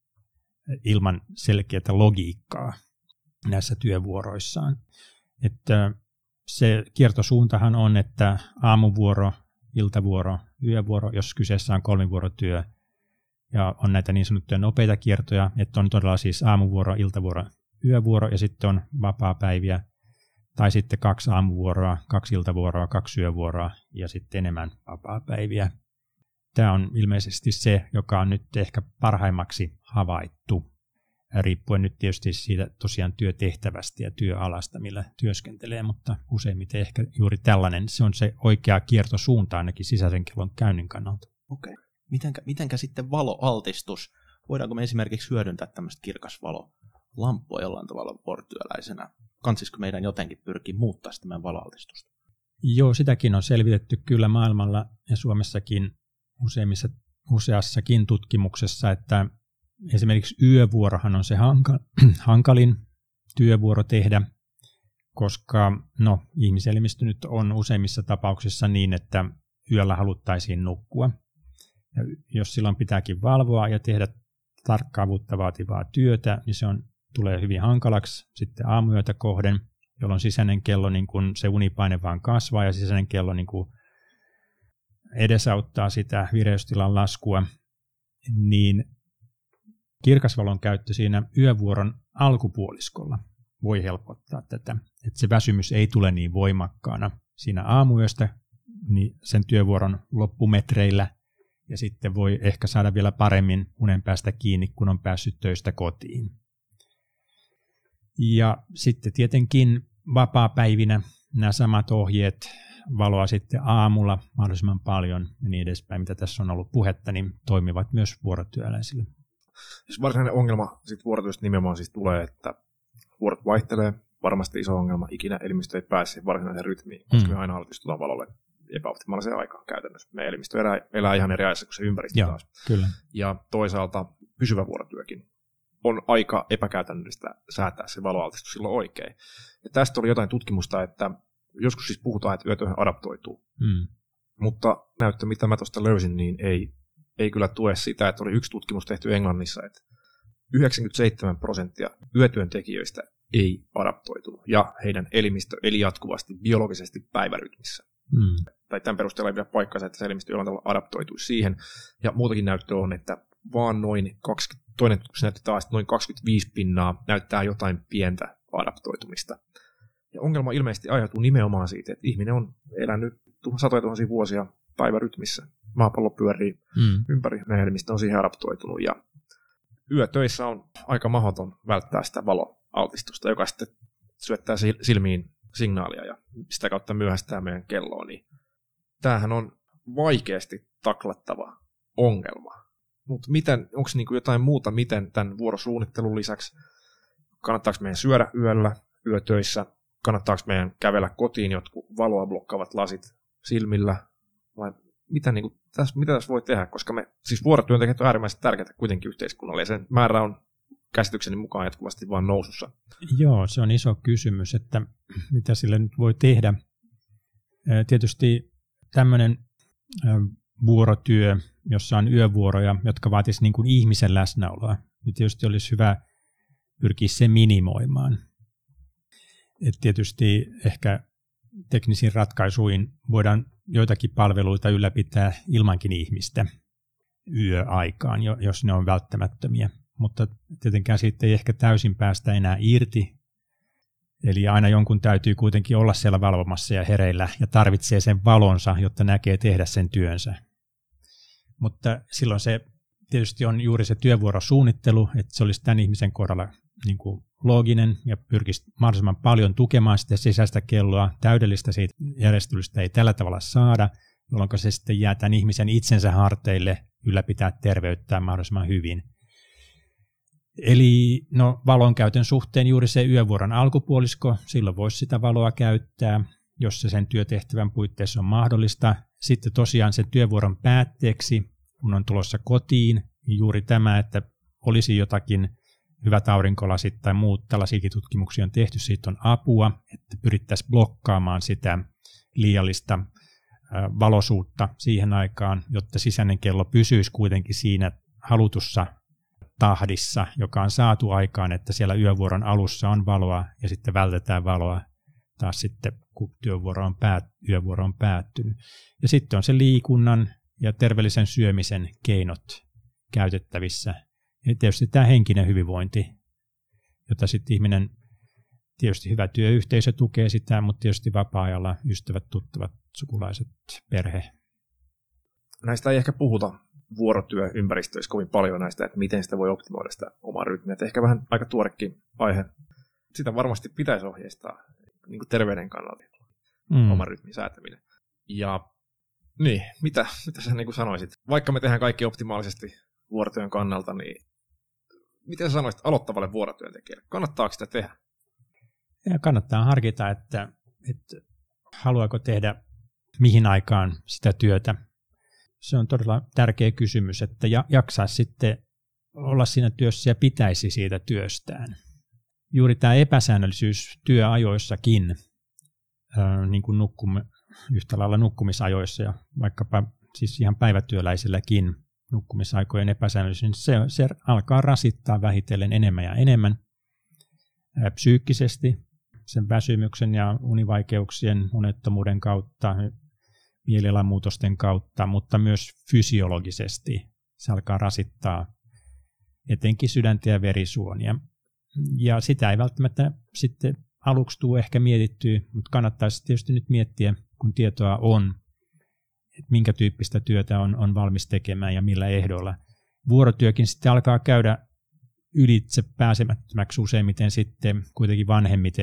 ilman selkeää logiikkaa näissä työvuoroissaan. Että se kiertosuuntahan on, että aamuvuoro, iltavuoro, yövuoro, jos kyseessä on kolmivuorotyö, ja on näitä niin sanottuja nopeita kiertoja, että on todella siis aamuvuoro, iltavuoro, yövuoro, ja sitten on vapaapäiviä, tai sitten kaksi aamuvuoroa, kaksi iltavuoroa, kaksi yövuoroa, ja sitten enemmän vapaapäiviä. Tämä on ilmeisesti se, joka on nyt ehkä parhaimmaksi havaittu, riippuen nyt tietysti siitä tosiaan työtehtävästä ja työalasta, millä työskentelee, mutta useimmiten ehkä juuri tällainen, se on se oikea kiertosuunta ainakin sisäisen kellon käynnin kannalta. Okei. Mitenkä, mitenkä sitten valoaltistus? Voidaanko me esimerkiksi hyödyntää tämmöistä kirkasvalolampua jollain tavalla vuorotyöläisenä? Kansisiko meidän jotenkin pyrkiä muuttaa sitä meidän valoaltistusta? Joo, sitäkin on selvitetty kyllä maailmalla ja Suomessakin useimmissa, useassakin tutkimuksessa, että esimerkiksi yövuorohan on se hanka, hankalin työvuoro tehdä, koska no, ihmiselimistö nyt on useimmissa tapauksissa niin, että yöllä haluttaisiin nukkua. Ja jos silloin pitääkin valvoa ja tehdä tarkkaavuutta vaativaa työtä, niin se on, tulee hyvin hankalaksi sitten aamuyötä kohden, jolloin sisäinen kello, niin kun se unipaine vaan kasvaa ja sisäinen kello niin kun edesauttaa sitä vireystilan laskua, niin kirkasvalon käyttö siinä yövuoron alkupuoliskolla voi helpottaa tätä, että se väsymys ei tule niin voimakkaana siinä aamuyöstä niin sen työvuoron loppumetreillä, ja sitten voi ehkä saada vielä paremmin unen päästä kiinni, kun on päässyt töistä kotiin. Ja sitten tietenkin vapaapäivinä nämä samat ohjeet valoa sitten aamulla mahdollisimman paljon ja niin edespäin, mitä tässä on ollut puhetta, niin toimivat myös vuorotyöläisille. Siis varsinainen ongelma sit vuorotyöstä nimenomaan siis tulee, että vuorot vaihtelee. Varmasti iso ongelma, ikinä elimistö ei pääse varsinaiseen rytmiin, koska mm. me aina altistutaan valolle epäoptimaaliseen aikaan käytännössä. Meidän elimistö elää, elää ihan eri ajassa kuin se ympäristö Joo, taas. Kyllä. Ja toisaalta pysyvä vuorotyökin on aika epäkäytännöllistä säätää se valoaltistus silloin oikein. Ja tästä oli jotain tutkimusta, että joskus siis puhutaan, että yötyöhön adaptoituu. Mm. Mutta näyttö, mitä mä tuosta löysin, niin ei, ei kyllä tue sitä, että oli yksi tutkimus tehty Englannissa, että yhdeksänkymmentäseitsemän prosenttia yötyöntekijöistä ei adaptoitunut, ja heidän elimistö eli jatkuvasti biologisesti päivärytmissä. Mm. Tai tämän perusteella ei pidä paikkaansa, että se elimistö jollain tavalla adaptoituisi siihen. Ja muutakin näyttöä on, että vaan noin kaksikymmentä, toinen tutkimus näyttää taas, että noin kaksikymmentäviisi pinnaa näyttää jotain pientä adaptoitumista. Ja ongelma ilmeisesti aiheutuu nimenomaan siitä, että ihminen on elänyt satoja tuhansia vuosia päivärytmissä. Maapallo pyörii mm. ympäri, meidän elimistö on siihen adaptoitunut, ja yötöissä on aika mahdoton välttää sitä valoaltistusta, joka sitten syöttää silmiin signaalia ja sitä kautta myöhästää meidän kelloa. Niin tämähän on vaikeasti taklattava ongelma. Mutta onko niinku jotain muuta, miten tämän vuorosuunnittelun lisäksi, kannattaako meidän syödä yöllä, yötöissä, kannattaako meidän kävellä kotiin jotkut valoa blokkaavat lasit silmillä, vai mitä, niinku, tässä, mitä tässä voi tehdä, koska me, siis vuorotyöntekijät on äärimmäisen tärkeää kuitenkin yhteiskunnalle, ja sen määrä on käsitykseni mukaan jatkuvasti vaan nousussa. Joo, se on iso kysymys, että mitä sille nyt voi tehdä. Tietysti tämmöinen vuorotyö, jossa on yövuoroja, jotka vaatisi niin kuin ihmisen läsnäoloa, niin tietysti olisi hyvä pyrkiä se minimoimaan. Et tietysti ehkä teknisiin ratkaisuin voidaan joitakin palveluita ylläpitää ilmankin ihmistä yöaikaan, jos ne on välttämättömiä. Mutta tietenkään siitä ei ehkä täysin päästä enää irti. Eli aina jonkun täytyy kuitenkin olla siellä valvomassa ja hereillä ja tarvitsee sen valonsa, jotta näkee tehdä sen työnsä. Mutta silloin se tietysti on juuri se työvuorosuunnittelu, että se olisi tämän ihmisen kohdalla niin kuin looginen ja pyrkisi mahdollisimman paljon tukemaan sitä sisäistä kelloa. Täydellistä siitä järjestelystä ei tällä tavalla saada, jolloin se sitten jää tämän ihmisen itsensä harteille ylläpitää terveyttään mahdollisimman hyvin. Eli no, valon käytön suhteen juuri se yövuoron alkupuolisko, silloin voisi sitä valoa käyttää, jos se sen työtehtävän puitteissa on mahdollista. Sitten tosiaan sen työvuoron päätteeksi, kun on tulossa kotiin, niin juuri tämä, että olisi jotakin hyvät aurinkolasit tai muut, tällaisiakin tutkimuksia on tehty, siitä on apua, että pyrittäisiin blokkaamaan sitä liiallista valoisuutta siihen aikaan, jotta sisäinen kello pysyisi kuitenkin siinä halutussa tahdissa, joka on saatu aikaan, että siellä yövuoron alussa on valoa ja sitten vältetään valoa taas sitten, kun työvuoro on päät, yövuoro on päättynyt. Ja sitten on se liikunnan ja terveellisen syömisen keinot käytettävissä. Ja tietysti tämä henkinen hyvinvointi, jota sitten ihminen, tietysti hyvä työyhteisö tukee sitä, mutta tietysti vapaa-ajalla ystävät, tuttavat, sukulaiset, perhe. Näistä ei ehkä puhuta vuorotyöympäristöissä kovin paljon näistä, että miten sitä voi optimoida sitä omaa rytmiä. Että ehkä vähän aika tuorekin aihe. Sitä varmasti pitäisi ohjeistaa niin kuin terveyden kannalta mm. oman rytmin säätäminen. Ja niin, mitä, mitä sä niin kuin sanoisit? Vaikka me tehdään kaikki optimaalisesti vuorotyön kannalta, niin miten sä sanoisit aloittavalle vuorotyöntekijälle? Kannattaako sitä tehdä? Ja kannattaa harkita, että, että haluaako tehdä mihin aikaan sitä työtä. Se on todella tärkeä kysymys, että jaksaa sitten olla siinä työssä ja pitäisi siitä työstään. Juuri tämä epäsäännöllisyys työajoissakin, niin kuin nukkum, yhtä lailla nukkumisajoissa ja vaikkapa siis ihan päivätyöläisilläkin nukkumisaikojen epäsäännöllisyys, se, se alkaa rasittaa vähitellen enemmän ja enemmän psyykkisesti sen väsymyksen ja univaikeuksien, unettomuuden kautta, mielialan muutosten kautta, mutta myös fysiologisesti se alkaa rasittaa etenkin sydäntä ja verisuonia. Ja sitä ei välttämättä sitten aluksi tule ehkä mietittyä, mutta kannattaisi tietysti nyt miettiä, kun tietoa on, että minkä tyyppistä työtä on, on valmis tekemään ja millä ehdoilla. Vuorotyökin sitten alkaa käydä ylitse pääsemättömäksi useimmiten sitten kuitenkin vanhemmiten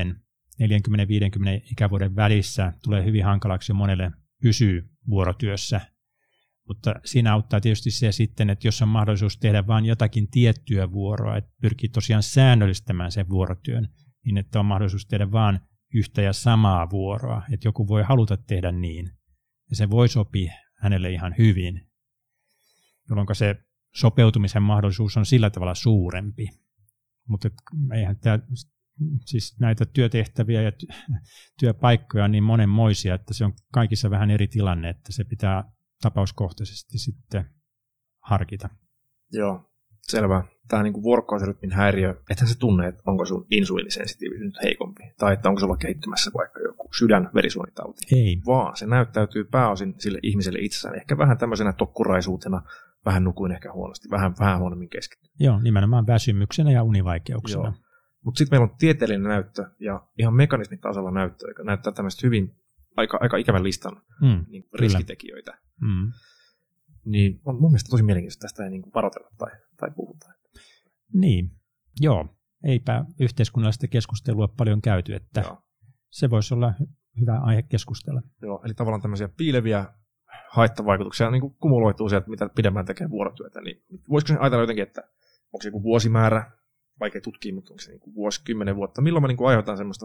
neljäkymmentä viisikymmentä ikävuoden välissä tulee hyvin hankalaksi monelle pysyä vuorotyössä. Mutta siinä auttaa tietysti se sitten, että jos on mahdollisuus tehdä vain jotakin tiettyä vuoroa, että pyrkii tosiaan säännöllistämään sen vuorotyön, niin että on mahdollisuus tehdä vain yhtä ja samaa vuoroa, että joku voi haluta tehdä niin, ja se voi sopia hänelle ihan hyvin, jolloin se sopeutumisen mahdollisuus on sillä tavalla suurempi. Mutta eihän tämä, siis näitä työtehtäviä ja työpaikkoja on niin monenmoisia, että se on kaikissa vähän eri tilanne, että se pitää tapauskohtaisesti sitten harkita. Joo, selvä. Tämä niin kuin vuorokausirytmin häiriö, ethän se tunne, että onko sun insuliinisensitiivisuus nyt heikompi, tai että onko sulla kehittymässä vaikka joku sydän-verisuonitauti. Ei. Vaan se näyttäytyy pääosin sille ihmiselle itsessään, ehkä vähän tämmöisenä tokkuraisuutena, vähän nukuin ehkä huonosti, vähän, vähän huonommin keskittyy. Joo, nimenomaan väsymyksenä ja univaikeuksena. Mutta sitten meillä on tieteellinen näyttö ja ihan mekanismitasolla näyttö, joka näyttää tämmöistä hyvin aika, aika ikävän listan mm, niin riskitekijöitä. Mm. Niin on mun mielestä tosi mielenkiintoista, tästä ei niin kuin varotella tai, tai puhuta. Niin, joo. Eipä yhteiskunnallista keskustelua paljon käyty, että joo. Se voisi olla hyvä aihe keskustella. Joo, eli tavallaan tämmöisiä piileviä haittavaikutuksia niin kuin kumuloituu sieltä, mitä pidemmän tekee vuorotyötä. Niin voisiko se ajatella jotenkin, että onko se joku vuosimäärä, vaikea tutkia, mutta onko se niin kuin vuosi, kymmenen vuotta, milloin me niin kuin aiheutetaan semmoista,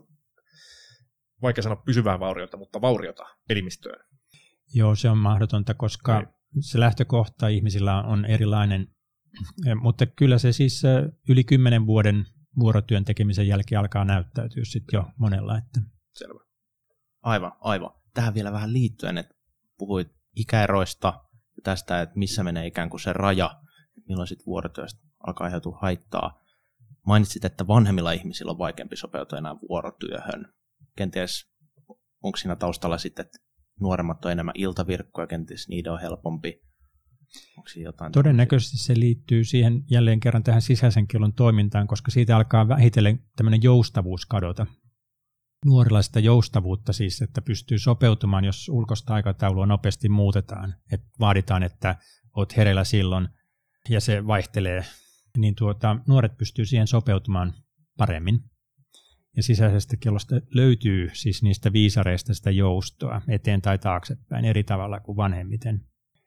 vaikea sanoa pysyvää vauriota, mutta vauriota elimistöön? Joo, se on mahdotonta, koska Ei. se lähtökohta ihmisillä on erilainen, mutta kyllä se siis yli kymmenen vuoden vuorotyön tekemisen jälkeen alkaa näyttäytyä sitten jo monella. Että. Selvä. Aivan, aivan. Tähän vielä vähän liittyen, että puhuit ikäeroista ja tästä, että missä menee ikään kuin se raja, milloin sitten vuorotyöstä alkaa aiheutua haittaa. Mainitsit, että vanhemmilla ihmisillä on vaikeampi sopeutua enää vuorotyöhön. Kenties onko siinä taustalla sitten, että nuoremmat on enemmän iltavirkkoja, kenties niiden on helpompi? Onko siinä jotain? Todennäköisesti se liittyy siihen jälleen kerran tähän sisäisen kellon toimintaan, koska siitä alkaa vähitellen tämmöinen joustavuus kadota. Nuorilla sitä joustavuutta siis, että pystyy sopeutumaan, jos ulkoista aikataulua nopeasti muutetaan. Että vaaditaan, että olet hereillä silloin ja se vaihtelee. Niin tuota, nuoret pystyy siihen sopeutumaan paremmin. Ja sisäisestä kellosta löytyy siis niistä viisareista sitä joustoa eteen tai taaksepäin eri tavalla kuin vanhemmiten.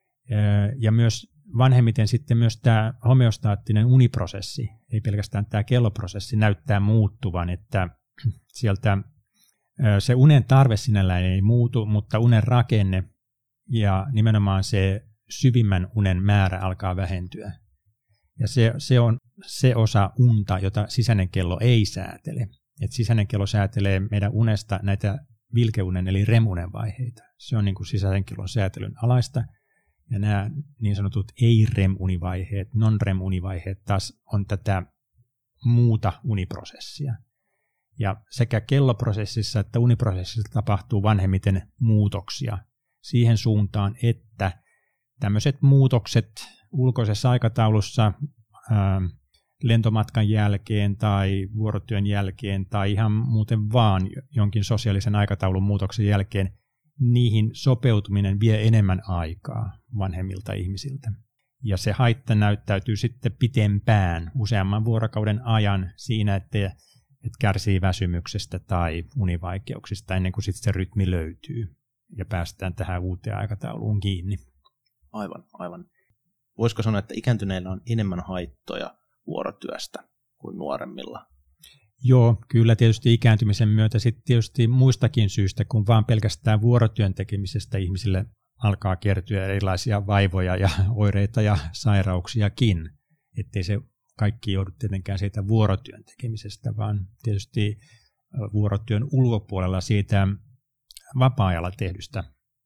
Ja myös vanhemmiten sitten myös tämä homeostaattinen uniprosessi, ei pelkästään tämä kelloprosessi, näyttää muuttuvan, että sieltä se unen tarve sinällään ei muutu, mutta unen rakenne ja nimenomaan se syvimmän unen määrä alkaa vähentyä. Ja se, se on se osa unta, jota sisäinen kello ei säätele. Et sisäinen kello säätelee meidän unesta näitä vilkeunen eli remunen vaiheita. Se on niin kuin sisäisen kellon säätelyn alaista. Ja nämä niin sanotut ei-rem-univaiheet, non-rem-univaiheet taas on tätä muuta uniprosessia. Ja sekä kelloprosessissa että uniprosessissa tapahtuu vanhemmiten muutoksia siihen suuntaan, että tämmöiset muutokset ulkoisessa aikataulussa ää, lentomatkan jälkeen tai vuorotyön jälkeen tai ihan muuten vaan jonkin sosiaalisen aikataulun muutoksen jälkeen, niihin sopeutuminen vie enemmän aikaa vanhemmilta ihmisiltä. Ja se haitta näyttäytyy sitten pitempään, useamman vuorokauden ajan siinä, että, että kärsii väsymyksestä tai univaikeuksista ennen kuin sitten se rytmi löytyy ja päästään tähän uuteen aikatauluun kiinni. Aivan, aivan. Voisiko sanoa, että ikääntyneillä on enemmän haittoja vuorotyöstä kuin nuoremmilla? Joo, kyllä tietysti ikääntymisen myötä sitten tietysti muistakin syistä, kun vaan pelkästään vuorotyön tekemisestä ihmisille alkaa kertyä erilaisia vaivoja ja oireita ja sairauksiakin. Ettei se kaikki joudu tietenkään siitä vuorotyön tekemisestä, vaan tietysti vuorotyön ulkopuolella siitä vapaa-ajalla tehdystä,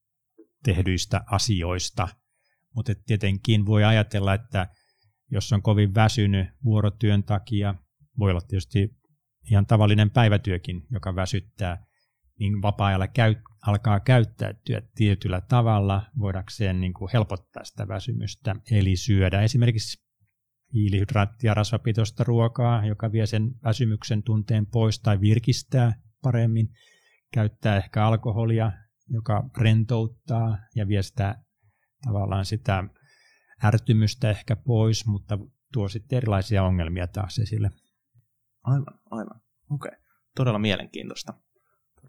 tehdyistä asioista. Mutta tietenkin voi ajatella, että jos on kovin väsynyt vuorotyön takia, voi olla tietysti ihan tavallinen päivätyökin, joka väsyttää, niin vapaa-ajalla käy, alkaa käyttäytyä tietyllä tavalla, voidakseen niin kuin helpottaa sitä väsymystä, eli syödä esimerkiksi hiilihydraattia, rasvapitoista ruokaa, joka vie sen väsymyksen tunteen pois tai virkistää paremmin, käyttää ehkä alkoholia, joka rentouttaa ja vie sitä tavallaan sitä ärtymystä ehkä pois, mutta tuo sitten erilaisia ongelmia taas esille. Aivan, aivan. Okei. Todella mielenkiintoista.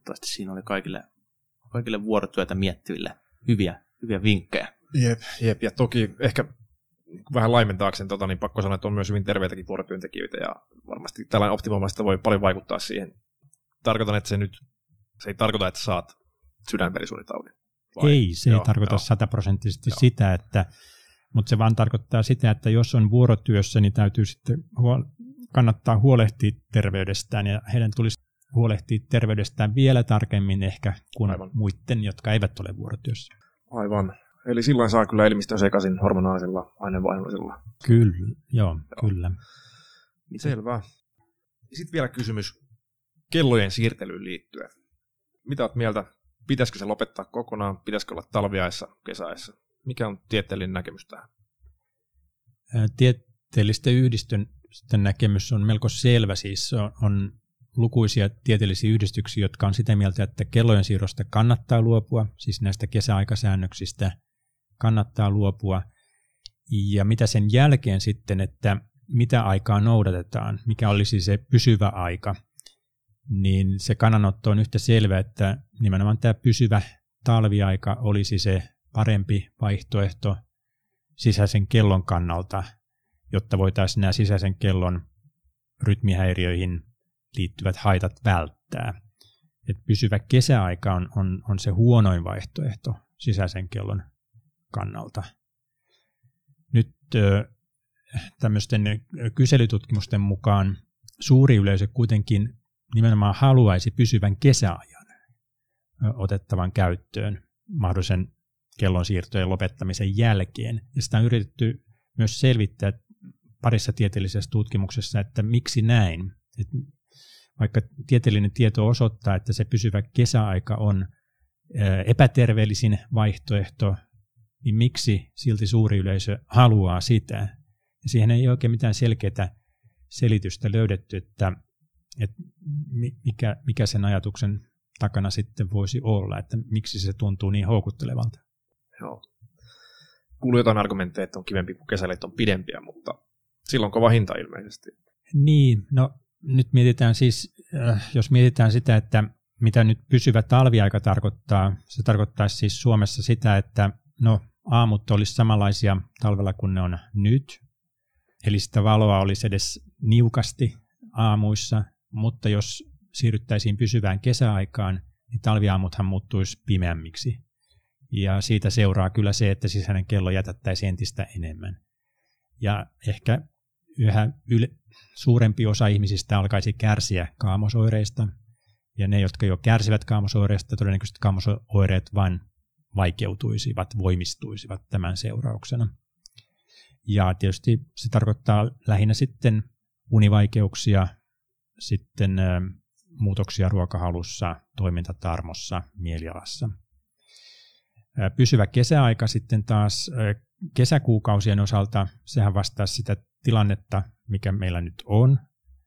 toivottavasti siinä oli kaikille, kaikille vuorotyötä miettiville hyviä, hyviä vinkkejä. Jep, jep, ja toki ehkä vähän laimentaakseen, tota, niin pakko sanoa, että on myös hyvin terveitäkin vuorotyöntekijöitä, ja varmasti tällainen optimoimista voi paljon vaikuttaa siihen. Tarkoitan, että se nyt, se ei tarkoita, että saat sydänverisuonitaudin. Vai? Ei, se joo, ei tarkoita joo. sataprosenttisesti Joo. sitä, että, mutta se vaan tarkoittaa sitä, että jos on vuorotyössä, niin täytyy sitten huol- kannattaa huolehtia terveydestään, ja heidän tulisi huolehtia terveydestään vielä tarkemmin ehkä kuin Aivan. muiden, jotka eivät ole vuorotyössä. Aivan. Eli silloin saa kyllä elimistön sekaisin hormonaalisella aineenvaihdollisella. Kyllä, joo, joo. kyllä. Selvä. Sitten vielä kysymys kellojen siirtelyyn liittyen. Mitä olet mieltä? Pitäisikö se lopettaa kokonaan? Pitäisikö olla talviaissa, kesäissä? Mikä on tieteellinen näkemys tähän? Tieteellisten yhdistysten näkemys on melko selvä. Siis on, on lukuisia tieteellisiä yhdistyksiä, jotka on sitä mieltä, että kellojen siirrosta kannattaa luopua, siis näistä kesäaikasäännöksistä kannattaa luopua. Ja mitä sen jälkeen sitten, että mitä aikaa noudatetaan, mikä olisi se pysyvä aika, niin se kannanotto on yhtä selvä, että nimenomaan tämä pysyvä talviaika olisi se parempi vaihtoehto sisäisen kellon kannalta, jotta voitaisiin nämä sisäisen kellon rytmihäiriöihin liittyvät haitat välttää. Et pysyvä kesäaika on, on, on se huonoin vaihtoehto sisäisen kellon kannalta. Nyt tämmöisten kyselytutkimusten mukaan suuri yleisö kuitenkin nimenomaan haluaisi pysyvän kesäajan otettavan käyttöön mahdollisen kellonsiirtojen lopettamisen jälkeen. Ja sitä on yritetty myös selvittää parissa tieteellisessä tutkimuksessa, että miksi näin. Et vaikka tieteellinen tieto osoittaa, että se pysyvä kesäaika on epäterveellisin vaihtoehto, niin miksi silti suuri yleisö haluaa sitä? Ja siihen ei oikein mitään selkeää selitystä löydetty, että, että mikä, mikä sen ajatuksen takana sitten voisi olla, että miksi se tuntuu niin houkuttelevalta. Joo. Kuuluu jotain argumentteja, että on kivempi, kun kesäleet on pidempiä, mutta silloin kova hinta ilmeisesti. Niin, no nyt mietitään siis, äh, jos mietitään sitä, että mitä nyt pysyvä talviaika tarkoittaa, se tarkoittaa siis Suomessa sitä, että no aamut olisi samanlaisia talvella kuin ne on nyt, eli sitä valoa olisi edes niukasti aamuissa, mutta jos siirryttäisiin pysyvään kesäaikaan, niin talviaamuthan muuttuisi pimeämmiksi. Ja siitä seuraa kyllä se, että sisäinen kello jätättäisiin entistä enemmän. Ja ehkä yhä yle- suurempi osa ihmisistä alkaisi kärsiä kaamosoireista, ja ne, jotka jo kärsivät kaamosoireista, todennäköisesti kaamosoireet vain vaikeutuisivat, voimistuisivat tämän seurauksena. Ja tietysti se tarkoittaa lähinnä sitten univaikeuksia, sitten ä, muutoksia ruokahalussa, toimintatarmossa, mielialassa. Ä, pysyvä kesäaika sitten taas ä, kesäkuukausien osalta, sehän vastaa sitä tilannetta, mikä meillä nyt on.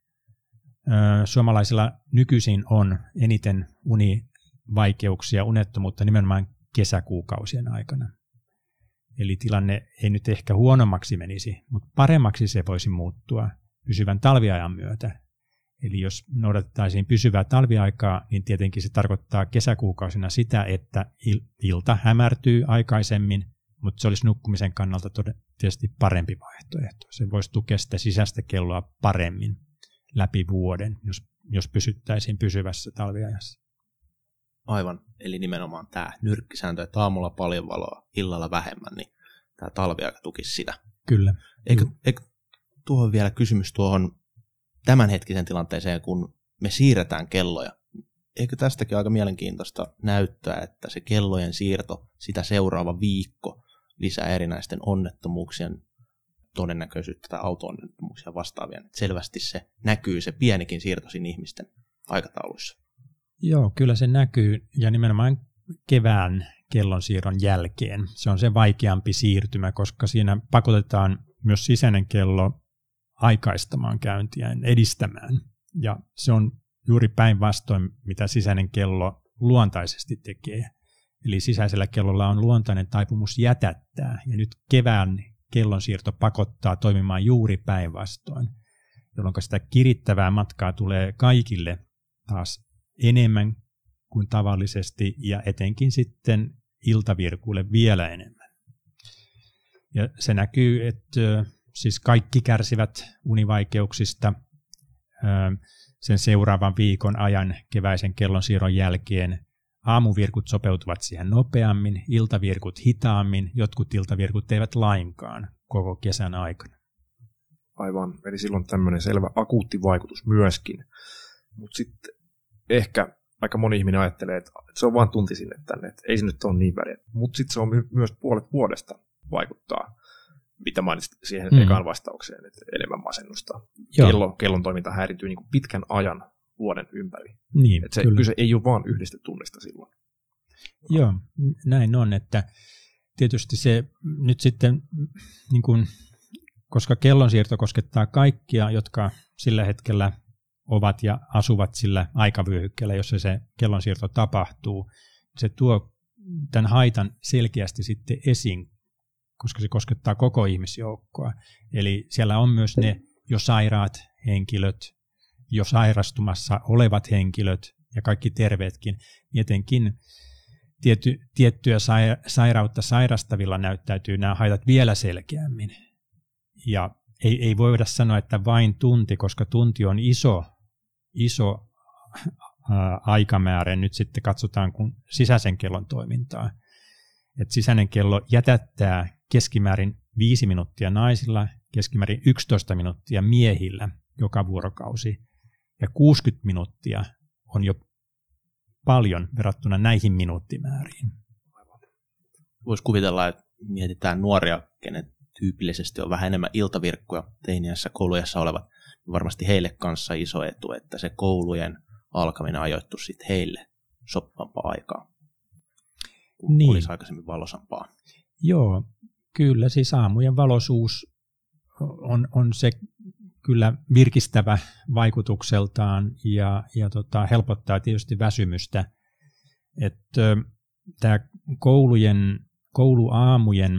Ä, suomalaisilla nykyisin on eniten univaikeuksia, unettomuutta nimenomaan kesäkuukausien aikana. Eli tilanne ei nyt ehkä huonommaksi menisi, mutta paremmaksi se voisi muuttua pysyvän talviajan myötä. Eli jos noudatettaisiin pysyvää talviaikaa, niin tietenkin se tarkoittaa kesäkuukausina sitä, että ilta hämärtyy aikaisemmin, mutta se olisi nukkumisen kannalta tietysti parempi vaihtoehto. Se voisi tukea sitä sisäistä kelloa paremmin läpi vuoden, jos, jos pysyttäisiin pysyvässä talviajassa. Aivan, eli nimenomaan tämä nyrkkisääntö, että aamulla paljon valoa, illalla vähemmän, niin tämä talviaika tukisi sitä. Kyllä. Eikö, eikö tuohon vielä kysymys tuohon tämänhetkisen tilanteeseen, kun me siirretään kelloja? Eikö tästäkin aika mielenkiintoista näyttää, että se kellojen siirto, sitä seuraava viikko lisää erinäisten onnettomuuksien todennäköisyyttä tai auto-onnettomuuksia vastaavia. Että selvästi se näkyy, se pienikin siirto siinä ihmisten aikatauluissa. Joo, kyllä se näkyy, ja nimenomaan kevään kellonsiirron jälkeen. Se on se vaikeampi siirtymä, koska siinä pakotetaan myös sisäinen kello aikaistamaan käyntiä, edistämään. Ja se on juuri päinvastoin, mitä sisäinen kello luontaisesti tekee. Eli sisäisellä kellolla on luontainen taipumus jätättää, ja nyt kevään kellonsiirto pakottaa toimimaan juuri päinvastoin, jolloin sitä kirittävää matkaa tulee kaikille taas enemmän kuin tavallisesti ja etenkin sitten iltavirkuille vielä enemmän. Ja se näkyy, että siis kaikki kärsivät univaikeuksista sen seuraavan viikon ajan keväisen kellonsiirron jälkeen. Aamuvirkut sopeutuvat siihen nopeammin, iltavirkut hitaammin, jotkut iltavirkut eivät lainkaan koko kesän aikana. Aivan, eli silloin tämmöinen selvä akuutti vaikutus myöskin. Mutta sitten ehkä aika moni ihminen ajattelee, että se on vain tunti sinne tänne, että ei se nyt ole niin väliä. Mutta sitten se on my- myös puolet vuodesta vaikuttaa, mitä mainitsit siihen mm. ekaan vastaukseen, että enemmän masennusta. Kello, kellon toiminta häirityy niin kuin pitkän ajan vuoden ympäri. Niin, että se kyse ei ole vain yhdestä tunnista silloin. Joo, näin on, että tietysti se nyt sitten, niin kuin, koska kellonsiirto koskettaa kaikkia, jotka sillä hetkellä ovat ja asuvat sillä aikavyöhykkeellä, jossa se kellonsiirto tapahtuu, se tuo tämän haitan selkeästi sitten esiin, koska se koskettaa koko ihmisjoukkoa. Eli siellä on myös ne jo sairaat henkilöt, jo sairastumassa olevat henkilöt ja kaikki terveetkin. Etenkin tiety, tiettyä sairautta sairastavilla näyttäytyy nämä haitat vielä selkeämmin. Ja ei, ei voida sanoa, että vain tunti, koska tunti on iso, iso ää, aikamäärä. Nyt sitten katsotaan kun sisäisen kellon toimintaa. Et sisäinen kello jätättää keskimäärin viisi minuuttia naisilla, keskimäärin yksitoista minuuttia miehillä joka vuorokausi. Ja kuusikymmentä minuuttia on jo paljon verrattuna näihin minuuttimääriin. Voisi kuvitella, että mietitään nuoria, kenet tyypillisesti on vähän enemmän iltavirkkuja teiniässä koulujassa olevat, niin varmasti heille kanssa iso etu, että se koulujen alkaminen ajoittuu sitten heille sopivampaa aikaa, kun niin. olisi aikaisemmin valosampaa. Joo, kyllä siis aamujen valoisuus on, on se kyllä virkistävä vaikutukseltaan ja, ja tota, helpottaa tietysti väsymystä. Että tämä koulujen, kouluaamujen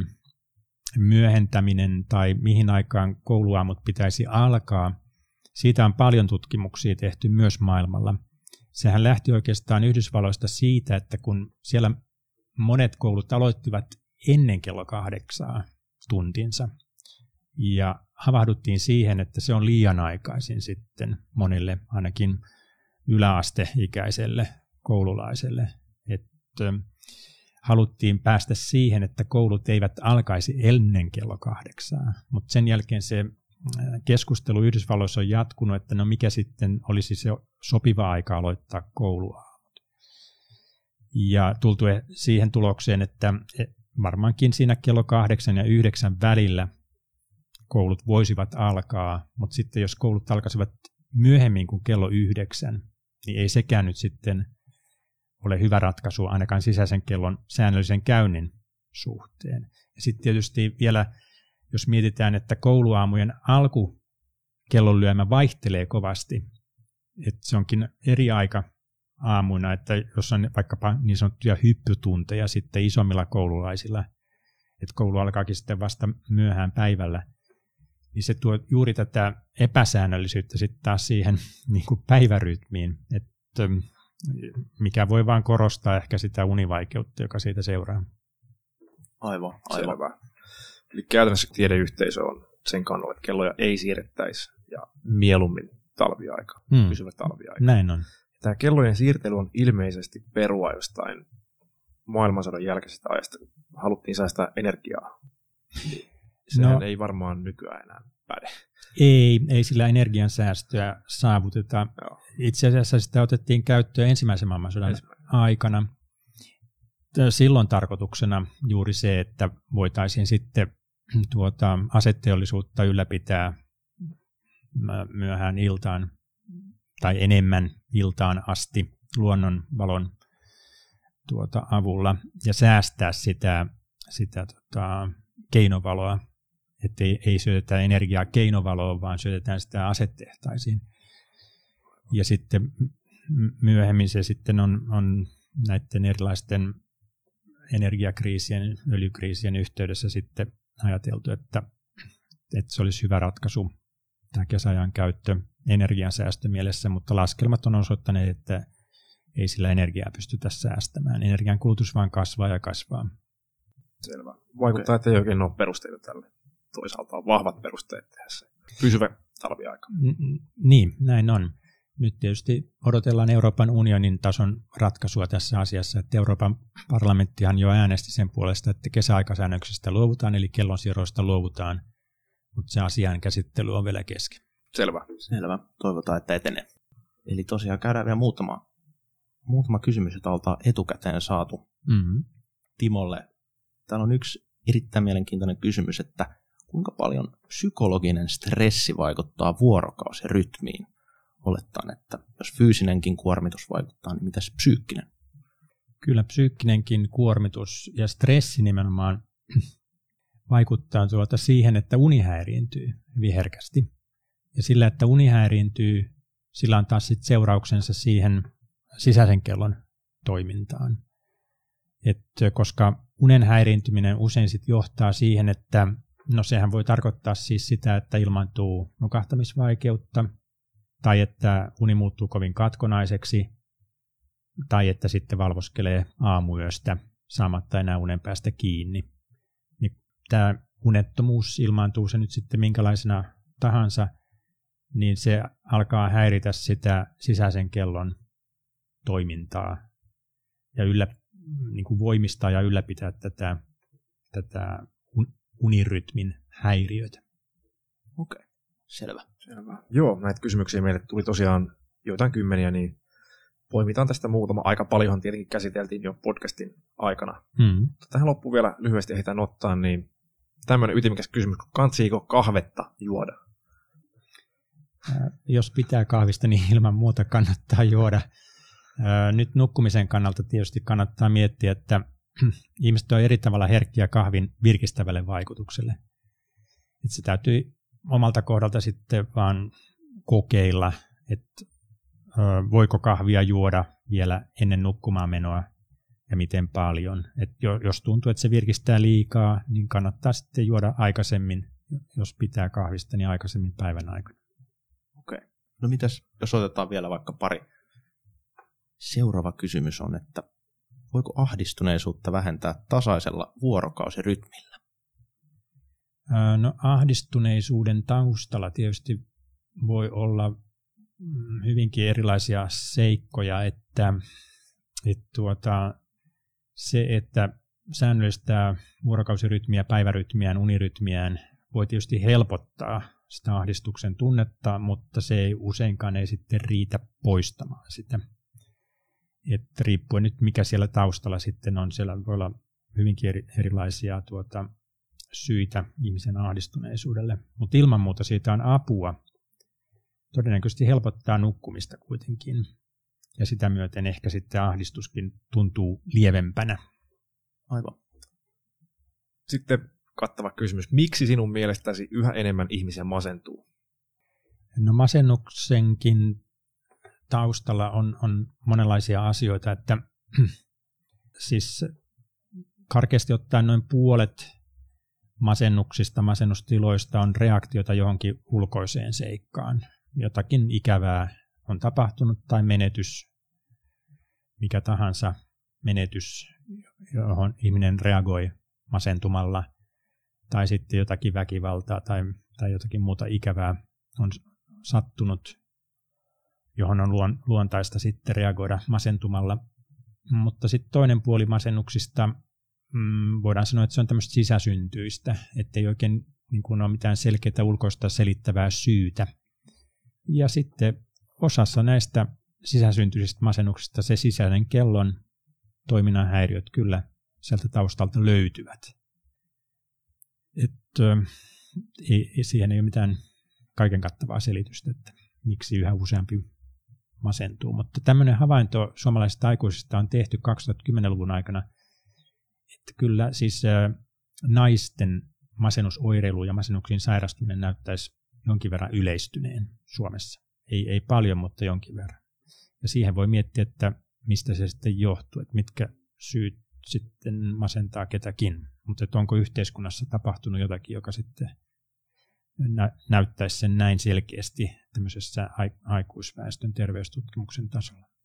myöhentäminen tai mihin aikaan kouluaamut pitäisi alkaa, siitä on paljon tutkimuksia tehty myös maailmalla. Sehän lähti oikeastaan Yhdysvalloista siitä, että kun siellä monet koulut aloittivat ennen kello kahdeksaa tuntinsa, ja havahduttiin siihen, että se on liian aikaisin sitten monille, ainakin yläasteikäiselle koululaiselle. Että haluttiin päästä siihen, että koulut eivät alkaisi ennen kello kahdeksaa, mutta sen jälkeen se keskustelu Yhdysvalloissa on jatkunut, että no mikä sitten olisi se sopiva aika aloittaa kouluaamut. Ja tultu siihen tulokseen, että varmaankin siinä kello kahdeksan ja yhdeksän välillä koulut voisivat alkaa, mutta sitten jos koulut alkaisivat myöhemmin kuin kello yhdeksän, niin ei sekään nyt sitten ole hyvä ratkaisu ainakaan sisäisen kellon säännöllisen käynnin suhteen. Ja sitten tietysti vielä, jos mietitään, että kouluaamujen alku kellonlyömä vaihtelee kovasti, että se onkin eri aika aamuina, että jos on vaikkapa niin sanottuja hyppytunteja sitten isommilla koululaisilla, että koulu alkaakin sitten vasta myöhään päivällä, niin se tuo juuri tätä epäsäännöllisyyttä sitten taas siihen niin kuin päivärytmiin, että mikä voi vaan korostaa ehkä sitä univaikeutta, joka siitä seuraa. Aivan, aivan. Selvä. Eli käytännössä tiedeyhteisö on sen kannalla, että kelloja ei siirrettäisi ja mieluummin talviaika, hmm. pysyvä talviaika. Näin on. Tämä kellojen siirtely on ilmeisesti perua jostain maailmansodan jälkeisestä ajasta. Haluttiin säästää energiaa. Sehän no, ei varmaan nykyään enää päde. Ei, ei sillä energiansäästöä saavuteta. Joo. Itse asiassa sitä otettiin käyttöön ensimmäisen maailmansodan Ensimmäinen. aikana. Silloin tarkoituksena juuri se, että voitaisiin sitten tuota aseteollisuutta ylläpitää myöhään iltaan tai enemmän iltaan asti luonnonvalon tuota avulla ja säästää sitä, sitä tota, keinovaloa, että ei, ei syötetä energiaa keinovaloon, vaan syötetään sitä asetehtaisiin. Ja sitten myöhemmin se sitten on, on näiden erilaisten energiakriisien, öljykriisien yhteydessä sitten ajateltu, että, että se olisi hyvä ratkaisu tämä kesäajan käyttö energiansäästömielessä, mutta laskelmat on osoittaneet, että ei sillä energiaa pystytä säästämään. Energian kulutus vaan kasvaa ja kasvaa. Selvä. Vaikuttaa, että ei oikein ole perusteita tälle. Toisaalta on vahvat perusteet tehdä se pysyvä talviaika. N- niin, näin on. Nyt tietysti odotellaan Euroopan unionin tason ratkaisua tässä asiassa, että Euroopan parlamenttihan jo äänesti sen puolesta, että kesäaikasäännöksistä luovutaan, eli kellonsiirroista luovutaan, mutta se asian käsittely on vielä kesken. Selvä. Selvä. Toivotaan, että etenee. Eli tosiaan käydään vielä muutama, muutama kysymys, jota oltaan etukäteen saatu Mm-hmm. Timolle. Täällä on yksi erittäin mielenkiintoinen kysymys, että kuinka paljon psykologinen stressi vaikuttaa vuorokausirytmiin? Olettaen, että jos fyysinenkin kuormitus vaikuttaa, niin mitäs psyykkinen? Kyllä psyykkinenkin kuormitus ja stressi nimenomaan vaikuttaa tuota siihen, että uni häiriintyy hyvin herkästi. Ja sillä, että uni häiriintyy, sillä on taas sit seurauksensa siihen sisäisen kellon toimintaan. Et koska unen häiriintyminen usein sit johtaa siihen, että no sehän voi tarkoittaa siis sitä, että ilmaantuu nukahtamisvaikeutta, tai että uni muuttuu kovin katkonaiseksi, tai että sitten valvoskelee aamuyöstä saamatta enää unen päästä kiinni. Niin tämä unettomuus, ilmaantuu se nyt sitten minkälaisena tahansa, niin se alkaa häiritä sitä sisäisen kellon toimintaa ja yllä, niin kuin voimistaa ja ylläpitää tätä, tätä unirytmin häiriötä. Okei, okay. Selvä. Selvä. Joo, näitä kysymyksiä meille tuli tosiaan joitain kymmeniä, niin poimitaan tästä muutama. Aika paljonhan tietenkin käsiteltiin jo podcastin aikana. Mm. Tähän loppuun vielä lyhyesti ehditään ottaa, niin tämmöinen ytimikäs kysymys, kansiiko kahvetta juoda? Ää, jos pitää kahvista, niin ilman muuta kannattaa juoda. Ää, nyt nukkumisen kannalta tietysti kannattaa miettiä, että ihmiset on eri tavalla herkkiä kahvin virkistävälle vaikutukselle. Et se täytyy omalta kohdalta sitten vaan kokeilla, että ö, voiko kahvia juoda vielä ennen nukkumaan menoa ja miten paljon. Et jos tuntuu, että se virkistää liikaa, niin kannattaa sitten juoda aikaisemmin, jos pitää kahvista, niin aikaisemmin päivän aikana. Okei. No mitäs, jos otetaan vielä vaikka pari. Seuraava kysymys on, että voiko ahdistuneisuutta vähentää tasaisella vuorokausirytmillä? No ahdistuneisuuden taustalla tietysti voi olla hyvinkin erilaisia seikkoja, että, että tuota, se, että säännöllistää vuorokausirytmiä, päivärytmiään, unirytmiään voi tietysti helpottaa sitä ahdistuksen tunnetta, mutta se ei useinkaan ei sitten riitä poistamaan sitä. Että riippuen nyt mikä siellä taustalla sitten on, siellä voi olla hyvinkin eri, erilaisia tuota, syitä ihmisen ahdistuneisuudelle, mutta ilman muuta siitä on apua. Todennäköisesti helpottaa nukkumista kuitenkin, ja sitä myöten ehkä sitten ahdistuskin tuntuu lievempänä. Aivan. Sitten kattava kysymys. Miksi sinun mielestäsi yhä enemmän ihmisiä masentuu? No masennuksenkin taustalla on, on monenlaisia asioita, että siis karkeasti ottaen noin puolet masennuksista, masennustiloista on reaktiota johonkin ulkoiseen seikkaan. Jotakin ikävää on tapahtunut tai menetys, mikä tahansa menetys, johon ihminen reagoi masentumalla, tai sitten jotakin väkivaltaa tai, tai jotakin muuta ikävää on sattunut, johon on luon, luontaista sitten reagoida masentumalla. Mutta sitten toinen puoli masennuksista, mm, voidaan sanoa, että se on tämmöistä sisäsyntyistä, ettei oikein niin kuin ole mitään selkeää ulkoista selittävää syytä. Ja sitten osassa näistä sisäsyntyisistä masennuksista se sisäinen kellon toiminnan häiriöt kyllä sieltä taustalta löytyvät. Että ei, siihen ei ole mitään kaiken kattavaa selitystä, että miksi yhä useampi masentuu. Mutta tämmöinen havainto suomalaisista aikuisista on tehty kaksituhattakymmenluvun aikana, että kyllä siis naisten masennusoireilu ja masennuksiin sairastuminen näyttäisi jonkin verran yleistyneen Suomessa. Ei, ei paljon, mutta jonkin verran. Ja siihen voi miettiä, että mistä se sitten johtuu, että mitkä syyt sitten masentaa ketäkin. Mutta että onko yhteiskunnassa tapahtunut jotakin, joka sitten nä- näyttäisi sen näin selkeästi tämmöisessä aikuisväestön terveystutkimuksen tasolla.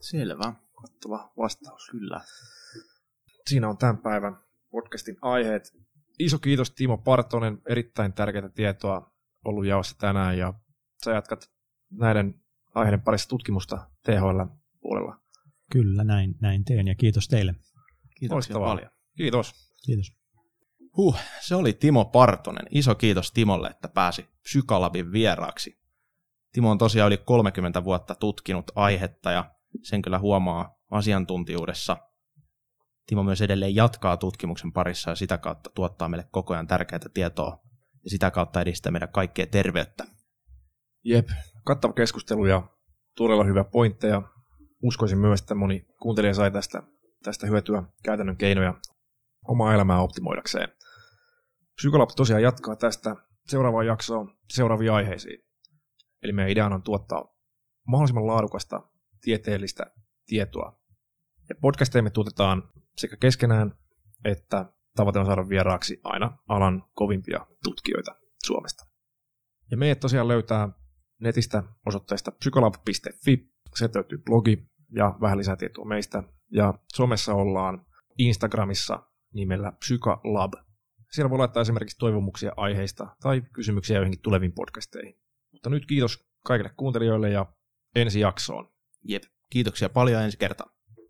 Selvä. Kattava vastaus. Kyllä. Siinä on tämän päivän podcastin aiheet. Iso kiitos Timo Partonen, erittäin tärkeää tietoa ollut jaossa tänään, ja sä jatkat näiden aiheiden parissa tutkimusta T H L-puolella. Kyllä, näin, näin teen, ja kiitos teille. Kiitoksia paljon. Kiitos. Kiitos. Huh, se oli Timo Partonen. Iso kiitos Timolle, että pääsi Psykalabin vieraaksi. Timo on tosiaan yli kolmekymmentä vuotta tutkinut aihetta, ja sen kyllä huomaa asiantuntijuudessa. Timo myös edelleen jatkaa tutkimuksen parissa ja sitä kautta tuottaa meille koko ajan tärkeää tietoa ja sitä kautta edistää meidän kaikkien terveyttä. Jep, kattava keskustelu ja todella hyvä pointteja. Uskoisin myös, että moni kuuntelija sai tästä, tästä hyötyä käytännön keinoja omaa elämää optimoidakseen. Psykolab tosiaan jatkaa tästä seuraavaa jaksoa seuraaviin aiheisiin. Eli meidän ideana on tuottaa mahdollisimman laadukasta tieteellistä tietoa. Ja podcasteemme tuotetaan sekä keskenään, että tavoite on saada vieraaksi aina alan kovimpia tutkijoita Suomesta. Ja meidät tosiaan löytää netistä osoitteesta psykolab piste fi, se löytyy blogi ja vähän lisää tietoa meistä. Ja Suomessa ollaan Instagramissa nimellä Psykalab. Siellä voi laittaa esimerkiksi toivomuksia aiheista tai kysymyksiä joihinkin tuleviin podcasteihin. Mutta nyt kiitos kaikille kuuntelijoille ja ensi jaksoon. Jep, kiitoksia paljon ensi kertaan.